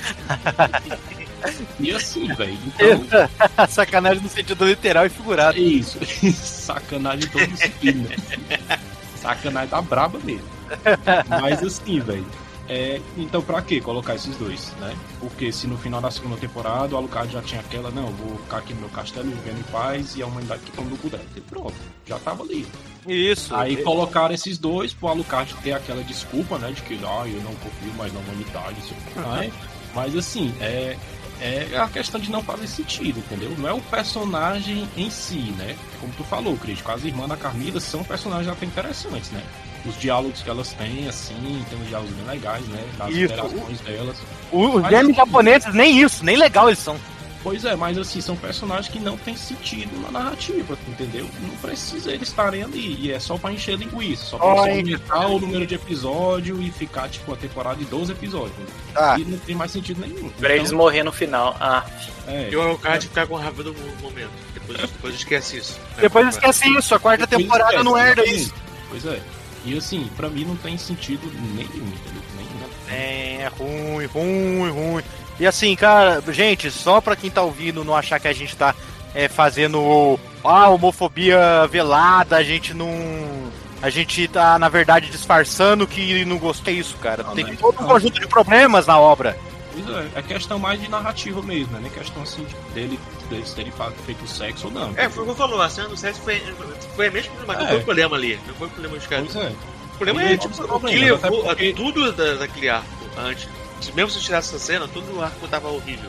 Né? E assim, velho. Então, Sacanagem no sentido literal e figurado. é isso. Sacanagem em todo disciplina. Sacanagem da braba mesmo. Mas assim, velho. Então pra que colocar esses dois, né? Porque se no final da segunda temporada o Alucard já tinha aquela, não, vou ficar aqui no meu castelo vivendo em paz e a humanidade que come no cu dela. E pronto, já tava ali. Isso. Aí colocaram esses dois pro Alucard ter aquela desculpa, né? De que eu não confio mais na humanidade, isso aqui, né? Mas assim, é a questão de não fazer sentido, entendeu? Não é o personagem em si, né? Como tu falou, Crítico, as irmãs da Carmila são personagens até interessantes, né? Os diálogos que elas têm, assim, tem uns diálogos bem legais, né? Das interações delas. Os games japoneses, nem isso, nem legal eles são. Pois é, mas assim, são personagens que não tem sentido na narrativa, entendeu? Não precisa eles estarem ali, e é só pra encher linguiça, só pra aumentar o número de episódio e ficar, tipo, a temporada de 12 episódios. E não tem mais sentido nenhum. Pra eles morrer no final. E o Alucard ficar com raiva do momento. Depois esquece isso. Depois esquece isso, a quarta temporada não herda isso. Pois é. E assim, pra mim não tem sentido nenhum, entendeu? É ruim. E assim, cara, gente, só pra quem tá ouvindo não achar que a gente tá fazendo homofobia velada, a gente tá, na verdade, disfarçando que não gostei disso, cara. Tem todo um conjunto de problemas na obra. Pois é questão mais de narrativa mesmo, né? Nem questão assim deles terem feito sexo ou não. Foi o que eu falou, a cena do sexo foi a mesma problema, não foi o problema ali, não foi o problema dos caras. Pois é. O problema é tipo, o que levou a tudo daquele arco antes. Mesmo se tirasse essa cena, todo o arco tava horrível.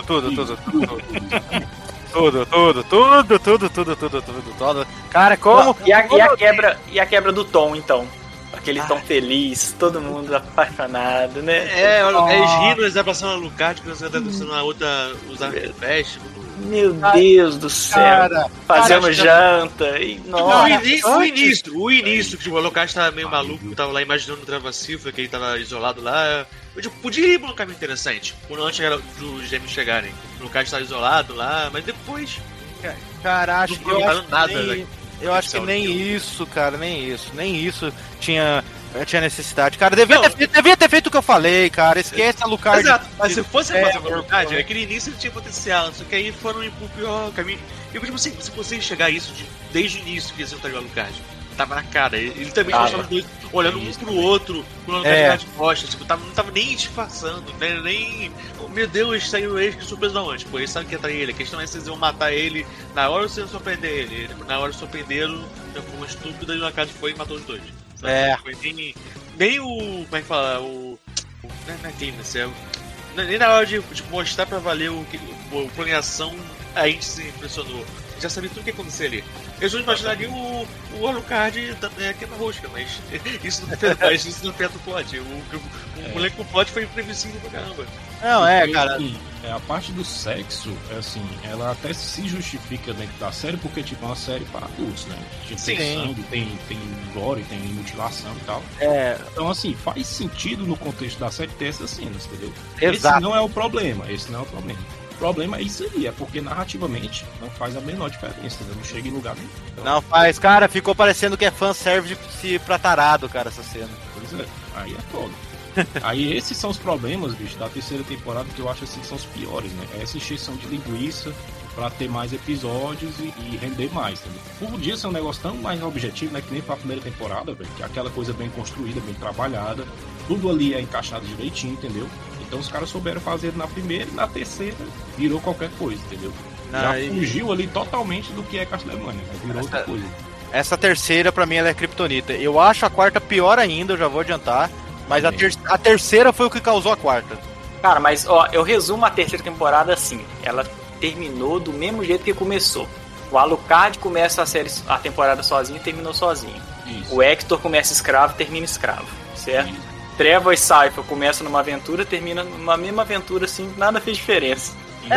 Tudo. Cara, como? E a quebra do tom, então. Aquele tom feliz, todo mundo apaixonado, né? Eles rindo, eles abraçando a Alucard, quando você tá dançando a outra usar veste. Meu Deus do céu. Fazendo janta. E, o início, que o Alucard tava meio maluco, tava lá imaginando o Travacifra, que ele tava isolado lá. Eu podia ir pra um caminho interessante, quando antes dos gêmeos chegarem. O Alucard tava isolado lá, mas depois. Cara, acho que eu acho que nem daquilo. isso, cara, nem isso tinha necessidade. Cara, devia ter feito o que eu falei, cara. Esquece a Alucard. Exato, mas se fosse fazer a Alucard, aquele início ele tinha potencial, só que aí foram ir pro pior caminho. Eu tipo assim, se você enxergar isso desde o início que eles iam estar jogando Alucard, tava na cara. Ele também mostrava os dois olhando um pro outro, com o Alucard de costas, tipo, não tava nem disfarçando, né? Nem. Oh, meu Deus, saiu eles, que surpresa da onde? Pô, eles sabem que ia trair ele. A questão é se eles iam matar ele na hora ou se iam surpreender ele. Na hora surpreenderam, de forma estúpida, e o Alucard foi e matou os dois. Foi nem o. Como é que fala? Não é Cleaness, nem na hora de mostrar pra valer o plano em ação, a gente se impressionou. Já sabia tudo o que ia acontecer ali. Eu já imaginaria o Alucard aqui na rosca, mas isso não afeta o plot. O moleque com o plot foi imprevisível pra caramba. Não, cara. Assim, a parte do sexo, assim, ela até se justifica dentro da série, porque tipo, é uma série para adultos, né? Tipo, tem sangue, tem gore, tem mutilação e tal. Então, assim, faz sentido no contexto da série ter essas cenas, entendeu? Exato. Esse não é o problema. O problema é isso aí, é porque narrativamente não faz a menor diferença, entendeu? Não chega em lugar nenhum. Então, não faz, cara, ficou parecendo que é fanservice pra tarado, cara, essa cena. Pois é, aí é foda. Aí esses são os problemas, bicho, da terceira temporada, que eu acho assim que são os piores, né? Essa encheção de linguiça pra ter mais episódios e render mais, entendeu? Podia ser um negócio tão mais objetivo, né? Que nem pra primeira temporada, velho, que é aquela coisa bem construída, bem trabalhada, tudo ali é encaixado direitinho, entendeu? Então os caras souberam fazer na primeira e na terceira virou qualquer coisa, entendeu? Já fugiu ali totalmente do que é Castlevania, né? Virou outra coisa. Essa terceira, pra mim, ela é kryptonita. Eu acho a quarta pior ainda, eu já vou adiantar. Mas a terceira foi o que causou a quarta. Cara, mas ó, eu resumo a terceira temporada assim. Ela terminou do mesmo jeito que começou. O Alucard começa a temporada sozinho e terminou sozinho. Isso. O Hector começa escravo e termina escravo, certo? Isso. Trevor e Cypher começam numa aventura, termina numa mesma aventura, assim, nada fez diferença.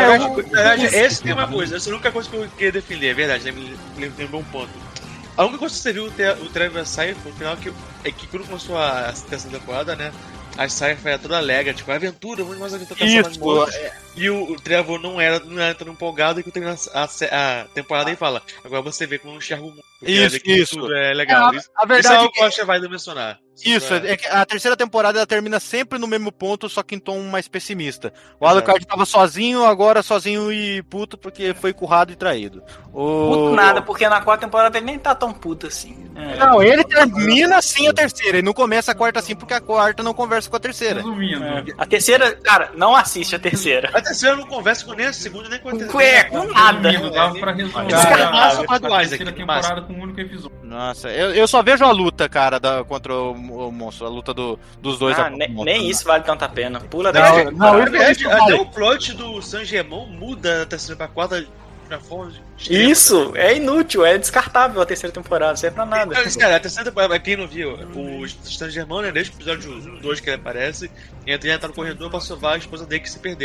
Essa tem uma coisa, essa é a única coisa que eu queria defender, é verdade, lembrou um ponto. A única coisa que você viu o Trevor e Cypher no final é que quando começou a terceira temporada, né? A Cypher era toda alegre, tipo, aventura, vamos mais aventura caçar mais mortos. E o Trevor não era tão empolgado, e quando termina a temporada ele fala, agora você vê como eu enxergo o mundo. Isso. Tudo é legal. A verdade é algo que eu acho que vai mencionar. Isso, é que a terceira temporada ela termina sempre no mesmo ponto, só que em tom mais pessimista. O Alucard tava sozinho, agora sozinho e puto porque foi currado e traído. Puto nada, porque na quarta temporada ele nem tá tão puto assim. Não, ele termina assim a terceira, e não começa a quarta assim porque a quarta não conversa com a terceira. Resumindo. A terceira, cara, não assiste a terceira. A terceira não conversa com nem a segunda, nem com a terceira. Com nada. Dava pra resumir a terceira temporada com um único episódio. Nossa, eu só vejo a luta, cara, contra o monstro, a luta dos dois. Nem isso vale tanta pena. Pula até o plot do Sangemon muda da terceira pra quarta na forma de isso, é inútil, é descartável a terceira temporada, não serve pra nada. Cara, a terceira temporada, quem não viu, o Sangemon, né, desde o episódio 2 que ele aparece, ele tá no corredor pra salvar a esposa dele que se perdeu.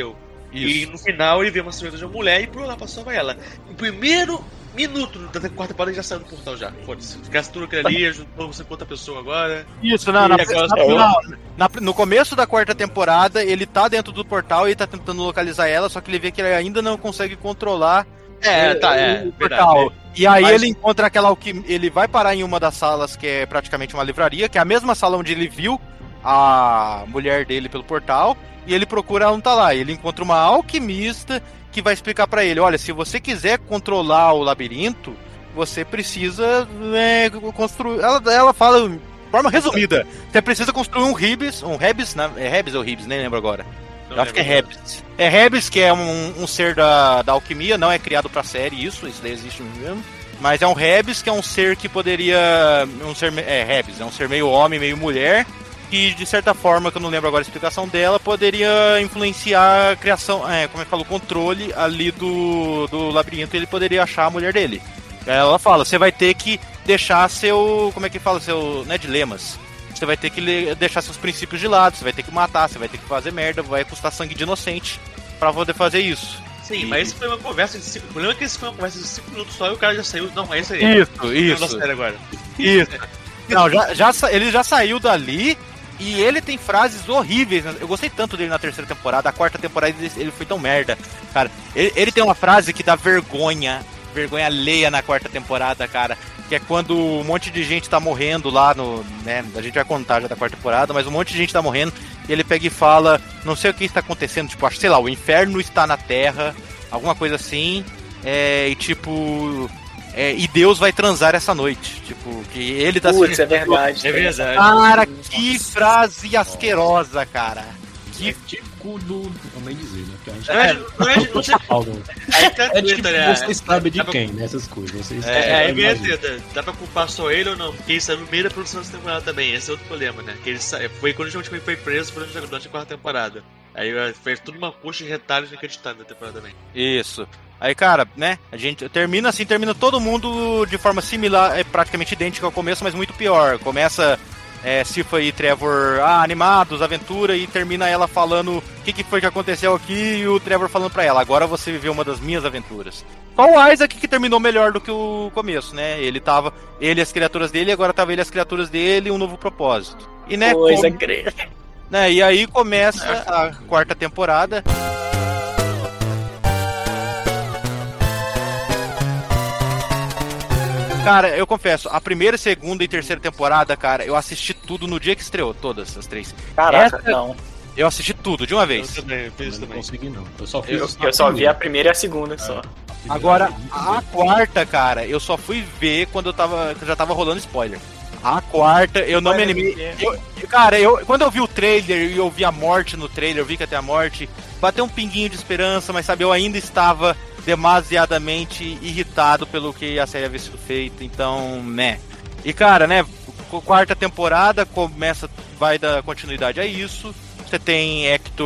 E no final ele vê uma silhueta de uma mulher e pula lá pra salvar ela. No primeiro minuto da quarta temporada ele já saiu do portal já. Foda-se. Gasta tudo aquilo ali, ajudou você com outra pessoa agora. Isso, no começo da quarta temporada, ele tá dentro do portal e tá tentando localizar ela, só que ele vê que ele ainda não consegue controlar o portal. Verdade. E aí ele encontra aquela alquimia. Ele vai parar em uma das salas que é praticamente uma livraria, que é a mesma sala onde ele viu a mulher dele pelo portal, e ele procura, ela não tá lá. Ele encontra uma alquimista que vai explicar pra ele, olha, se você quiser controlar o labirinto, você precisa construir... Ela fala de forma resumida, você precisa construir um Rebis, né? É Rebis ou Rebis, nem lembro agora. Eu acho que é Rebis. É Rebis, que é um ser da alquimia, não é criado pra série, isso daí existe mesmo. Mas é um Rebis, que é um ser que poderia... Rebis, é um ser meio homem, meio mulher, que de certa forma, que eu não lembro agora a explicação dela, poderia influenciar a criação, como é que fala, o controle ali do labirinto, e ele poderia achar a mulher dele. Ela fala, você vai ter que deixar seu, como é que fala, seu, né, dilemas. Você vai ter que deixar seus princípios de lado, você vai ter que matar, você vai ter que fazer merda, vai custar sangue de inocente pra poder fazer isso. Sim, mas isso foi uma conversa de 5 minutos. O problema é que isso foi uma conversa de 5 minutos só e o cara já saiu. Não, é isso aí. Isso. Agora. Isso. Não, ele já saiu dali. E ele tem frases horríveis. Eu gostei tanto dele na terceira temporada. A quarta temporada ele foi tão merda. Cara, ele tem uma frase que dá vergonha alheia na quarta temporada, cara. Que é quando um monte de gente tá morrendo lá no... né, a gente vai contar já da quarta temporada, mas um monte de gente tá morrendo. E ele pega e fala, não sei o que está acontecendo. Tipo, acho, sei lá, o inferno está na Terra. Alguma coisa assim. E tipo... e Deus vai transar essa noite. Tipo, que ele tá... Putz, é verdade. É verdade. Cara, que frase asquerosa, cara. Que tipo do... Vou nem dizer, né? Porque a gente É tipo, né? vocês sabem de quem, nessas coisas. Vocês Dá pra culpar só ele ou não? Porque isso é no meio da produção dessa temporada também. Esse é outro problema, né? Que ele foi quando o foi preso durante a quarta temporada. Aí fez tudo uma puxa de retalhos inacreditáveis na temporada também. Isso. Aí, cara, né, a gente termina todo mundo de forma similar, praticamente idêntica ao começo, mas muito pior. Começa Sypha e Trevor animados, aventura, e termina ela falando o que foi que aconteceu aqui, e o Trevor falando pra ela, agora você viveu uma das minhas aventuras. Só o Isaac que terminou melhor do que o começo, né? Ele e as criaturas dele, agora tava ele e as criaturas dele, um novo propósito. E, né, e aí começa a quarta temporada. Cara, eu confesso, a primeira, segunda e terceira temporada, cara, eu assisti tudo no dia que estreou, todas as 3. Caraca, não. Eu assisti tudo, de uma vez. Eu também, não consegui, não. Eu só vi a primeira e a segunda só. Agora, a quarta, cara, eu só fui ver quando já tava rolando spoiler. A quarta, eu não me animei. Quando eu vi o trailer e eu vi a morte no trailer, eu vi que até a morte, bateu um pinguinho de esperança, mas sabe, eu ainda estava demasiadamente irritado pelo que a série havia sido feita, então, né. E, cara, né, quarta temporada vai dar continuidade a isso. Você tem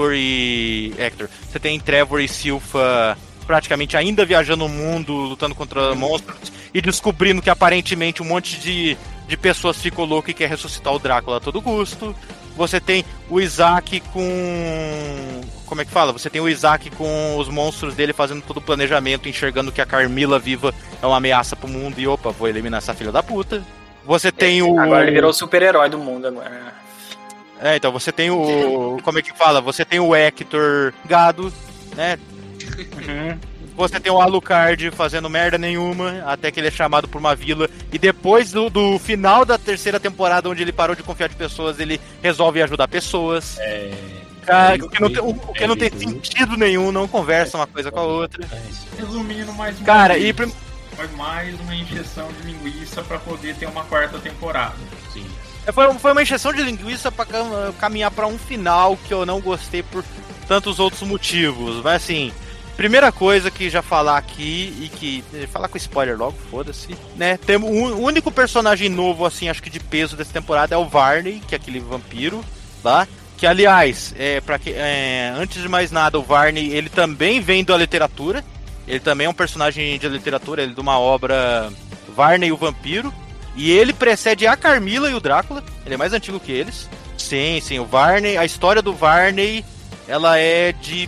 você tem Trevor e Sypha praticamente ainda viajando o mundo, lutando contra monstros e descobrindo que aparentemente um monte de pessoas ficou louco e quer ressuscitar o Drácula a todo custo. Você tem o Isaac com... Como é que fala? Você tem o Isaac com os monstros dele fazendo todo o planejamento, enxergando que a Carmila viva é uma ameaça pro mundo e, opa, vou eliminar essa filha da puta. Você tem Agora ele virou o super-herói do mundo agora. Então você tem o... Como é que fala? Você tem o Hector gado, né? Uhum. Você tem o Alucard fazendo merda nenhuma, até que ele é chamado por uma vila. E depois do final da terceira temporada, onde ele parou de confiar de pessoas, ele resolve ajudar pessoas. Cara, o que não tem sentido nenhum, não conversa uma coisa com a outra. Resumindo, mais uma cara, vez, foi mais uma injeção de linguiça pra poder ter uma quarta temporada. Sim. Foi uma injeção de linguiça pra caminhar pra um final que eu não gostei por tantos outros motivos. Mas assim, primeira coisa que já falar aqui, e que... Falar com spoiler logo, foda-se, né? O único personagem novo, assim, acho que de peso dessa temporada é o Varney, que é aquele vampiro, tá? Que, aliás, antes de mais nada, o Varney, ele também vem da literatura. Ele também é um personagem de literatura, ele é de uma obra Varney o Vampiro. E ele precede a Carmila e o Drácula. Ele é mais antigo que eles. Sim, o Varney, a história do Varney ela é de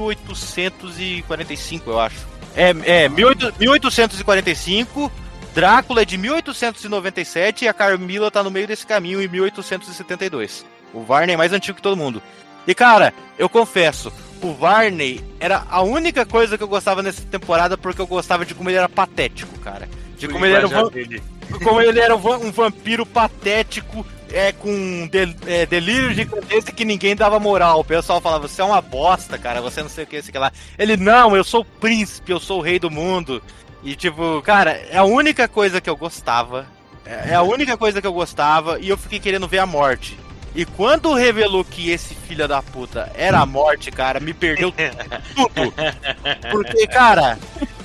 1845, eu acho. 1845, Drácula é de 1897 e a Carmila tá no meio desse caminho em 1872. O Varney é mais antigo que todo mundo. E cara, eu confesso, o Varney era a única coisa que eu gostava nessa temporada porque eu gostava de como ele era patético, cara. De como ele era um vampiro patético, com delírio de grandeza que ninguém dava moral. O pessoal falava, você é uma bosta, cara, você não sei o que, sei lá. Ele, não, eu sou o príncipe, eu sou o rei do mundo. E tipo, cara, é a única coisa que eu gostava. É a única coisa que eu gostava e eu fiquei querendo ver a morte. E quando revelou que esse filho da puta era a morte, cara, me perdeu tudo. Porque, cara,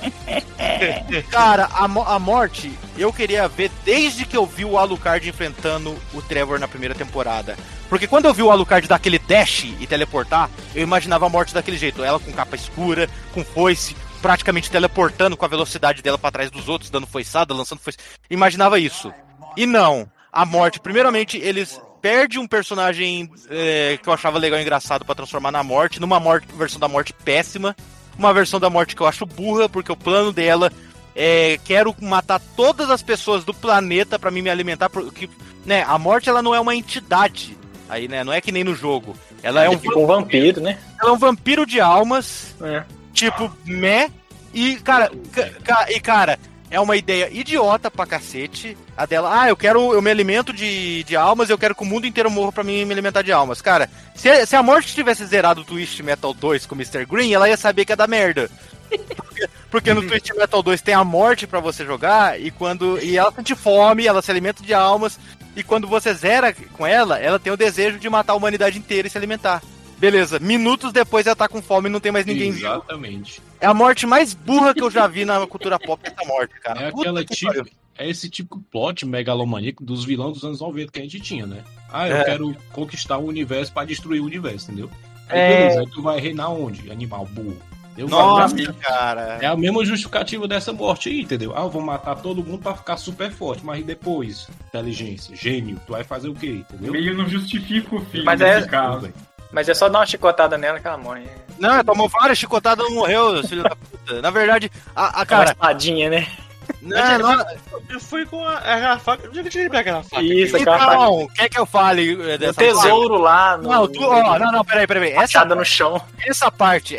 a morte eu queria ver desde que eu vi o Alucard enfrentando o Trevor na primeira temporada. Porque quando eu vi o Alucard dar aquele dash e teleportar, eu imaginava a morte daquele jeito. Ela com capa escura, com foice, praticamente teleportando com a velocidade dela pra trás dos outros, dando foiçada, lançando foice. Imaginava isso. E não, a morte, primeiramente, eles perdem um personagem que eu achava legal e engraçado pra transformar na morte, numa versão da morte péssima, uma versão da morte que eu acho burra, porque o plano dela quero matar todas as pessoas do planeta pra mim me alimentar, porque, né, a morte ela não é uma entidade, aí, né, não é que nem no jogo, ela é um vampiro, né? Ela é um vampiro de almas, tipo, e, cara, é uma ideia idiota pra cacete. A dela, eu me alimento de almas, eu quero que o mundo inteiro morra pra mim me alimentar de almas. Cara, se a morte tivesse zerado o Twist Metal 2 com o Mr. Green, ela ia saber que é da merda. Porque no Twist Metal 2 tem a morte pra você jogar, e ela sente fome, ela se alimenta de almas, e quando você zera com ela tem o desejo de matar a humanidade inteira e se alimentar. Beleza, minutos depois ela tá com fome e não tem mais ninguém vivo. Exatamente. É a morte mais burra que eu já vi na cultura pop, essa morte, cara. É esse tipo plot megalomaníaco dos vilões dos anos 90 que a gente tinha, né? Eu quero conquistar o universo pra destruir o universo, entendeu? Aí beleza, aí tu vai reinar onde? Animal burro. Nossa, cara. É a mesma justificativa dessa morte aí, entendeu? Eu vou matar todo mundo pra ficar super forte, mas e depois? Inteligência, gênio, tu vai fazer o quê, entendeu? Meio não justifica o fim nesse caso. Mas é só dar uma chicotada nela que ela morre. Não, tomou várias chicotadas, não morreu, filho da puta. Na verdade, a cara... Uma espadinha, né? Não. Eu fui com a faca. Onde é que eu tirei pra aquela faca? Isso, então, quer que eu fale dessa tesouro faca? lá no... Não, peraí. Achada no chão. Essa parte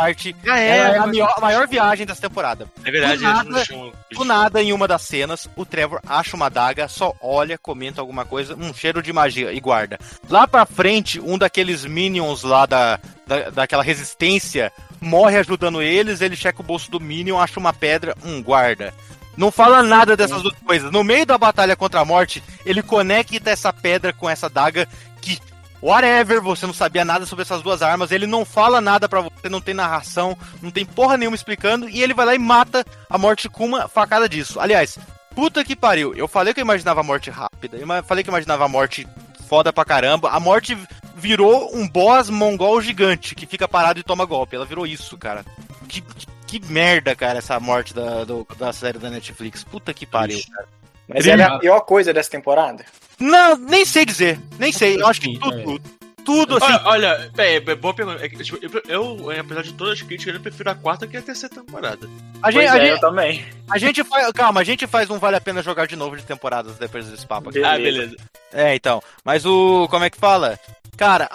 é a maior viagem dessa temporada. É verdade, no chão. Do nada, em uma das cenas, o Trevor acha uma adaga, só olha, comenta alguma coisa, cheiro de magia, e guarda. Lá pra frente, um daqueles minions lá daquela resistência morre ajudando eles, ele checa o bolso do minion, acha uma pedra, guarda. Não fala nada dessas duas coisas. No meio da batalha contra a morte, ele conecta essa pedra com essa adaga que, whatever, você não sabia nada sobre essas duas armas, ele não fala nada pra você, não tem narração, não tem porra nenhuma explicando, e ele vai lá e mata a morte com uma facada disso. Aliás, puta que pariu, eu falei que eu imaginava a morte rápida, eu falei que eu imaginava a morte foda pra caramba, a morte virou um boss mongol gigante que fica parado e toma golpe, ela virou isso, cara. Que merda, cara, essa morte da série da Netflix. Puta que pariu, cara. Mas ela é a pior coisa dessa temporada? Não, nem sei dizer. Nem sei. Eu acho que tudo assim. Olha, boa pergunta. Eu, apesar de todas as críticas, eu prefiro a quarta que a terceira temporada. Eu também. A gente faz um Vale a Pena Jogar de novo de temporadas depois desse papo aqui. Beleza. Então. Mas como é que fala? Cara,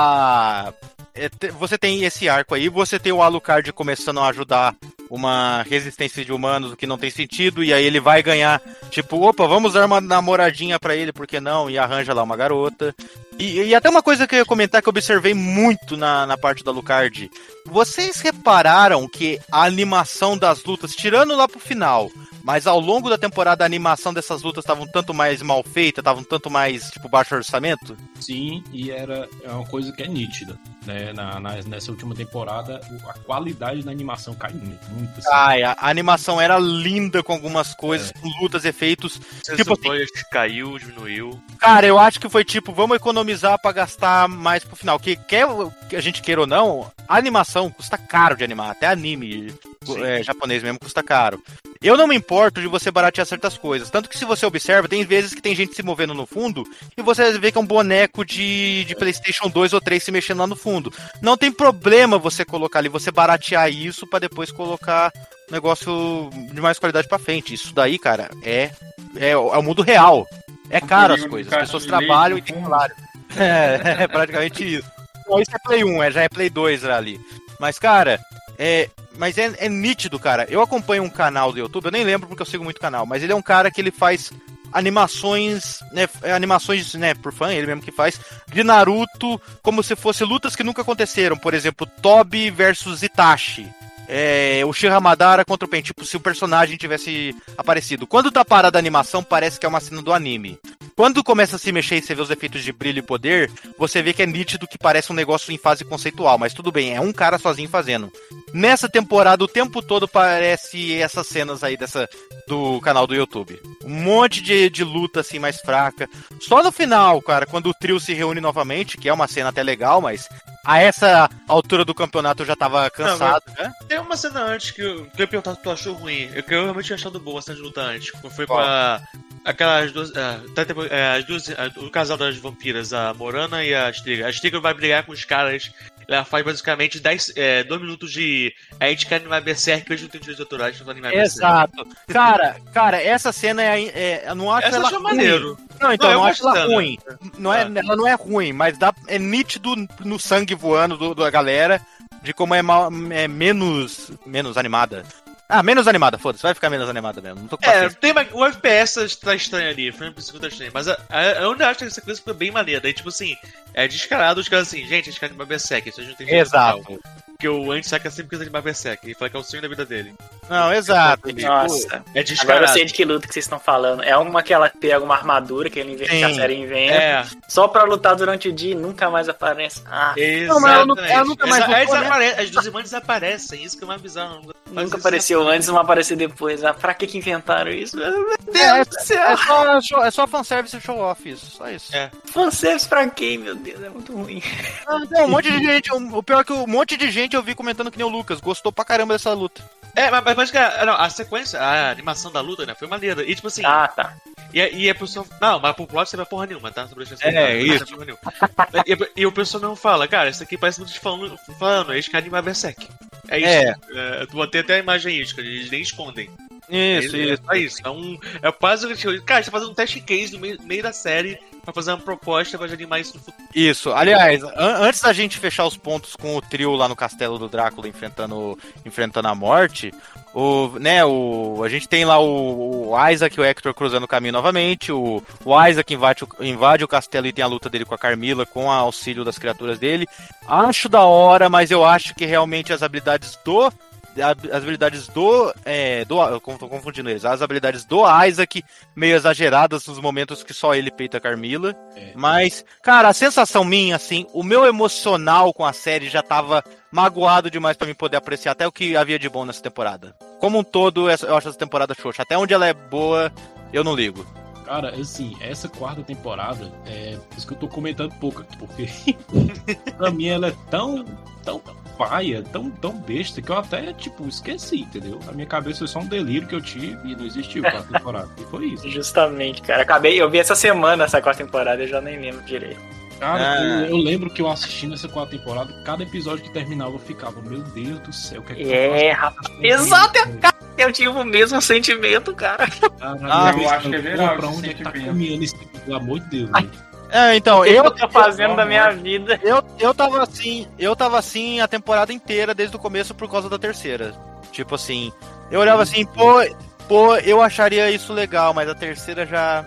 você tem esse arco aí, você tem o Alucard começando a ajudar uma resistência de humanos, o que não tem sentido, e aí ele vai ganhar, tipo, opa, vamos dar uma namoradinha pra ele, por que não? E arranja lá uma garota. E até uma coisa que eu ia comentar que eu observei muito na parte do Alucard. Vocês repararam que a animação das lutas, tirando lá pro final, mas ao longo da temporada a animação dessas lutas estava um tanto mais mal feita, estava um tanto mais, tipo, baixo orçamento? Sim, e é uma coisa que é nítida, né? Nessa última temporada, a qualidade da animação caiu muito. Assim. A animação era linda com algumas coisas, com lutas, efeitos. Tipo assim, caiu, diminuiu. Cara, eu acho que foi tipo, vamos economizar pra gastar mais pro final. Que a gente queira ou não, a animação custa caro de animar, até anime japonês mesmo custa caro. Eu não me importo de você baratear certas coisas. Tanto que se você observa, tem vezes que tem gente se movendo no fundo e você vê que é um boneco de PlayStation 2 ou 3 se mexendo lá no fundo. Não tem problema você colocar ali, você baratear isso pra depois colocar negócio de mais qualidade pra frente. Isso daí, cara, é o mundo real. É caro as coisas. As pessoas trabalham e tem salário. É praticamente isso. Então, isso é Play 1, já é Play 2 ali. Mas, cara, é nítido, cara. Eu acompanho um canal do YouTube, eu nem lembro porque eu sigo muito canal, mas ele é um cara que ele faz animações, né, por fã, ele mesmo que faz, de Naruto, como se fosse lutas que nunca aconteceram. Por exemplo, Tobi versus Itachi. O Shira Madara contra o Pen, tipo, se o personagem tivesse aparecido. Quando tá parada a animação, parece que é uma cena do anime. Quando começa a se mexer e você vê os efeitos de brilho e poder, você vê que é nítido que parece um negócio em fase conceitual, mas tudo bem, é um cara sozinho fazendo. Nessa temporada, o tempo todo parece essas cenas aí do canal do YouTube. Um monte de luta assim mais fraca. Só no final, cara, quando o trio se reúne novamente, que é uma cena até legal, mas a essa altura do campeonato eu já tava cansado, né? Tem uma cena antes que eu ia perguntar se tu achou ruim. Que eu realmente tinha achado boa a cena de luta antes. Foi com aquelas duas. O casal das vampiras, a Morana e a Striga. A Striga vai brigar com os caras. Ela faz basicamente 2 minutos de. A gente quer animar Berserk, que a gente não tem direitos autorais pra animar Berserk. Exato. Cara, essa cena eu não acho essa ela achou ruim. Maneiro. Não, então eu não acho ela gostando. ruim. Ela não é ruim, mas é nítido no sangue voando da galera de como é menos animada. Menos animada, foda-se, vai ficar menos animada mesmo. Não tô com o FPS tá estranho ali, frame por segundo tá estranho, mas eu ainda acho que essa coisa foi bem maneira. Aí, tipo assim, é descarado os caras assim, gente, a gente quer animar Berserk, isso a gente não tem jeito. Exato. Porque o Anti-Saka sempre quis animar Berserk, e fala que é o sonho da vida dele. Não, exato. Nossa, é descarado. Agora eu sei de que luta que vocês estão falando. É uma que ela pega uma armadura que ele inventa, que a série inventa, só pra lutar durante o dia e nunca mais aparece. Exatamente. Ela nunca mais voltou, né? As duas irmãs desaparecem, isso que é uma bizarra. Nunca apareceu antes, não apareceu depois. Pra que inventaram isso? Meu Deus do céu! É só fanservice e show-off, isso. Só isso. Fanservice pra quem, meu Deus? É muito ruim. Não, um monte de gente. O pior é que um monte de gente eu vi comentando que nem o Lucas. Gostou pra caramba dessa luta. Mas a sequência, a animação da luta, né, foi maneira. E tipo assim. Tá. E a pessoa. Não, mas pro plot você vai porra nenhuma, tá? Sobre isso. E o pessoal não fala, cara, isso aqui parece muito de falando, eles querem animar Berserk. É isso. Tu botei até a imagem aí, eles nem escondem. Isso. É isso. É quase. Cara, a gente tá fazendo um teste case no meio da série pra fazer uma proposta pra animar isso no futuro. Isso. Aliás, antes da gente fechar os pontos com o trio lá no castelo do Drácula enfrentando a morte, a gente tem lá o Isaac e o Hector cruzando o caminho novamente. O Isaac invade o castelo e tem a luta dele com a Carmilla, com o auxílio das criaturas dele. Acho da hora, mas eu acho que realmente as habilidades do tô confundindo eles. As habilidades do Isaac meio exageradas nos momentos que só ele peita a Carmilla. Mas, cara, a sensação minha, assim, o meu emocional com a série já tava magoado demais pra mim poder apreciar até o que havia de bom nessa temporada. Como um todo, eu acho essa temporada xoxa. Até onde ela é boa, eu não ligo. Cara, assim, essa 4ª temporada, isso que eu tô comentando pouco aqui, porque pra mim ela é tão paia, tão besta, que eu até, esqueci, entendeu? Na minha cabeça foi só um delírio que eu tive e não existiu 4ª temporada. E foi isso. Justamente, cara. Eu vi essa semana essa 4ª temporada, eu já nem lembro direito. Cara, eu lembro que eu assistindo essa 4ª temporada, cada episódio que terminava eu ficava, meu Deus do céu, o que é que rapaz. Exato, eu tive o mesmo sentimento, cara. Eu acho que é verdade. Pra onde é que tá caminhando isso, pelo amor de Deus, velho? Então, eu tô fazendo da minha vida. Eu tava assim a temporada inteira, desde o começo, por causa da 3ª. Tipo assim, eu olhava assim, eu acharia isso legal, mas a 3ª já...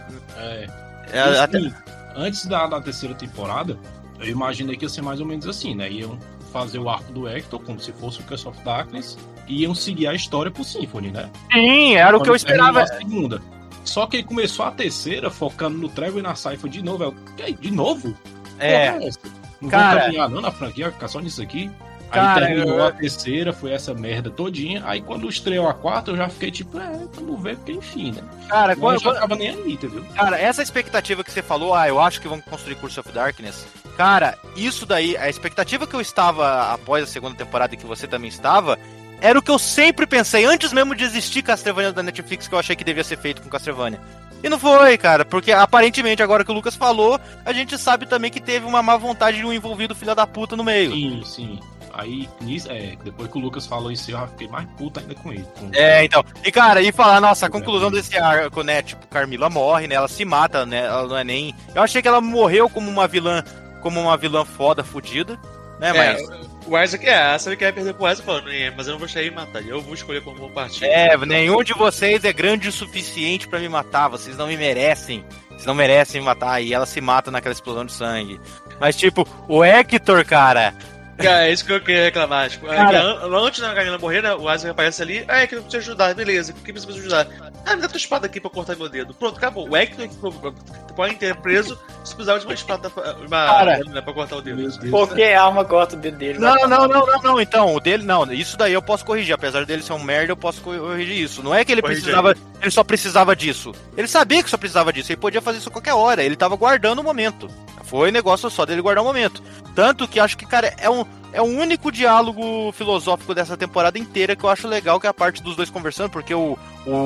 Antes da 3ª temporada, eu imaginei que ia ser mais ou menos assim, né? Iam fazer o arco do Hector, como se fosse o Curse of Darkness, e iam seguir a história pro Symphony, né? Sim, era o que eu esperava. A segunda. Só que aí começou a 3ª, focando no Trevor e na Sypha de novo. De novo? Não vou caminhar não na franquia, ficar só nisso aqui. Aí terminou a 3ª, foi essa merda todinha. Aí quando estreou a 4ª, eu já fiquei vamos ver, porque enfim, né? Cara, eu já tava nem aí, entendeu? Cara, essa expectativa que você falou, eu acho que vão construir Curse of Darkness. Cara, isso daí, a expectativa que eu estava após a 2ª temporada e que você também estava, Era o que eu sempre pensei, antes mesmo de existir Castlevania da Netflix, que eu achei que devia ser feito com Castlevania. E não foi, cara, porque aparentemente, agora que o Lucas falou, a gente sabe também que teve uma má vontade de um envolvido filho da puta no meio. Sim. Aí, depois que o Lucas falou isso, eu já fiquei mais puta ainda com ele. Então. E, cara, falar, nossa, a conclusão desse arco, né? Tipo, Carmila morre, né? Ela se mata, né? Ela não é nem... Eu achei que ela morreu como uma vilã foda, fudida, né? Mas... O Isaac, sabe que vai perder pro Isaac falando, mas eu não vou chegar e matar, eu vou escolher como vou partir. Nenhum de vocês é grande o suficiente pra me matar, vocês não me merecem. Vocês não merecem me matar, e ela se mata naquela explosão de sangue. Mas, tipo, o Hector, cara... Cara, é isso que eu queria reclamar. Tipo, antes da Camila morrer, né, o Isaac aparece ali. Que eu preciso ajudar, beleza. O que você precisa ajudar? Me dá tua espada aqui pra cortar meu dedo. Pronto, acabou. O Hector pode ter preso se precisava de uma espada pra cortar o dedo. Qualquer arma corta o dedo dele. Não. Então, o dele, não. Isso daí eu posso corrigir. Apesar dele ser um merda, eu posso corrigir isso. Não é que ele só precisava disso. Ele sabia que só precisava disso. Ele podia fazer isso a qualquer hora. Ele tava guardando o momento. Foi negócio só dele guardar o momento. Tanto que acho que, cara, é um único diálogo filosófico dessa temporada inteira que eu acho legal, que é a parte dos dois conversando, porque o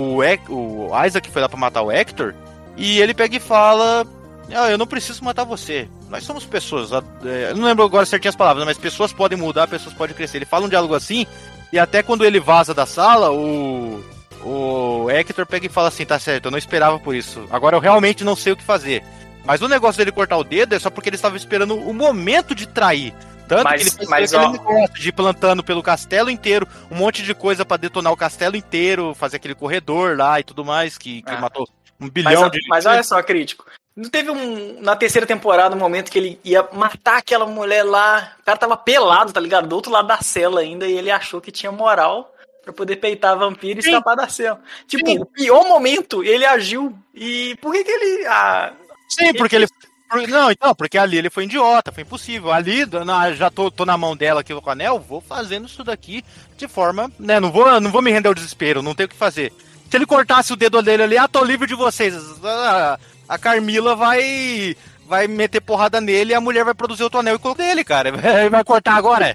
Isaac foi lá pra matar o Hector, e ele pega e fala: eu não preciso matar você. Nós somos pessoas. Eu não lembro agora certinho as palavras, mas pessoas podem mudar, pessoas podem crescer. Ele fala um diálogo assim, e até quando ele vaza da sala, o Hector pega e fala assim: tá certo, eu não esperava por isso. Agora eu realmente não sei o que fazer. Mas o negócio dele cortar o dedo é só porque ele estava esperando o momento de trair. Tanto que ele fez aquele negócio de ir plantando pelo castelo inteiro, um monte de coisa pra detonar o castelo inteiro, fazer aquele corredor lá e tudo mais, que matou 1 bilhão de... Mas olha só, crítico. Não teve na terceira temporada um momento que ele ia matar aquela mulher lá, o cara tava pelado, tá ligado? Do outro lado da cela ainda, e ele achou que tinha moral pra poder peitar a vampira e escapar da cela. Tipo, o pior momento, ele agiu, e por que ele... Sim, porque ele... Não, então, porque ali ele foi idiota, foi impossível. Ali, já tô na mão dela aqui com o anel, vou fazendo isso daqui de forma, né, não vou me render ao desespero, não tenho o que fazer. Se ele cortasse o dedo dele ali, tô livre de vocês. A Carmila vai meter porrada nele e a mulher vai produzir outro anel e colocar nele, cara. Vai cortar agora?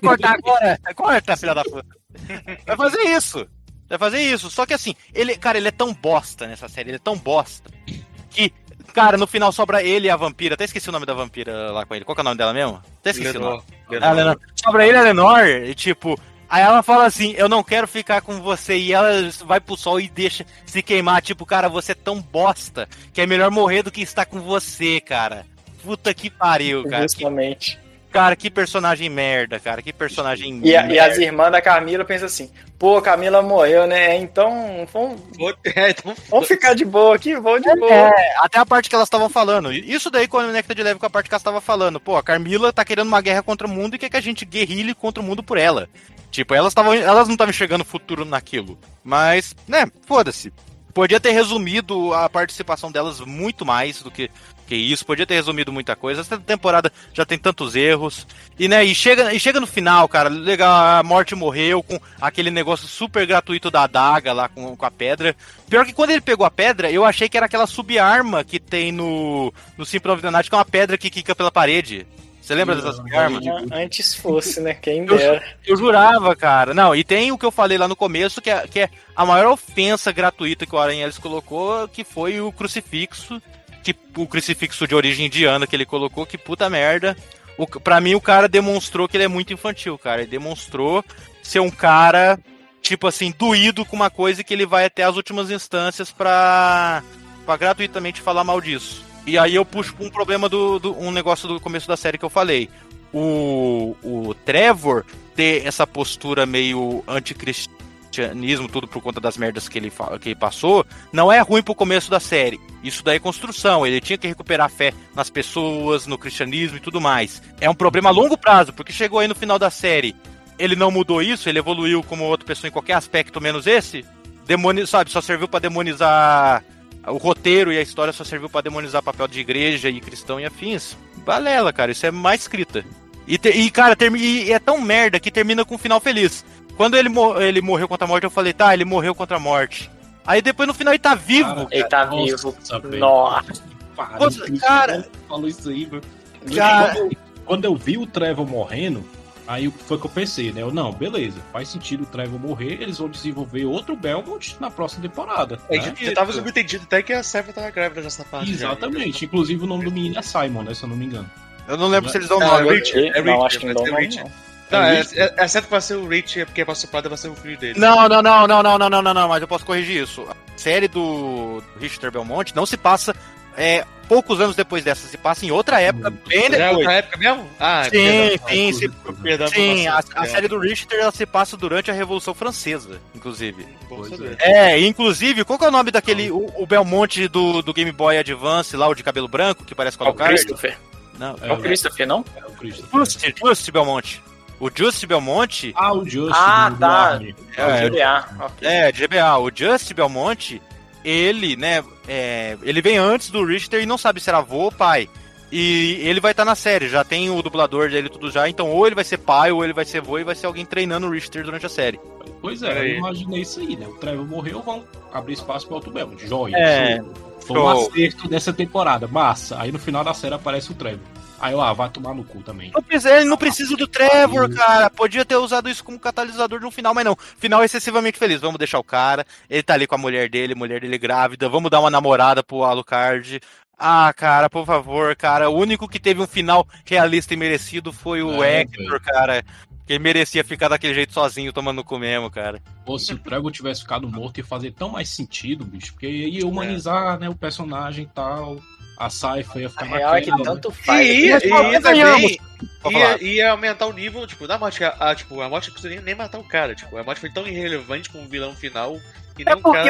Corta, filha da puta. Vai fazer isso. Só que assim, ele é tão bosta nessa série, ele é tão bosta que... Cara, no final sobra ele e a vampira. Até esqueci o nome da vampira lá com ele. Qual que é o nome dela mesmo? Até esqueci o nome. Lenor. Sobra ele e a Lenor. E tipo, aí ela fala assim: eu não quero ficar com você. E ela vai pro sol e deixa se queimar. Tipo, cara, você é tão bosta que é melhor morrer do que estar com você, cara. Puta que pariu, cara. Justamente. Cara, que personagem merda, cara. Que personagem merda. E as irmãs da Camila pensam assim: pô, a Camila morreu, né? Então vamos ficar de boa aqui, vamos de boa. Até a parte que elas estavam falando. Isso daí conecta de leve com a parte que elas estavam falando. Pô, a Carmila tá querendo uma guerra contra o mundo e quer que a gente guerrilhe contra o mundo por ela. Tipo, elas não estavam enxergando futuro naquilo. Mas, né, foda-se. Podia ter resumido a participação delas muito mais do que isso, podia ter resumido muita coisa. Essa temporada já tem tantos erros. E, né, e chega no final, cara, legal, a Morte morreu com aquele negócio super gratuito da adaga lá com a pedra. Pior que quando ele pegou a pedra, eu achei que era aquela subarma que tem no Symphony of the Night, que é uma pedra que quica pela parede. Você lembra dessas armas? Antes fosse, né? Quem dera. Eu jurava, cara. Não, e tem o que eu falei lá no começo, que é a maior ofensa gratuita que o Aranha Ellis colocou, que foi o crucifixo. O crucifixo de origem indiana que ele colocou, que puta merda. Pra mim, o cara demonstrou que ele é muito infantil, cara. Ele demonstrou ser um cara, tipo assim, doído com uma coisa que ele vai até as últimas instâncias pra gratuitamente falar mal disso. E aí eu puxo um problema um negócio do começo da série que eu falei. O Trevor ter essa postura meio anticristianismo, tudo por conta das merdas que ele passou, não é ruim pro começo da série. Isso daí é construção. Ele tinha que recuperar a fé nas pessoas, no cristianismo e tudo mais. É um problema a longo prazo, porque chegou aí no final da série, ele não mudou isso, ele evoluiu como outra pessoa em qualquer aspecto, menos esse. Só serviu pra demonizar... O roteiro e a história só serviu pra demonizar papel de igreja e cristão e afins. Balela, cara, isso é má escrita. Cara, é tão merda que termina com um final feliz. Quando ele morreu contra a morte, eu falei, tá, ele morreu contra a morte. Aí depois no final ele tá vivo. Cara, ele tá vivo. Nossa. Cara, falou isso aí, velho. Quando eu vi o Trevor morrendo, Aí foi que eu pensei, né? Não, beleza, faz sentido o Trevor morrer, eles vão desenvolver outro Belmont na próxima temporada. A Né? gente tava subentendido até que a Cypher tava grávida nessa parte. Exatamente, inclusive o nome do menino é Simon, né? Se eu não me engano. Eu não lembro se eles dão Não, nome. é Rich. Não, acho que não dá o nome, Rich. não. Não, é certo que vai ser o Rich, é porque a próxima temporada vai ser o filho dele. Não, mas eu posso corrigir isso. A série do Richter Belmonte não se passa poucos anos depois dessa, se passa em outra época, bem É depois. outra época mesmo? Sim, a série do Richter ela se passa durante a Revolução Francesa, inclusive. é. Inclusive, qual que é o nome daquele, o Belmonte do Game Boy Advance, lá, o de cabelo branco, que parece com a O Alucard? Christopher. Não, É o Christopher, não? É o Christopher. Just Belmonte. O Just Belmonte... O Just do tá. Army. É o GBA. Ok. de GBA. O Just Belmonte, ele, né, ele vem antes do Richter e não sabe se era avô ou pai. E ele vai estar na série, já tem o dublador dele tudo já, então ou ele vai ser pai, ou ele vai ser avô e vai ser alguém treinando o Richter durante a série. Pois é, eu imaginei isso aí, né? O Trevor morreu, vão abrir espaço para outro Belmont. Joia. Foi um acerto dessa temporada, massa. Aí no final da série aparece o Trevor. Aí vai tomar no cu também. Ele não precisa do Trevor, cara. Podia ter usado isso como catalisador no final, mas não. Final excessivamente feliz. Vamos deixar o cara. Ele tá ali com a mulher dele grávida. Vamos dar uma namorada pro Alucard. Ah, cara, por favor, cara. O único que teve um final realista e merecido foi o Hector, cara. Que ele merecia ficar daquele jeito sozinho, tomando no cu mesmo, cara. Pô, se o Trevor tivesse ficado morto, ia fazer tão mais sentido, bicho. Porque ia humanizar, né, o personagem e tal. A Cypher ia ficar A real é que naquela, tanto faz. Ia aumentar o nível, tipo, da morte. A morte não precisa nem matar o cara. Tipo, a morte foi tão irrelevante como vilão final. Que É porque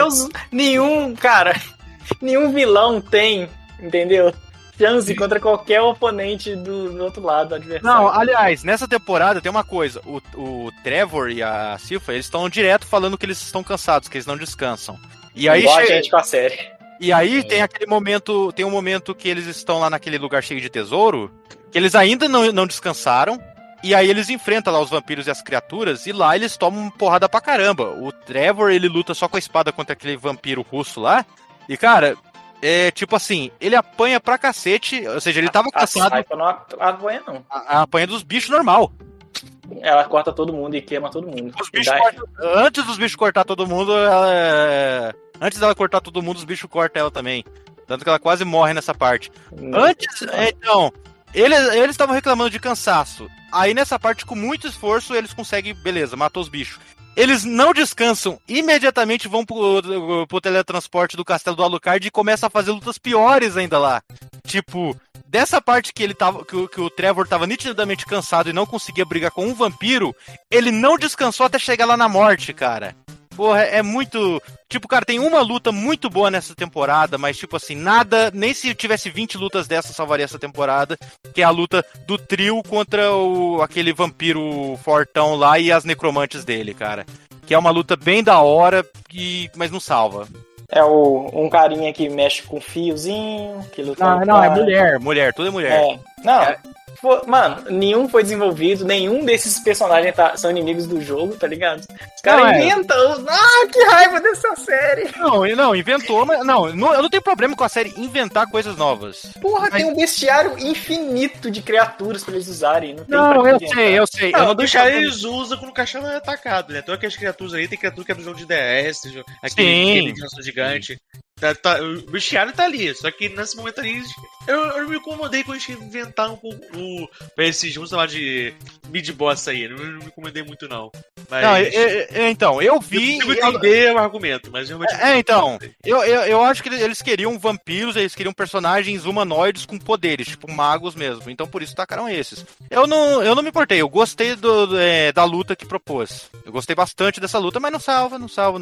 nenhum vilão tem, entendeu? Chance contra qualquer oponente do outro lado, do adversário. Não, aliás, nessa temporada tem uma coisa. O Trevor e a Sylpha, eles estão direto falando que eles estão cansados, que eles não descansam. E aí igual a gente com a série. E aí tem aquele momento, tem um momento que eles estão lá naquele lugar cheio de tesouro, que eles ainda não descansaram, e aí eles enfrentam lá os vampiros e as criaturas, e lá eles tomam porrada pra caramba. O Trevor, ele luta só com a espada contra aquele vampiro russo lá, e cara, tipo assim, ele apanha pra cacete, ou seja, ele tava cansado. A Cypher não apanha, não. Apanha dos bichos normal. Ela corta todo mundo e queima todo mundo. Antes dos bichos cortar todo mundo, antes dela cortar todo mundo, os bichos cortam ela também. Tanto que ela quase morre nessa parte. Então, eles estavam reclamando de cansaço. Aí nessa parte, com muito esforço, eles conseguem, beleza, matou os bichos. Eles não descansam, imediatamente vão pro teletransporte do castelo do Alucard e começam a fazer lutas piores ainda lá. Tipo, dessa parte que que o Trevor tava nitidamente cansado e não conseguia brigar com um vampiro, ele não descansou até chegar lá na morte, cara. Porra, é muito... Tipo, cara, tem uma luta muito boa nessa temporada, mas, tipo assim, nada... Nem se tivesse 20 lutas dessa salvaria essa temporada, que é a luta do trio contra aquele vampiro fortão lá e as necromantes dele, cara. Que é uma luta bem da hora, mas não salva. É um carinha que mexe com fiozinho, que luta... Não, é mulher, tudo é mulher. Mano, nenhum foi desenvolvido, nenhum desses personagens são inimigos do jogo, tá ligado? Os caras inventam. Que raiva dessa série! Não, inventou, mas. Não, eu não tenho problema com a série inventar coisas novas. Porra, tem um bestiário infinito de criaturas pra eles usarem. Eu sei. Não, o bestiário eles usam quando o cachorro é atacado, né? Todas aquelas criaturas aí, tem criatura que é do jogo de DS, aquele dinossauro gigante. O bestiário tá ali, só que nesse momento ali eu me incomodei com eles inventar um pouco esses, vamos chamar de mid-boss aí, não me incomodei muito não. Mas... Então, eu vi... Eu entender o argumento, mas realmente... eu acho que eles queriam vampiros, eles queriam personagens humanoides com poderes, tipo magos mesmo, então por isso tacaram esses. Eu não me importei, eu gostei da luta que propôs. Eu gostei bastante dessa luta, mas não salva.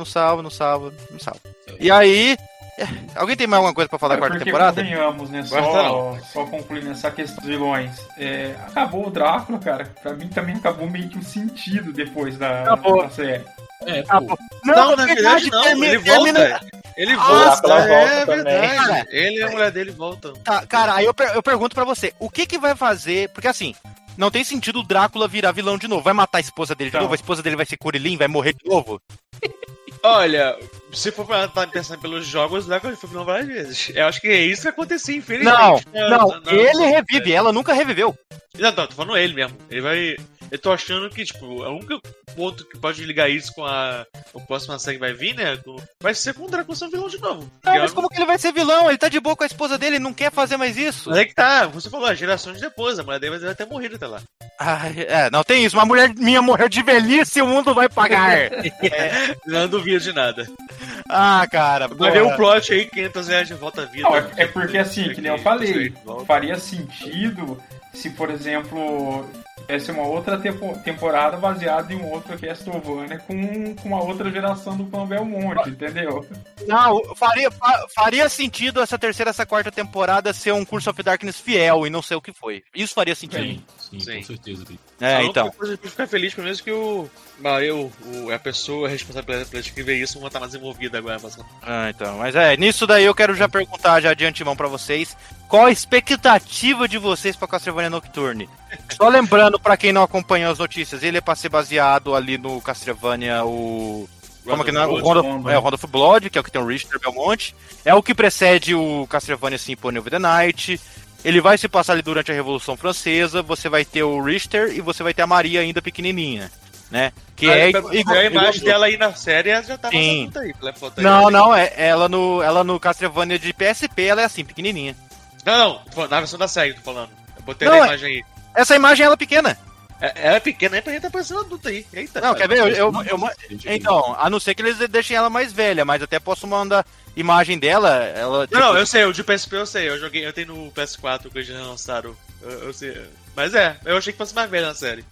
E aí... Alguém tem mais alguma coisa pra falar da quarta temporada? Convenhamos, né? Só concluindo essa questão dos vilões. Acabou o Drácula, cara. Pra mim também acabou meio que o sentido depois da série. Não, na verdade não. Ele volta. Ele volta. É verdade. Ele e a mulher dele voltam. Tá, cara, aí eu pergunto pra você, o que vai fazer... Porque assim... Não tem sentido o Drácula virar vilão de novo. Vai matar a esposa dele de novo? A esposa dele vai ser Kurilin? Vai morrer de novo? Olha, se for pra pensar pelos jogos, o Drácula foi vilão várias vezes. Eu acho que é isso que aconteceu, infelizmente. Não, ele revive. Ela nunca reviveu. Não, tô falando ele mesmo. Ele vai... eu tô achando que, tipo, o único ponto que pode ligar isso com a próxima série que vai vir, né? Vai ser com o Drácula ser um vilão de novo. Não, mas como que ele vai ser vilão? Ele tá de boa com a esposa dele, ele não quer fazer mais isso. Mas é que tá, você falou, gerações depois, a mulher dele vai ter morrido até lá. Não tem isso. Uma mulher minha morreu de velhice e o mundo vai pagar. Não duvido de nada. Cara. Vai ver o plot aí, 500 reais de volta à vida. Não, é porque assim, que nem eu falei, faria sentido se, por exemplo, tivesse uma outra temporada baseada em um outro Castlevania com uma outra geração do Clã Belmonte, entendeu? Não, faria sentido essa quarta temporada ser um Curse of Darkness fiel e não sei o que foi. Isso faria sentido. Sim, com certeza. Então. Coisa de ficar feliz, pelo menos que a pessoa responsável por escrever isso não vai estar mais envolvida agora. Então. Mas nisso daí eu quero já perguntar já de antemão pra vocês, qual a expectativa de vocês pra Castlevania Nocturne? Só lembrando, pra quem não acompanhou as notícias, ele é pra ser baseado ali no Castlevania, o Round of Blood, que é o que tem o Richter Belmonte. É o que precede o Castlevania Symphony of the Night. Ele vai se passar ali durante a Revolução Francesa. Você vai ter o Richter e você vai ter a Maria ainda pequenininha, né? Que a imagem dela aí na série já tá sim. Aí. Não, ela no Castlevania de PSP, ela é assim, pequenininha. Não, na versão da série, tô falando. Eu botei a imagem aí. Essa imagem ela é pequena. Ela é pequena, pra gente tá parecendo adulta aí. Eita. Não, quer ver? Então, a não ser que eles deixem ela mais velha, mas até posso mandar imagem dela. Ela, tipo... Não, eu sei, o de PSP eu sei. Eu tenho no PS4 que eles já lançaram. Eu sei. Mas eu achei que fosse mais velha na série.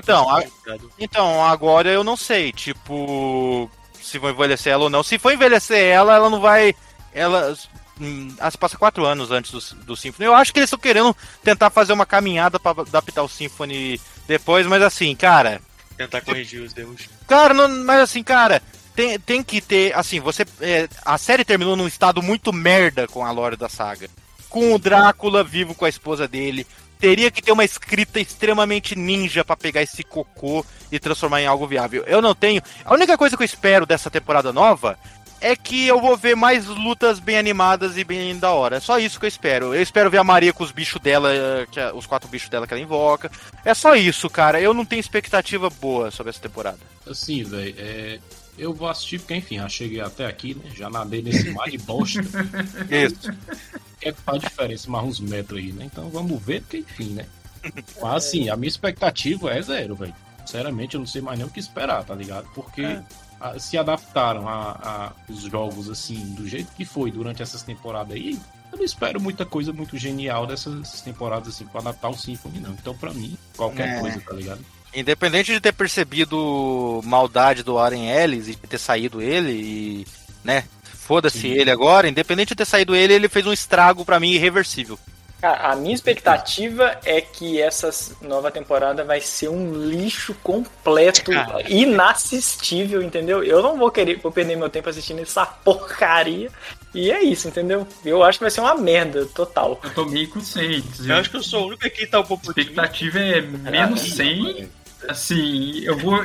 Então, agora eu não sei, tipo, se vou envelhecer ela ou não. Se for envelhecer ela não vai. Ela se passa 4 anos antes do Symphony. Eu acho que eles estão querendo tentar fazer uma caminhada pra adaptar o Symphony depois, mas assim, cara... Tentar corrigir os erros. Cara, mas assim, cara, tem que ter... Assim, a série terminou num estado muito merda com a lore da saga. Com o Drácula vivo com a esposa dele. Teria que ter uma escrita extremamente ninja pra pegar esse cocô e transformar em algo viável. Eu não tenho... A única coisa que eu espero dessa temporada nova... é que eu vou ver mais lutas bem animadas e bem da hora. É só isso que eu espero. Eu espero ver a Maria com os bichos dela, os 4 bichos dela que ela invoca. É só isso, cara. Eu não tenho expectativa boa sobre essa temporada. Assim, velho, eu vou assistir porque, enfim, já cheguei até aqui, né? Já nadei nesse mar de bosta. Isso. É que faz diferença mais uns metros aí, né? Então vamos ver, porque, enfim, né? Mas, assim, a minha expectativa é 0, velho. Sinceramente, eu não sei mais nem o que esperar, tá ligado? Porque... se adaptaram a os jogos assim, do jeito que foi durante essas temporadas aí, eu não espero muita coisa muito genial dessas temporadas assim, pra adaptar o Symphony, não. Então, pra mim, qualquer coisa, tá ligado? Independente de ter percebido maldade do Warren Ellis e ter saído ele e, né, foda-se ele agora, independente de ter saído ele fez um estrago pra mim irreversível. Cara, a minha expectativa é que essa nova temporada vai ser um lixo completo, inassistível, entendeu? Eu não vou perder meu tempo assistindo essa porcaria. E é isso, entendeu? Eu acho que vai ser uma merda total. Eu tô meio com 100. Eu acho que eu sou o único aqui que tá um pouco... A expectativa é menos 100. Assim, eu vou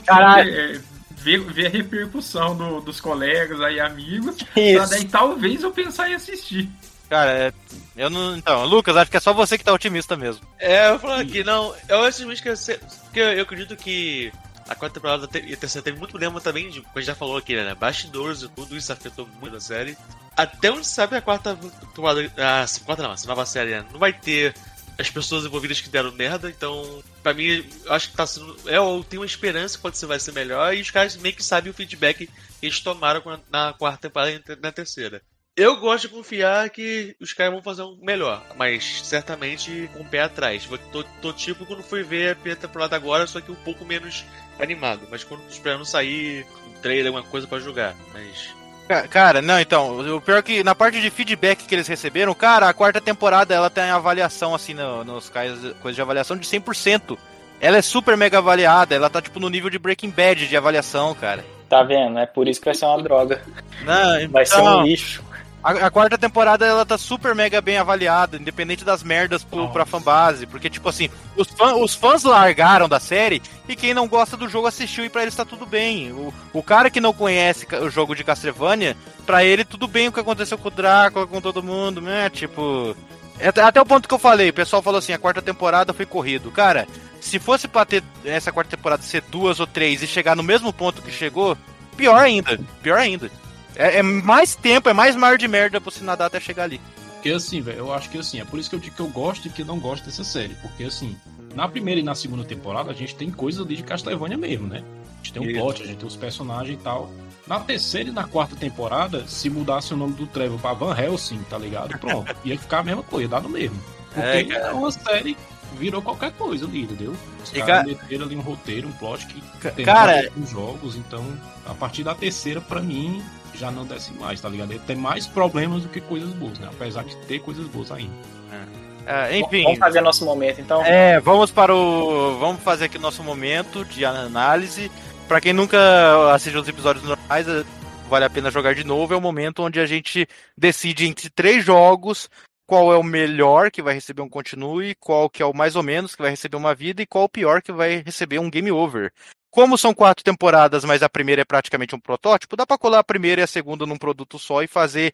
ver a repercussão dos colegas aí, amigos. Isso. Pra daí talvez eu pensar em assistir. Cara, eu não... Então, Lucas, acho que é só você que tá otimista mesmo. Eu falando aqui, não... Eu acho que eu acredito que a quarta temporada e a terceira teve muito problema também, como a gente já falou aqui, né? Bastidores e tudo, isso afetou muito a série. Até onde sabe a quarta temporada... essa nova série, né? Não vai ter as pessoas envolvidas que deram merda, então... Pra mim, eu acho que tá sendo... Eu tenho uma esperança que vai ser melhor, e os caras meio que sabem o feedback que eles tomaram na quarta temporada e na terceira. Eu gosto de confiar que os caras vão fazer um melhor, mas certamente com o pé atrás. Tô tipo quando fui ver a primeira temporada agora, só que um pouco menos animado. Mas quando tô esperando sair um trailer, alguma coisa pra jogar. Mas... Cara, não, então, o pior é que na parte de feedback que eles receberam, cara, a quarta temporada ela tem avaliação, assim, nos coisas de avaliação de 100%. Ela é super mega avaliada, ela tá tipo no nível de Breaking Bad de avaliação, cara. Tá vendo? É por isso que vai ser uma droga. Não, vai ser um lixo. A quarta temporada, ela tá super mega bem avaliada, independente das merdas pra fanbase, porque, tipo assim, os fãs largaram da série e quem não gosta do jogo assistiu e pra eles tá tudo bem. O cara que não conhece o jogo de Castlevania, pra ele tudo bem o que aconteceu com o Drácula, com todo mundo, né, tipo... Até o ponto que eu falei, o pessoal falou assim, a quarta temporada foi corrido. Cara, se fosse pra ter essa quarta temporada ser 2 ou 3 e chegar no mesmo ponto que chegou, pior ainda. É mais tempo, é mais mar de merda pra você nadar até chegar ali. Porque assim, velho, eu acho que assim, é por isso que eu digo que eu gosto e que não gosto dessa série. Porque assim, na primeira e na segunda temporada, a gente tem coisas ali de Castlevania mesmo, né? A gente tem um plot, a gente tem os personagens e tal. Na terceira e na quarta temporada, se mudasse o nome do Trevor pra Van Helsing, tá ligado? Pronto, ia ficar a mesma coisa, ia dar no mesmo. Porque é uma série, virou qualquer coisa ali, entendeu? Os caras meteram ali um roteiro, um plot que tem os jogos, então a partir da terceira, pra mim, já não desce mais, tá ligado? Ele tem mais problemas do que coisas boas, né? Apesar de ter coisas boas ainda. Enfim. Vamos fazer nosso momento, então. Vamos fazer aqui o nosso momento de análise. Pra quem nunca assistiu os episódios normais, vale a pena jogar de novo. É o momento onde a gente decide entre 3 jogos qual é o melhor que vai receber um continue, qual que é o mais ou menos que vai receber uma vida e qual o pior que vai receber um game over. Como são 4 temporadas, mas a primeira é praticamente um protótipo, dá pra colar a primeira e a segunda num produto só e fazer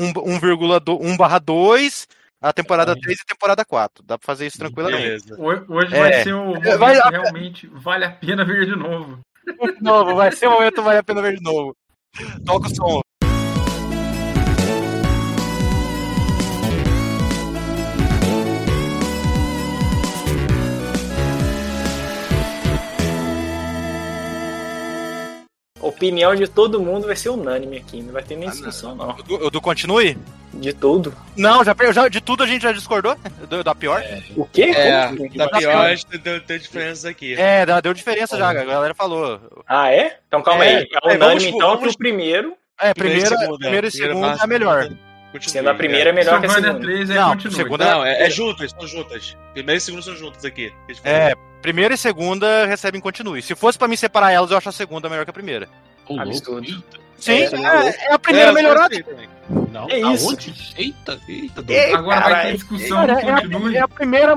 1/2, a temporada 3 e a temporada 4. Dá pra fazer isso tranquilamente. Hoje vai ser o momento realmente vale a pena ver de novo. De novo, vai ser o momento vale a pena ver de novo. Toca o som. Opinião de todo mundo vai ser unânime aqui, não vai ter nem discussão, não. O do continue? De tudo. Não, já de tudo a gente já discordou? Da pior? O quê? Da pior, acho que deu diferença aqui. Deu diferença já, a galera falou. Ah, é? Então calma aí. É unânime então que o primeiro... Primeira e segunda é melhor. Sendo a primeira é melhor que a segunda. 3 segunda não, é juntas, são juntas. Primeira e segunda são juntas aqui. Primeira e segunda recebem continue. Se fosse pra mim separar elas, eu acho a segunda melhor que a primeira. Absurdo. Sim, é a primeira melhorada. Não, é isso. Eita. Agora vai ter discussão do continue. É a primeira...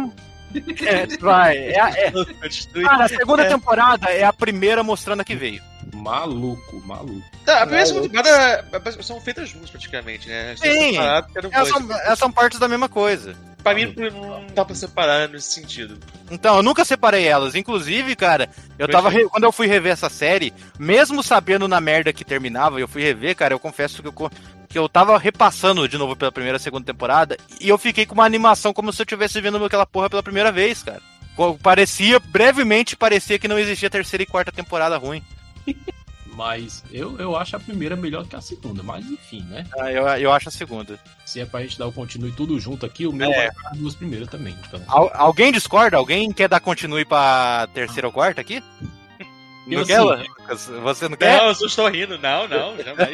Cara, a segunda temporada é a primeira mostrando a que veio. Maluco. A primeira e a segunda temporada são feitas juntas praticamente, né? Sim, elas são partes da mesma coisa. Pra mim não dá pra separar nesse sentido. Então, eu nunca separei elas. Inclusive, cara, quando eu fui rever essa série, mesmo sabendo na merda que terminava, eu fui rever, cara, eu confesso que eu tava repassando de novo pela primeira e segunda temporada, e eu fiquei com uma animação como se eu estivesse vendo aquela porra pela primeira vez, cara. Brevemente parecia que não existia terceira e quarta temporada ruim. Mas eu acho a primeira melhor que a segunda, mas enfim, né? Eu acho a segunda. Se é pra gente dar o continue tudo junto aqui, o meu vai dar as duas primeiras também. Então. Alguém discorda? Alguém quer dar continue pra terceira ou quarta aqui? Não quer, Lucas? Você não quer? Não, eu só estou rindo. Não, jamais.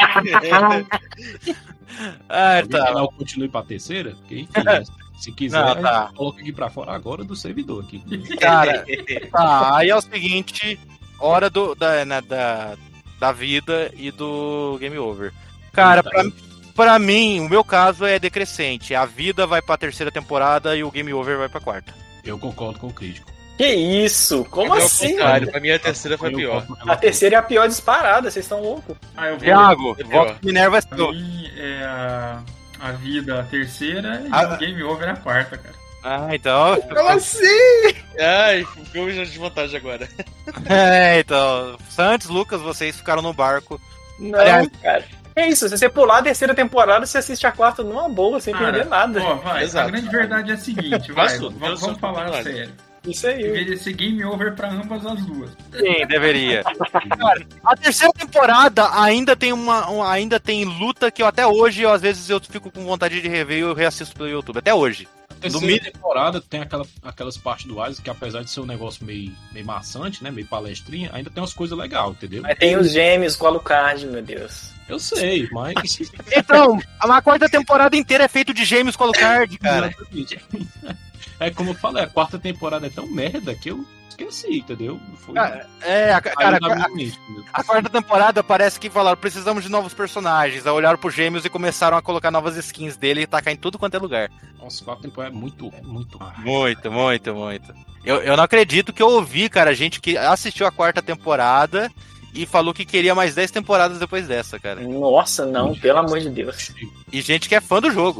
Tá. Quer dar o continue pra terceira? Porque, enfim, se quiser, a gente coloca aqui pra fora agora do servidor aqui. Cara, aí é o seguinte... Hora da vida e do game over. Cara, pra mim, o meu caso é decrescente. A vida vai pra terceira temporada e o game over vai pra quarta. Eu concordo com o crítico. Que isso? Como assim? Pra mim a terceira foi pior. A terceira é a pior disparada, vocês estão loucos. Thiago, voto Minerva é pra mim é a vida a terceira e o game over a quarta, cara. Então... Como assim? Ficou de desvantagem agora. Então... Santos, Lucas, vocês ficaram no barco. Não, cara. É isso, se você pular a terceira temporada, você assiste a quarta numa boa, sem perder nada. A grande verdade é a seguinte, vamos falar sério. Isso aí. Deveria ser game over pra ambas as duas. Sim, deveria. Cara, a terceira temporada ainda tem ainda tem luta que até hoje, às vezes, eu fico com vontade de rever e eu reassisto pelo YouTube. Até hoje. A terceira temporada tem aquelas partes do Isaac que, apesar de ser um negócio meio maçante, né? Meio palestrinha, ainda tem umas coisas legais, entendeu? Mas tem os gêmeos com a Alucard, meu Deus. Eu sei, mas... Então, a quarta temporada inteira é feita de gêmeos com a Alucard, cara. É como eu falei, a quarta temporada é tão merda que eu esqueci, entendeu? Foi... A quarta temporada parece que falaram, precisamos de novos personagens. Aí olharam pros gêmeos e começaram a colocar novas skins dele e tacar em tudo quanto é lugar. Nossa, a quarta temporada é muito. Muito. Eu não acredito que eu ouvi, cara, gente que assistiu a quarta temporada e falou que queria mais 10 temporadas depois dessa, cara. Nossa, não, pelo amor de Deus. E gente que é fã do jogo.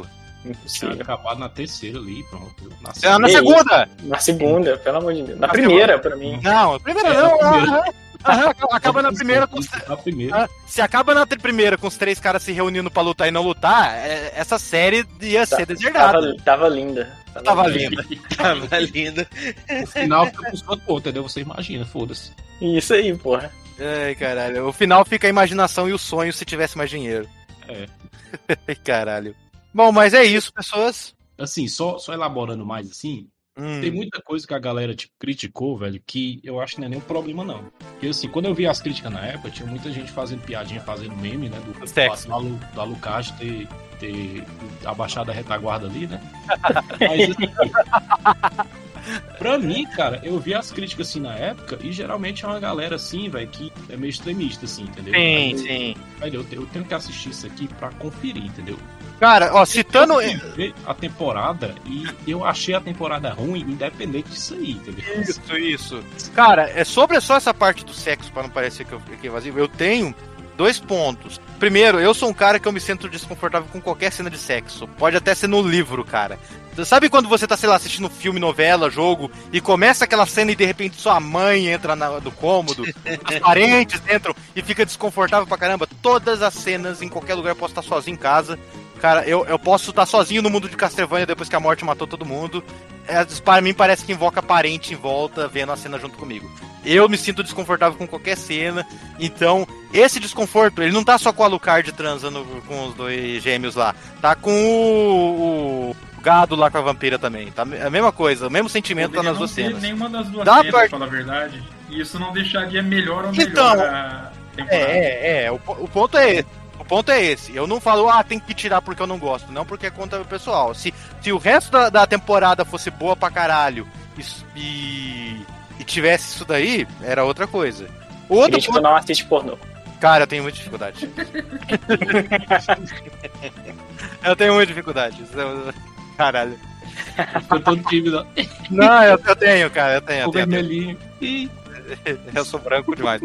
Impossível. Tinha acabado na terceira ali, pronto. Na Que segunda! Na segunda, pelo amor de Deus. Na primeira, pra mim. Não, a primeira É, não. na primeira. Acaba na primeira com... A primeira. Se acaba na primeira com os 3 caras se reunindo pra lutar e não lutar, essa série ia ser deserdada. Tava linda. Tava linda. Tava linda. O final fica com o outro, entendeu? Você imagina, foda-se. Isso aí, porra. Ai, caralho. O final fica a imaginação e o sonho se tivesse mais dinheiro. É. Ai, caralho. Bom, mas é isso, pessoas. Assim, só elaborando mais assim, tem muita coisa que a galera, tipo, criticou, velho, que eu acho que não é nenhum problema, não. Porque, assim, quando eu vi as críticas na época, tinha muita gente fazendo piadinha, fazendo meme, né, do Sexo. do Alucard ter abaixado a retaguarda ali, né? Mas, assim, pra mim, cara, eu vi as críticas, assim, na época, e geralmente é uma galera, assim, velho, que é meio extremista, assim, entendeu? Sim, Mas, sim. velho, eu tenho que assistir isso aqui pra conferir, entendeu? Cara, ó, citando... Eu vi a temporada e eu achei a temporada ruim, independente disso aí, entendeu? Isso. Cara, é sobre só essa parte do sexo, pra não parecer que eu fiquei evasivo, eu tenho 2 pontos. Primeiro, eu sou um cara que eu me sinto desconfortável com qualquer cena de sexo. Pode até ser no livro, cara. Sabe quando você tá, sei lá, assistindo filme, novela, jogo, e começa aquela cena e de repente sua mãe entra no cômodo, os parentes entram e fica desconfortável pra caramba? Todas as cenas, em qualquer lugar, eu posso estar sozinho em casa. Cara, eu posso estar sozinho no mundo de Castlevania depois que a morte matou todo mundo. Para mim parece que invoca parente em volta vendo a cena junto comigo. Eu me sinto desconfortável com qualquer cena. Então, esse desconforto, ele não tá só com o Alucard transando com os 2 gêmeos lá. Tá com o gado lá com a vampira também. Tá a mesma coisa, o mesmo sentimento tá nas 2 cenas. Nenhuma das 2 Dá cenas, pra falar a verdade. E isso não deixaria melhor ou melhor Então, a temporada. O ponto é esse. O ponto é esse. Eu não falo, tem que tirar porque eu não gosto. Não porque é contra o pessoal. Se o resto da temporada fosse boa pra caralho e tivesse isso daí, era outra coisa. O outro Crítico não assiste pornô. Cara, eu tenho muita dificuldade. Eu tenho muita dificuldade. Caralho. Eu tô tímido. Não, eu tenho, cara. Eu tenho. O vermelhinho. Ih. Eu sou branco demais.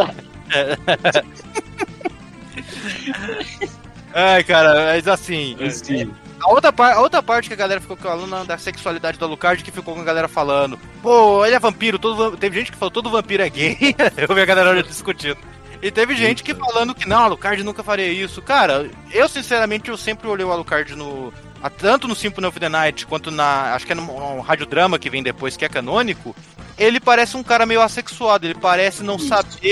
Ai, cara, mas assim. A outra parte que a galera ficou falando da sexualidade do Alucard, que ficou com a galera falando, pô, ele é vampiro, teve gente que falou todo vampiro é gay. Eu vi a galera discutindo. E teve gente que falando que não, Alucard nunca faria isso. Cara, eu sinceramente eu sempre olhei o Alucard tanto no Symphony of the Night quanto acho que é no radiodrama que vem depois, que é canônico. Ele parece um cara meio assexuado, ele parece não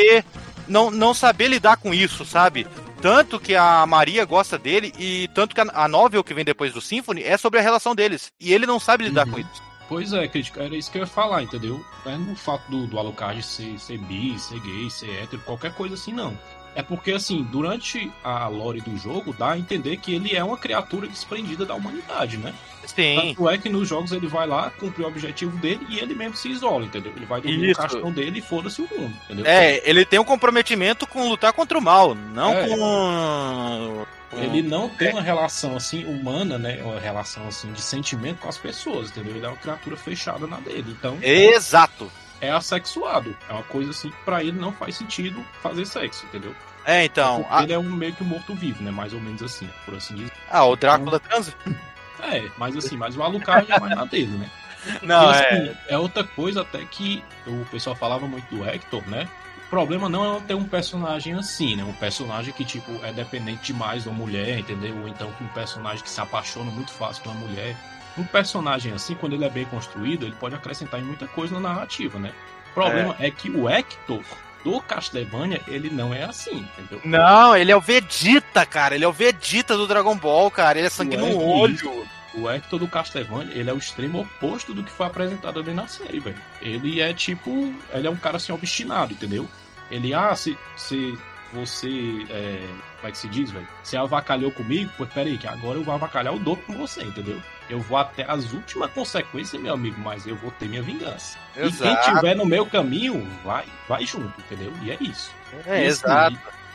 saber lidar com isso, sabe? Tanto que a Maria gosta dele e tanto que a novel que vem depois do Symphony é sobre a relação deles. E ele não sabe lidar com isso. Pois é, crítica, era isso que eu ia falar, entendeu? Não é no fato do Alucard ser bi, ser gay, ser hétero, qualquer coisa assim, não. É porque, assim, durante a lore do jogo, dá a entender que ele é uma criatura desprendida da humanidade, né? Sim. Tanto é que nos jogos ele vai lá, cumprir o objetivo dele e ele mesmo se isola, entendeu? Ele vai dormir no caixão dele e foda-se o mundo, entendeu? Ele tem um comprometimento com lutar contra o mal, não com... Ele não tem uma relação, assim, humana, né? Uma relação, assim, de sentimento com as pessoas, entendeu? Ele é uma criatura fechada na dele, então... Exato! É assexuado. É uma coisa, assim, que pra ele não faz sentido fazer sexo, entendeu? Então... Ele é meio que um morto-vivo, né? Mais ou menos assim, por assim dizer. O Drácula transa? Mas assim, mas o Alucard é mais na dele, né? Não, e, assim, é outra coisa até que o pessoal falava muito do Hector, né? O problema não é não ter um personagem assim, né? Um personagem que, tipo, é dependente demais de uma mulher, entendeu? Ou então um personagem que se apaixona muito fácil por uma mulher. Um personagem assim, quando ele é bem construído, ele pode acrescentar em muita coisa na narrativa, né? O problema é que o Hector do Castlevania, ele não é assim, entendeu? Não, ele é o Vegeta, cara. Ele é o Vegeta do Dragon Ball, cara. Ele é sangue no olho. O Hector do Castlevania, ele é o extremo oposto do que foi apresentado ali na série, velho. Ele é tipo... Ele é um cara assim, obstinado, entendeu? Ele, se você... como é que se diz, velho? Você avacalhou comigo? Pois peraí, que agora eu vou avacalhar o dobro com você, entendeu? Eu vou até as últimas consequências, meu amigo, mas eu vou ter minha vingança. Exato. E quem tiver no meu caminho, vai junto, entendeu? E é isso. Exato.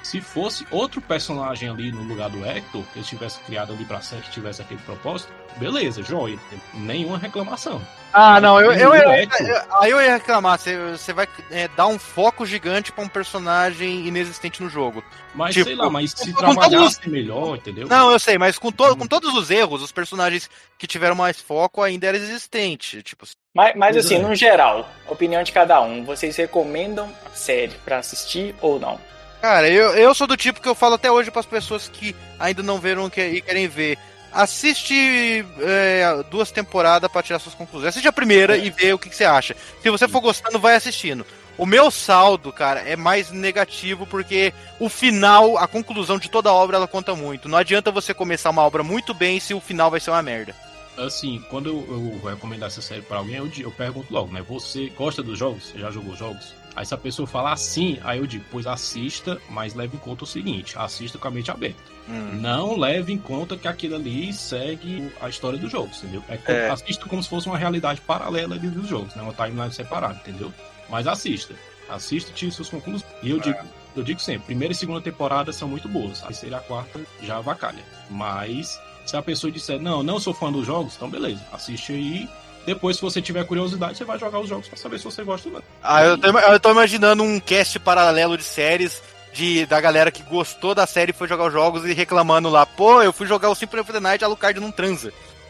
Se fosse outro personagem ali no lugar do Hector, que eles tivessem criado ali pra série, que tivesse aquele propósito, beleza, joia. Nenhuma reclamação. Ah, não, aí Hector, eu ia reclamar. Você vai dar um foco gigante pra um personagem inexistente no jogo. Mas tipo, sei lá, mas se com trabalhasse melhor, entendeu? Não, eu sei, mas com todos os erros, os personagens que tiveram mais foco ainda eram existentes. Tipo, Mas assim, no geral, opinião de cada um, vocês recomendam a série pra assistir ou não? cara, eu sou do tipo que eu falo até hoje pras pessoas que ainda não viram e querem ver. Assiste 2 temporadas pra tirar suas conclusões. Assiste a primeira e vê o que você acha. Se você for gostando, vai assistindo. O meu saldo, cara, é mais negativo porque o final, a conclusão de toda a obra, ela conta muito. Não adianta você começar uma obra muito bem se o final vai ser uma merda. Assim, quando eu vou recomendar essa série pra alguém, eu pergunto logo, né? Você gosta dos jogos? Você já jogou jogos? Aí se a pessoa falar sim, aí eu digo, pois assista, mas leve em conta o seguinte, assista com a mente aberta. Não leve em conta que aquilo ali segue a história dos jogos, entendeu? Assista como se fosse uma realidade paralela ali dos jogos, né? Uma timeline separada, entendeu? Mas assista, tire suas conclusões. E eu digo sempre, primeira e segunda temporada são muito boas, a terceira e a quarta já avacalha. Mas se a pessoa disser, não sou fã dos jogos, então beleza, assiste aí. Depois, se você tiver curiosidade, você vai jogar os jogos pra saber se você gosta ou não. Eu tô imaginando um cast paralelo de séries da galera que gostou da série e foi jogar os jogos e reclamando lá, pô, eu fui jogar o Symphony of the Night, a Alucard não transa.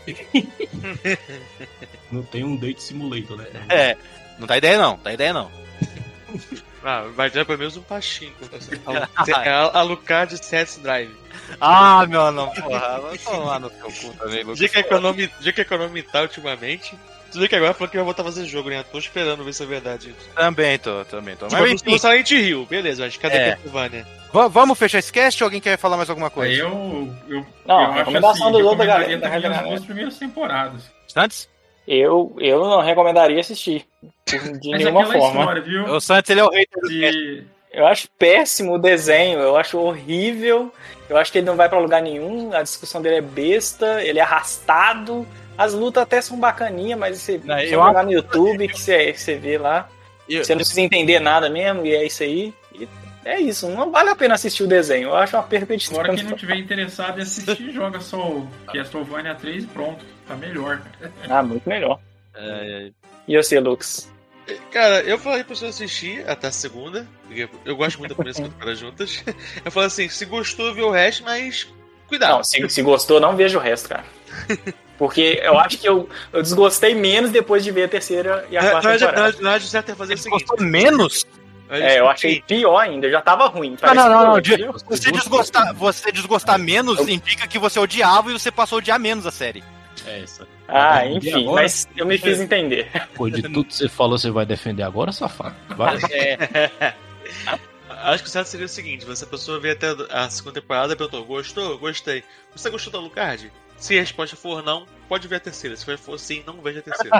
Não tem um date simulator, né? Não dá ideia não. Vai dar pelo menos um pachinko. Alucard CS Drive. Ah, meu não, porra. Vai tomar no seu cu também, Lucas. Dia que a economia tá ultimamente. Tu vê que agora falou que vai voltar a fazer jogo, né? Tô esperando ver se é verdade isso. Também tô. Tipo, Mas enfim. no Silent Hill, beleza, mas cadê Castlevania? Vamos fechar esse cast ou alguém quer falar mais alguma coisa? Eu Não, recomendação do outro, galera. Recomendaria também as 2 primeiras temporadas. Santos? Eu não recomendaria assistir. De Mas nenhuma aquela forma. história, viu? O Santos, ele é o hater do cast. Eu acho péssimo o desenho, eu acho horrível. Eu acho que ele não vai pra lugar nenhum. A discussão dele é besta, ele é arrastado. As lutas até são bacaninhas, mas você jogar no YouTube que você vê lá. Você não precisa entender nada mesmo, e é isso aí. E é isso, não vale a pena assistir o desenho. Eu acho uma perda de tempo. Agora quem não tiver interessado em assistir, joga só o Castlevania 3 e pronto. Tá melhor, cara. Muito melhor. E você, Lucas? Cara, eu falei pra você assistir até a segunda, porque eu gosto muito da primeira e segunda temporada juntas. Eu falei assim, se gostou, vê o resto, mas cuidado. Não, se gostou, não veja o resto, cara. Porque eu acho que eu desgostei menos depois de ver a terceira e a quarta temporada. Não é de certo fazer o seguinte. Gostou menos? Eu achei pior ainda, já tava ruim. Não. Você desgostar menos indica que você odiava e você passou a odiar menos a série. Essa. Enfim, agora, mas eu me fiz entender. Pô, de tudo que você falou, você vai defender agora, safado? Vai. Acho que o certo seria o seguinte: a pessoa vê até a segunda temporada e perguntou, gostou? Gostei. Você gostou da Alucard? Se a resposta for não, pode ver a terceira. Se for sim, não veja a terceira.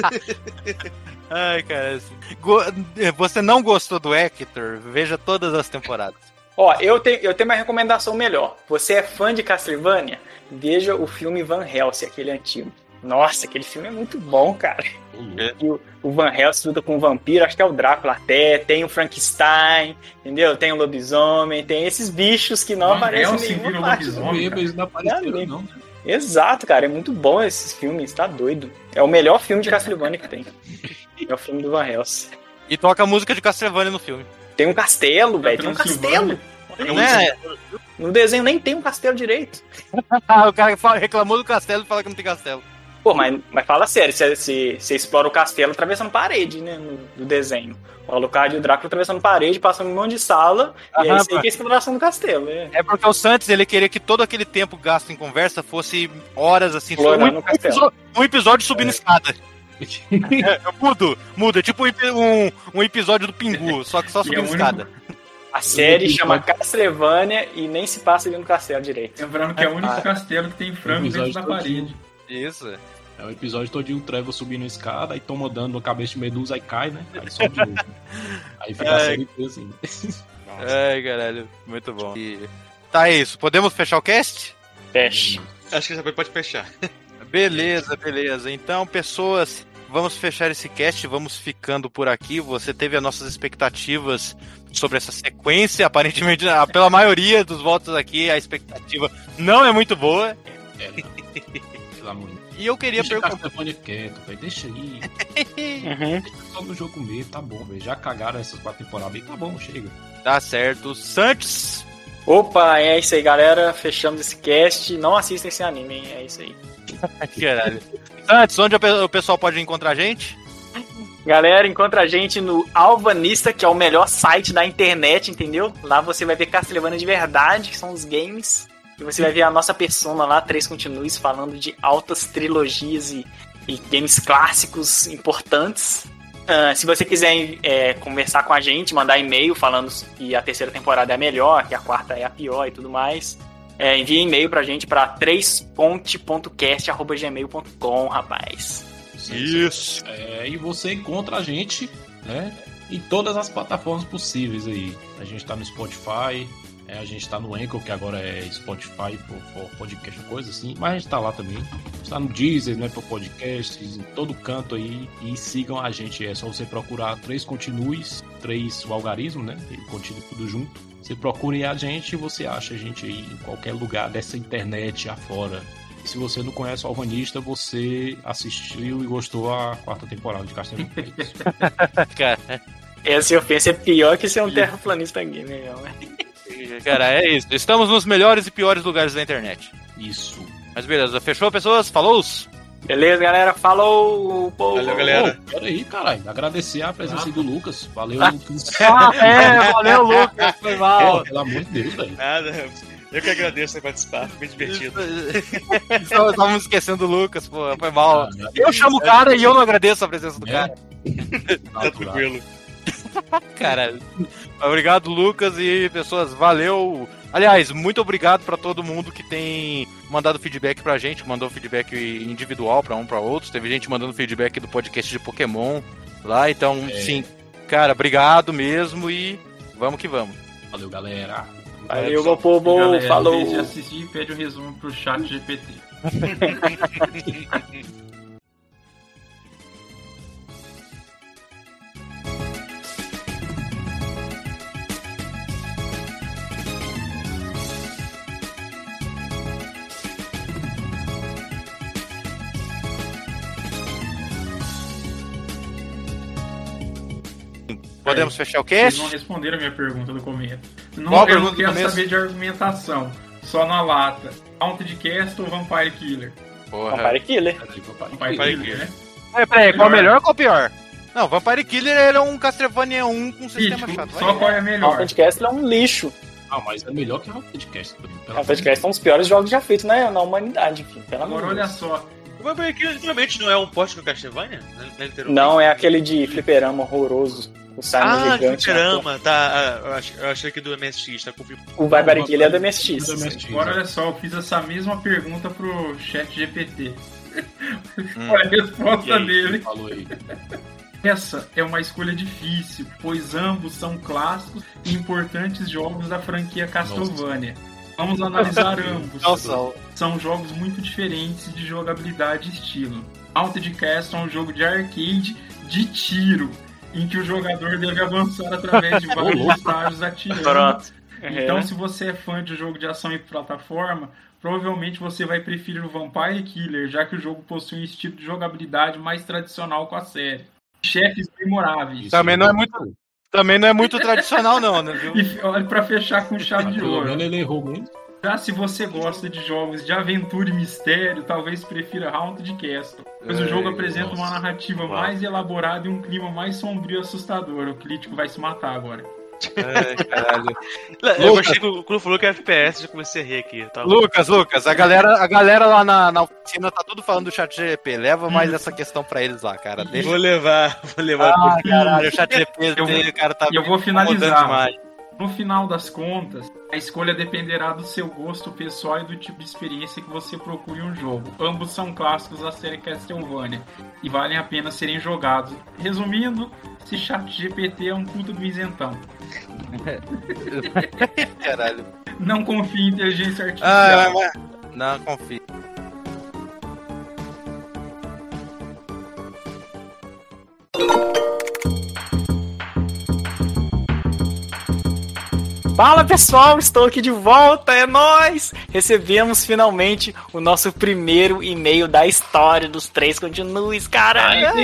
Ai, cara. Você não gostou do Hector? Veja todas as temporadas. Eu tenho uma recomendação melhor. Você é fã de Castlevania? Veja o filme Van Helsing, aquele antigo. Nossa, aquele filme é muito bom, cara. E o Van Helsing luta com o vampiro, acho que é o Drácula até, tem o Frankenstein, entendeu? Tem o lobisomem, tem esses bichos que não aparecem em nenhuma parte. Eles não apareceram, não. Exato, cara, é muito bom esses filmes, tá doido. É o melhor filme de Castlevania que tem. É o filme do Van Helsing. E toca a música de Castlevania no filme. Tem um castelo, velho, tem um castelo. No desenho nem tem um castelo direito. O cara reclamou do castelo e fala que não tem castelo. Pô, mas fala sério, você explora o castelo atravessando parede, né, no desenho. O Alucard e o Drácula atravessando parede, passando um monte de sala, e é isso aí que é a exploração do castelo. É porque o Santos, ele queria que todo aquele tempo gasto em conversa fosse horas, assim, um episódio subindo escada. Muda, é tipo um episódio do Pingu, só que só subindo escada. A série chama Castlevania e nem se passa ali no castelo direito. Lembrando que é o único castelo que tem frango dentro da parede. Isso. É o episódio todinho, o Trevor subindo a escada, aí toma dano na cabeça de Medusa, aí cai, né? Aí sobe de novo. Aí fica a série assim. Ai, caralho, muito bom. Tá isso, podemos fechar o cast? Feche. Acho que já pode fechar. Beleza. Então, pessoas, vamos fechar esse cast, vamos ficando por aqui. Você teve as nossas expectativas sobre essa sequência. Aparentemente, pela maioria dos votos aqui, a expectativa não é muito boa. Pelo amor de Deus. E eu queria Deixa perguntar. Castlevania quieto, velho. Deixa aí. Uhum. Deixa só no jogo mesmo, tá bom, velho. Já cagaram essas 4 temporadas aí, tá bom, chega. Tá certo. Santos. Opa, é isso aí, galera. Fechamos esse cast. Não assistam esse anime, hein? É isso aí. Caralho. Santos, onde o pessoal pode encontrar a gente? Galera, encontra a gente no Alvanista, que é o melhor site da internet, entendeu? Lá você vai ver Castlevania de verdade, que são os games. E você vai ver a nossa persona lá, 3 Continues, falando de altas trilogias e games clássicos importantes. Se você quiser conversar com a gente, mandar e-mail falando que a 3ª temporada é a melhor, que a 4ª é a pior e tudo mais, envie e-mail pra gente pra 3ponte.cast@gmail.com, rapaz. Isso. E você encontra a gente, né, em todas as plataformas possíveis aí. A gente tá no Spotify, a gente tá no Anchor, que agora é Spotify por podcast, coisa assim, mas a gente tá lá também. A gente tá no Deezer, né, por podcasts, em todo canto aí. E sigam a gente, é só você procurar 3 Continues, 3 o algarismo, né, e continua tudo junto. Você procure a gente e você acha a gente aí em qualquer lugar dessa internet afora. E se você não conhece o Alvanista, você assistiu e gostou a 4ª temporada de Castlevania. Cara, Essa ofensa é pior que ser um terraplanista gamer, né? cara, é isso. Estamos nos melhores e piores lugares da internet. Isso. Mas beleza, fechou, pessoas? Falou! Beleza, galera? Falou, povo! Valeu, galera. Pera aí, caralho. Agradecer a presença aí do Lucas. Valeu, Lucas. Valeu, Lucas, foi mal. Pelo amor de Deus, velho. Nada. Eu que agradeço por participar, foi bem divertido. Estávamos esquecendo do Lucas, pô, foi mal. Ah, Eu chamo o cara e eu não agradeço a presença do É. cara. Tá tranquilo. Cara, obrigado, Lucas, e pessoas, valeu. Aliás, muito obrigado pra todo mundo que tem mandado feedback pra gente, mandou feedback individual pra um pra outros. Teve gente mandando feedback do podcast de Pokémon lá, então, sim, cara, obrigado mesmo e vamos que vamos. Valeu, galera. Valeu, meu povo! Galera, Falou! em vez de assistir, pede um resumo pro chat GPT. Podemos fechar o Vocês cast? não responderam a minha pergunta do começo. Não, Qual a eu pergunta não do quero começo? saber de argumentação. Só na lata. Haunted Cast ou Vampire Killer? Porra. Vampire Killer. Vampire Killer, né? Peraí, qual é melhor ou qual pior? Não, Vampire Killer era um Castlevania 1 com sistema Ixi, chato. só qual é a melhor? Haunted Castle é um lixo. Ah, mas é melhor que o podcast. Haunted Castle é um dos piores jogos já feitos na humanidade, enfim. Pelo amor Agora de olha Deus. só. O Vampire Killer literalmente não é um poste no Castlevania? Não, é aquele de fliperama horroroso. O Simon Ah, gigante. fliperama, tá. Eu achei que do MSX, tá confundindo. O Vampire Killer é do MSX. Agora olha só, eu fiz essa mesma pergunta pro chat GPT. Olha a resposta dele. Falou aí. Essa é uma escolha difícil, pois ambos são clássicos e importantes jogos da franquia Castlevania. Vamos analisar ambos. São jogos muito diferentes de jogabilidade e estilo. Haunted Castle é um jogo de arcade de tiro, em que o jogador deve avançar através de vários estágios atirando. Pronto. Então, se você é fã de jogo de ação e plataforma, provavelmente você vai preferir o Vampire Killer, já que o jogo possui um estilo de jogabilidade mais tradicional com a série. Chefes memoráveis. Também não é muito tradicional não, né, viu? E olha, pra fechar com chave de Pelo ouro. menos ele errou muito. Já se você gosta de jogos de aventura e mistério, talvez prefira Haunted Castle, pois o jogo apresenta uma narrativa mais elaborada e um clima mais sombrio e assustador. O crítico vai se matar agora. Ai, caralho. Eu gostei que quando falou que é FPS, já comecei a rir aqui. Tá Lucas, a galera lá na oficina tá tudo falando do chat GP. Leva mais essa questão pra eles lá, cara. Deixa... Vou levar. Ah, caralho, o chat GP, o cara tá E eu vou incomodando finalizar. demais. No final das contas, a escolha dependerá do seu gosto pessoal e do tipo de experiência que você procure em um jogo. Ambos são clássicos da série Castlevania e valem a pena serem jogados. Resumindo, esse chat GPT é um puta do isentão. Caralho. Não confie em inteligência artificial. Não, confio. Fala pessoal, estou aqui de volta, é nóis! Recebemos finalmente o nosso primeiro e-mail da história dos 3 Continues, cara!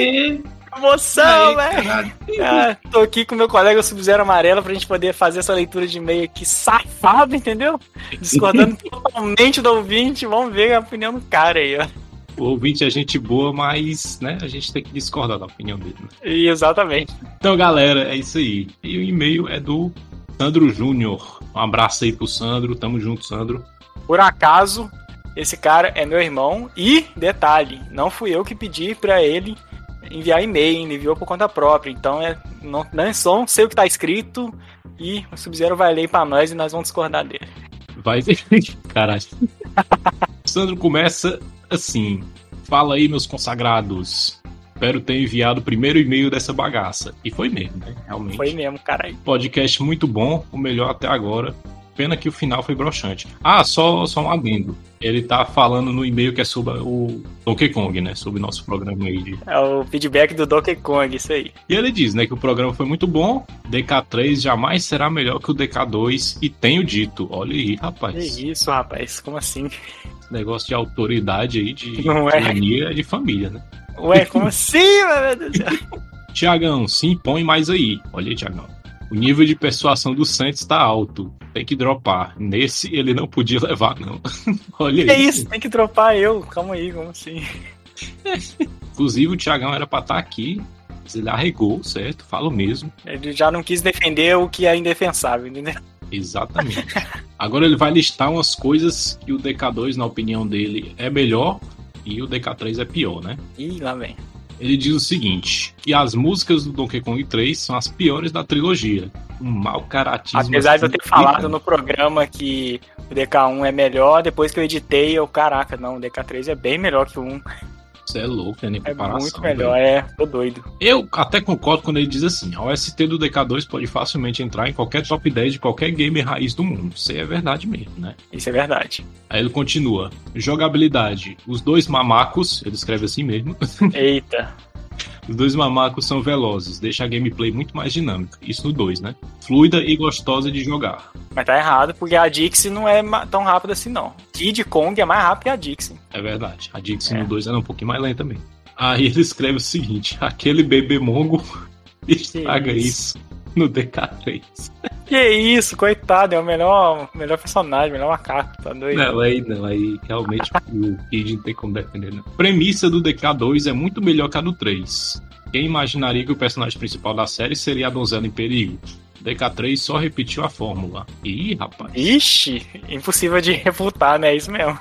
Emoção, velho! Tô aqui com meu colega Sub-Zero Amarelo pra gente poder fazer essa leitura de e-mail aqui safado, entendeu? Discordando totalmente do ouvinte, vamos ver a opinião do cara aí, ó. O ouvinte é gente boa, mas, né, a gente tem que discordar da opinião dele. Né? Exatamente. Então, galera, é isso aí. E o e-mail é do Sandro Júnior. Um abraço aí pro Sandro. Tamo junto, Sandro. Por acaso, esse cara é meu irmão. E, detalhe, não fui eu que pedi pra ele enviar e-mail. Ele enviou por conta própria. Então, não sei o que tá escrito. E o Sub-Zero vai ler pra nós e nós vamos discordar dele. Vai ver. Caralho. Sandro começa assim: fala aí, meus consagrados. Espero ter enviado o primeiro e-mail dessa bagaça. E foi mesmo, né? Realmente. Foi mesmo, caralho. Podcast muito bom, o melhor até agora. Pena que o final foi broxante. Ah, só um adendo. Ele tá falando no e-mail que é sobre o Donkey Kong, né? Sobre o nosso programa aí. É o feedback do Donkey Kong, isso aí. E ele diz, né, que o programa foi muito bom. DK3 jamais será melhor que o DK2. E tenho dito. Olha aí, rapaz. Que isso, rapaz? Como assim? Esse negócio de autoridade aí, de tirania é de família, né? Ué, como assim, meu Deus do céu? Tiagão, se impõe mais aí. Olha aí, Tiagão. O nível de persuasão do Santos tá alto. Tem que dropar. Nesse ele não podia levar, não. Olha que aí. Que isso? Tem que dropar eu. Calma aí, como assim? Inclusive o Tiagão era pra estar aqui. Mas ele arregou, certo? Falo mesmo. Ele já não quis defender o que é indefensável, entendeu? Exatamente. Agora ele vai listar umas coisas que o DK2, na opinião dele, é melhor e o DK3 é pior, né? Ih, lá vem. Ele diz o seguinte, que as músicas do Donkey Kong 3 são as piores da trilogia. Um mau caratismo. Apesar de eu ter falado no programa que o DK1 é melhor, depois que eu editei, caraca, não, o DK3 é bem melhor que o 1. Você é louco, é nem comparação. É muito melhor, velho. Tô doido. Eu até concordo quando ele diz assim, a OST do DK2 pode facilmente entrar em qualquer top 10 de qualquer gamer raiz do mundo. Isso aí é verdade mesmo, né? Isso é verdade. Aí ele continua. Jogabilidade. Os 2 mamacos, ele escreve assim mesmo. Eita. Os 2 mamacos são velozes, deixa a gameplay muito mais dinâmica. Isso no 2, né? Fluida e gostosa de jogar. Mas tá errado, porque a Dixie não é tão rápida assim, não. Kid Kong é mais rápido que a Dixie. É verdade. A Dixie no 2 era um pouquinho mais lenta também. Aí ele escreve o seguinte, aquele bebê mongo estraga isso no DK3. Que isso, coitado, é o melhor personagem, o melhor macaco, tá doido? Não, aí realmente o Kid não tem como defender, não. Premissa do DK2 é muito melhor que a do 3. Quem imaginaria que o personagem principal da série seria a donzela em perigo? DK3 só repetiu a fórmula. Ih, rapaz. Ixi, impossível de refutar, né? É isso mesmo.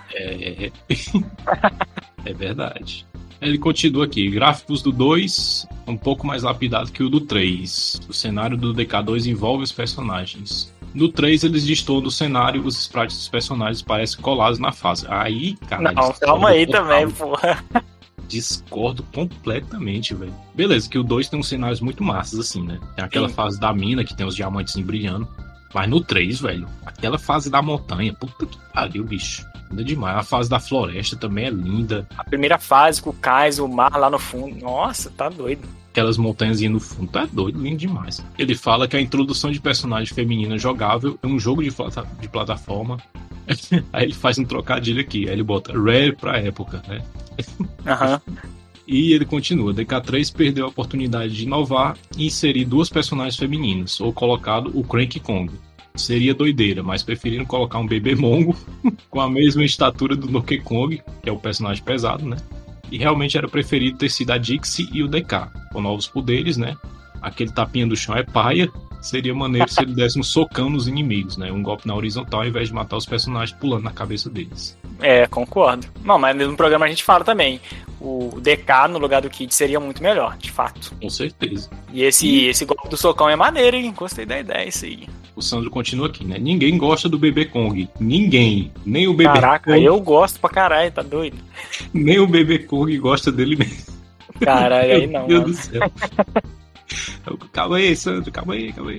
É verdade. Ele continua aqui. Gráficos do 2 um pouco mais lapidado que o do 3. O cenário do DK2 envolve os personagens. No 3 eles destoam do cenário, os sprites dos personagens parecem colados na fase. Aí, cara. Não, calma aí também, porra. Discordo completamente, velho. Beleza, que o 2 tem uns cenários muito massas, assim, né? Tem aquela fase da mina que tem os diamantes brilhando. Mas no 3, velho, aquela fase da montanha, puta que pariu, bicho. Linda demais. A fase da floresta também é linda. A primeira fase com o cais, o mar lá no fundo. Nossa, tá doido. Aquelas montanhazinhas no fundo, tá doido, lindo demais. Ele fala que a introdução de personagem feminina jogável é um jogo de plataforma. Aí ele faz um trocadilho aqui. Aí ele bota rare pra época, né? Aham. E ele continua, DK3 perdeu a oportunidade de inovar e inserir 2 personagens femininas, ou colocado o Cranky Kong. Seria doideira, mas preferiram colocar um bebê mongo com a mesma estatura do Donkey Kong, que é o personagem pesado, né? E realmente era preferido ter sido a Dixie e o DK, com novos poderes, né? Aquele tapinha do chão é paia, seria maneiro se ele desse um socão nos inimigos, né? Um golpe na horizontal ao invés de matar os personagens pulando na cabeça deles. Concordo. Não, mas no programa a gente fala também. O DK no lugar do Kid seria muito melhor, de fato. Com certeza. E esse golpe do socão é maneiro, hein? Gostei da ideia, isso aí. O Sandro continua aqui, né? Ninguém gosta do bebê Kong. Ninguém. Nem o bebê Caraca, Kong. eu gosto pra caralho, tá doido? Nem o bebê Kong gosta dele mesmo. Caralho, aí não. Meu Deus do céu. Calma aí, Sandro, calma aí.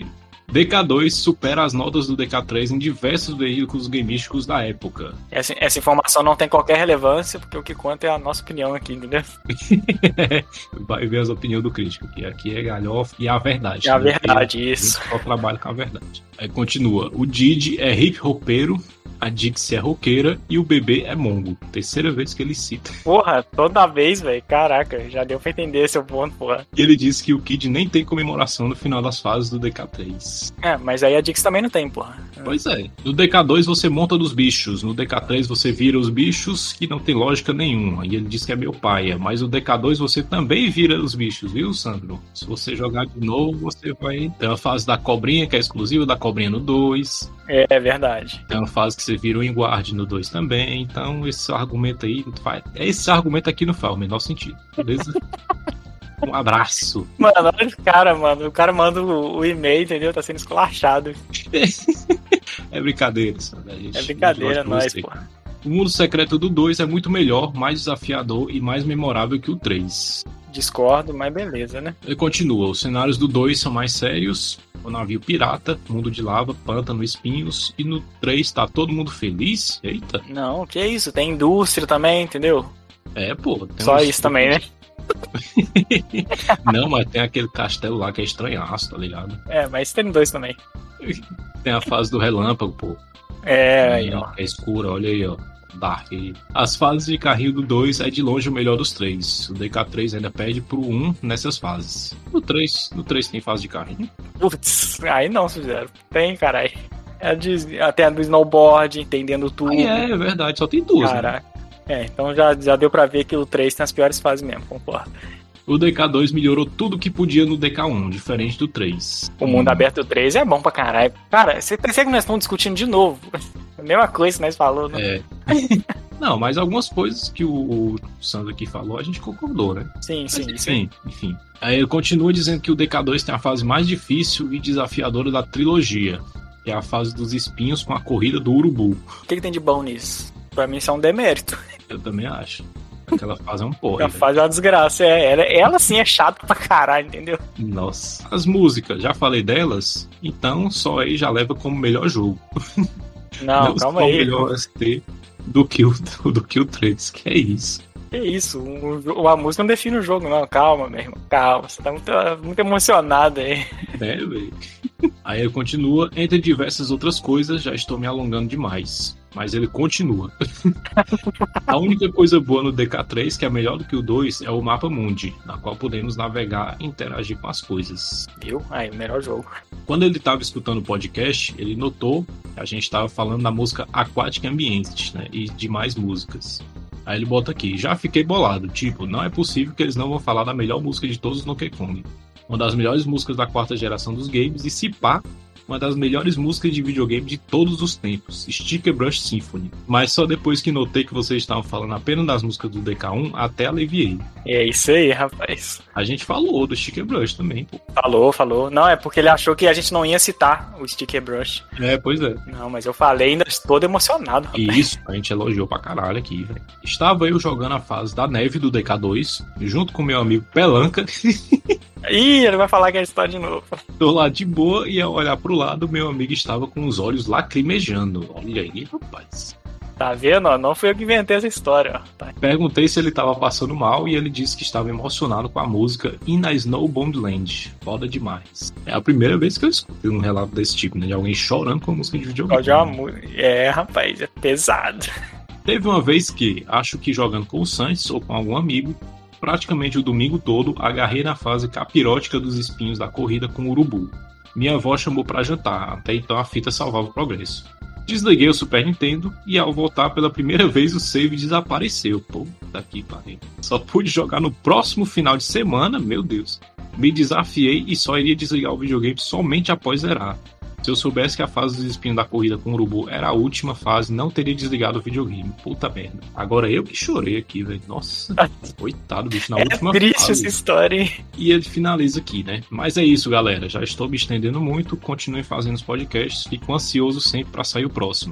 DK2 supera as notas do DK3 em diversos veículos gameísticos da época. Essa informação não tem qualquer relevância, porque o que conta é a nossa opinião aqui, entendeu? Vai ver as opiniões do crítico, que aqui é galhofa e a verdade. É a verdade, isso. Só trabalho com a verdade. Aí continua. O Didi é hip hopeiro, a Dixie é roqueira e o bebê é mongo. Terceira vez que ele cita. Porra, toda vez, velho. Caraca, já deu pra entender seu ponto, porra. E ele disse que o Kid nem tem comemoração no final das fases do DK3. Mas aí a Dix também não tem, porra. Pois é. No DK2 você monta dos bichos. No DK3 você vira os bichos, que não tem lógica nenhuma. E ele diz que é meu paia. Mas no DK2 você também vira os bichos, viu, Sandro? Se você jogar de novo, você vai... Tem a fase da cobrinha, que é exclusiva da cobrinha no 2. É verdade. Tem uma fase que você vira o enguarde no 2 também. Então esse argumento aí... Esse argumento aqui não faz o menor sentido, beleza? Um abraço. Mano, olha esse cara, mano. O cara manda o e-mail, entendeu? Tá sendo esculachado. É brincadeira, sabe? É brincadeira, nós, pô. O mundo secreto do 2 é muito melhor, mais desafiador e mais memorável que o 3. Discordo, mas beleza, né? Ele continua. Os cenários do 2 são mais sérios. O navio pirata, mundo de lava, pântano, espinhos. E no 3 tá todo mundo feliz. Eita. Não, que isso. Tem indústria também, entendeu? É, pô. Só isso também, né? Não, mas tem aquele castelo lá que é estranhaço, tá ligado? Mas tem 2 também. Tem a fase do relâmpago, pô. Aí, ó. É escura, olha aí, ó. Dark. As fases de carrinho do 2 é de longe o melhor dos 3. O DK3 ainda perde pro 1 nessas fases. No 3 tem fase de carrinho? Putz, aí não, fizeram. Tem, caralho. Até a do snowboard, entendendo tudo. É verdade, só tem 2. Caraca. Né? Então já deu pra ver que o 3 tem as piores fases mesmo, concordo. O DK2 melhorou tudo que podia no DK1, diferente do 3. O mundo aberto do 3 é bom pra caralho. Cara, você pensa que nós estamos discutindo de novo? A mesma coisa que nós falamos, né? Não, mas algumas coisas que o Sandro aqui falou, a gente concordou, né? Sim. Enfim. Aí ele continua dizendo que o DK2 tem a fase mais difícil e desafiadora da trilogia, que é a fase dos espinhos com a corrida do urubu. O que tem de bom nisso? Pra mim isso é um demérito. Eu também acho. Aquela fase é um porra. A fase é uma desgraça. Ela sim é chata pra caralho, entendeu? Nossa. As músicas, já falei delas, então só aí já leva como melhor jogo. Não calma aí. Melhor ST do que o 3, que é isso. Que isso, a música não define o jogo, não. Calma, meu irmão, calma. Você tá muito emocionado aí. Velho. Aí ele continua, entre diversas outras coisas, já estou me alongando demais. Mas ele continua. A única coisa boa no DK3, que é melhor do que o 2, é o mapa mundi, na qual podemos navegar e interagir com as coisas. Viu? Aí, melhor jogo. Quando ele estava escutando o podcast, ele notou que a gente estava falando da música Aquatic Ambiente, né, e de mais músicas. Aí ele bota aqui, já fiquei bolado, tipo, não é possível que eles não vão falar da melhor música de todos os Donkey Kong. Uma das melhores músicas da 4ª geração dos games e, se pá, uma das melhores músicas de videogame de todos os tempos, Sticker Brush Symphony. Mas só depois que notei que vocês estavam falando apenas das músicas do DK1, até aliviei. É isso aí, rapaz. A gente falou do Sticker Brush também, pô. Falou. Não, é porque ele achou que a gente não ia citar o Sticker Brush. Pois é. Não, mas eu falei, ainda estou emocionado, rapaz. Isso, a gente elogiou pra caralho aqui, velho. Estava eu jogando a fase da neve do DK2, junto com meu amigo Pelanca. Ih, ele vai falar que é história de novo. Tô lá de boa e ao olhar pro lado, meu amigo estava com os olhos lacrimejando. Olha aí, rapaz. Tá vendo? Não fui eu que inventei essa história. Ó. Tá. Perguntei se ele tava passando mal e ele disse que estava emocionado com a música In a Snowbound Land. Foda demais. É a primeira vez que eu escutei um relato desse tipo, né? De alguém chorando com a música de videogame. Rapaz, é pesado. Teve uma vez que, acho que jogando com o Santos ou com algum amigo, praticamente o domingo todo, agarrei na fase capirótica dos espinhos da corrida com o urubu. Minha avó chamou pra jantar, até então a fita salvava o progresso. Desliguei o Super Nintendo e ao voltar pela primeira vez o save desapareceu. Puta que pariu. Só pude jogar no próximo final de semana, meu Deus. Me desafiei e só iria desligar o videogame somente após zerar. Se eu soubesse que a fase dos espinhos da corrida com o urubu era a última fase, não teria desligado o videogame. Puta merda. Agora eu que chorei aqui, velho. Nossa, coitado, bicho, na última fase. É triste essa história, hein? E ele finaliza aqui, né? Mas é isso, galera. Já estou me estendendo muito. Continuem fazendo os podcasts. Fico ansioso sempre pra sair o próximo.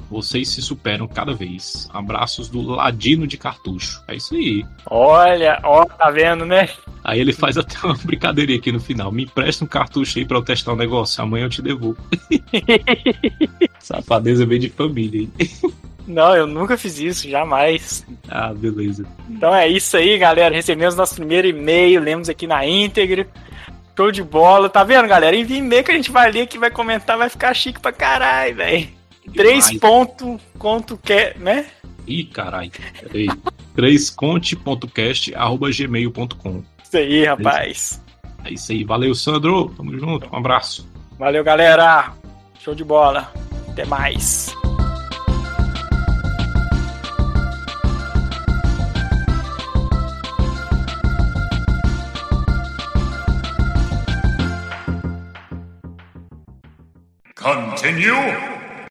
Vocês se superam cada vez. Abraços do Ladino de Cartucho. É isso aí. Olha, ó, tá vendo, né? Aí ele faz até uma brincadeirinha aqui no final. Me empresta um cartucho aí pra eu testar um negócio. Amanhã eu te devolvo. Safadeza bem de família, hein? Não, eu nunca fiz isso, jamais. Ah, beleza. Então é isso aí, galera. Recebemos nosso primeiro e-mail, lemos aqui na íntegra. Show de bola. Tá vendo, galera? Envia e-mail que a gente vai ler aqui, vai comentar, vai ficar chique pra caralho, velho. 3 ponto, né? Ih, caralho. Peraí. 3conte.cast@gmail.com. Isso aí, rapaz. É isso aí. Valeu, Sandro. Tamo junto. Um abraço. Valeu, galera. Show de bola. Até mais. Continue.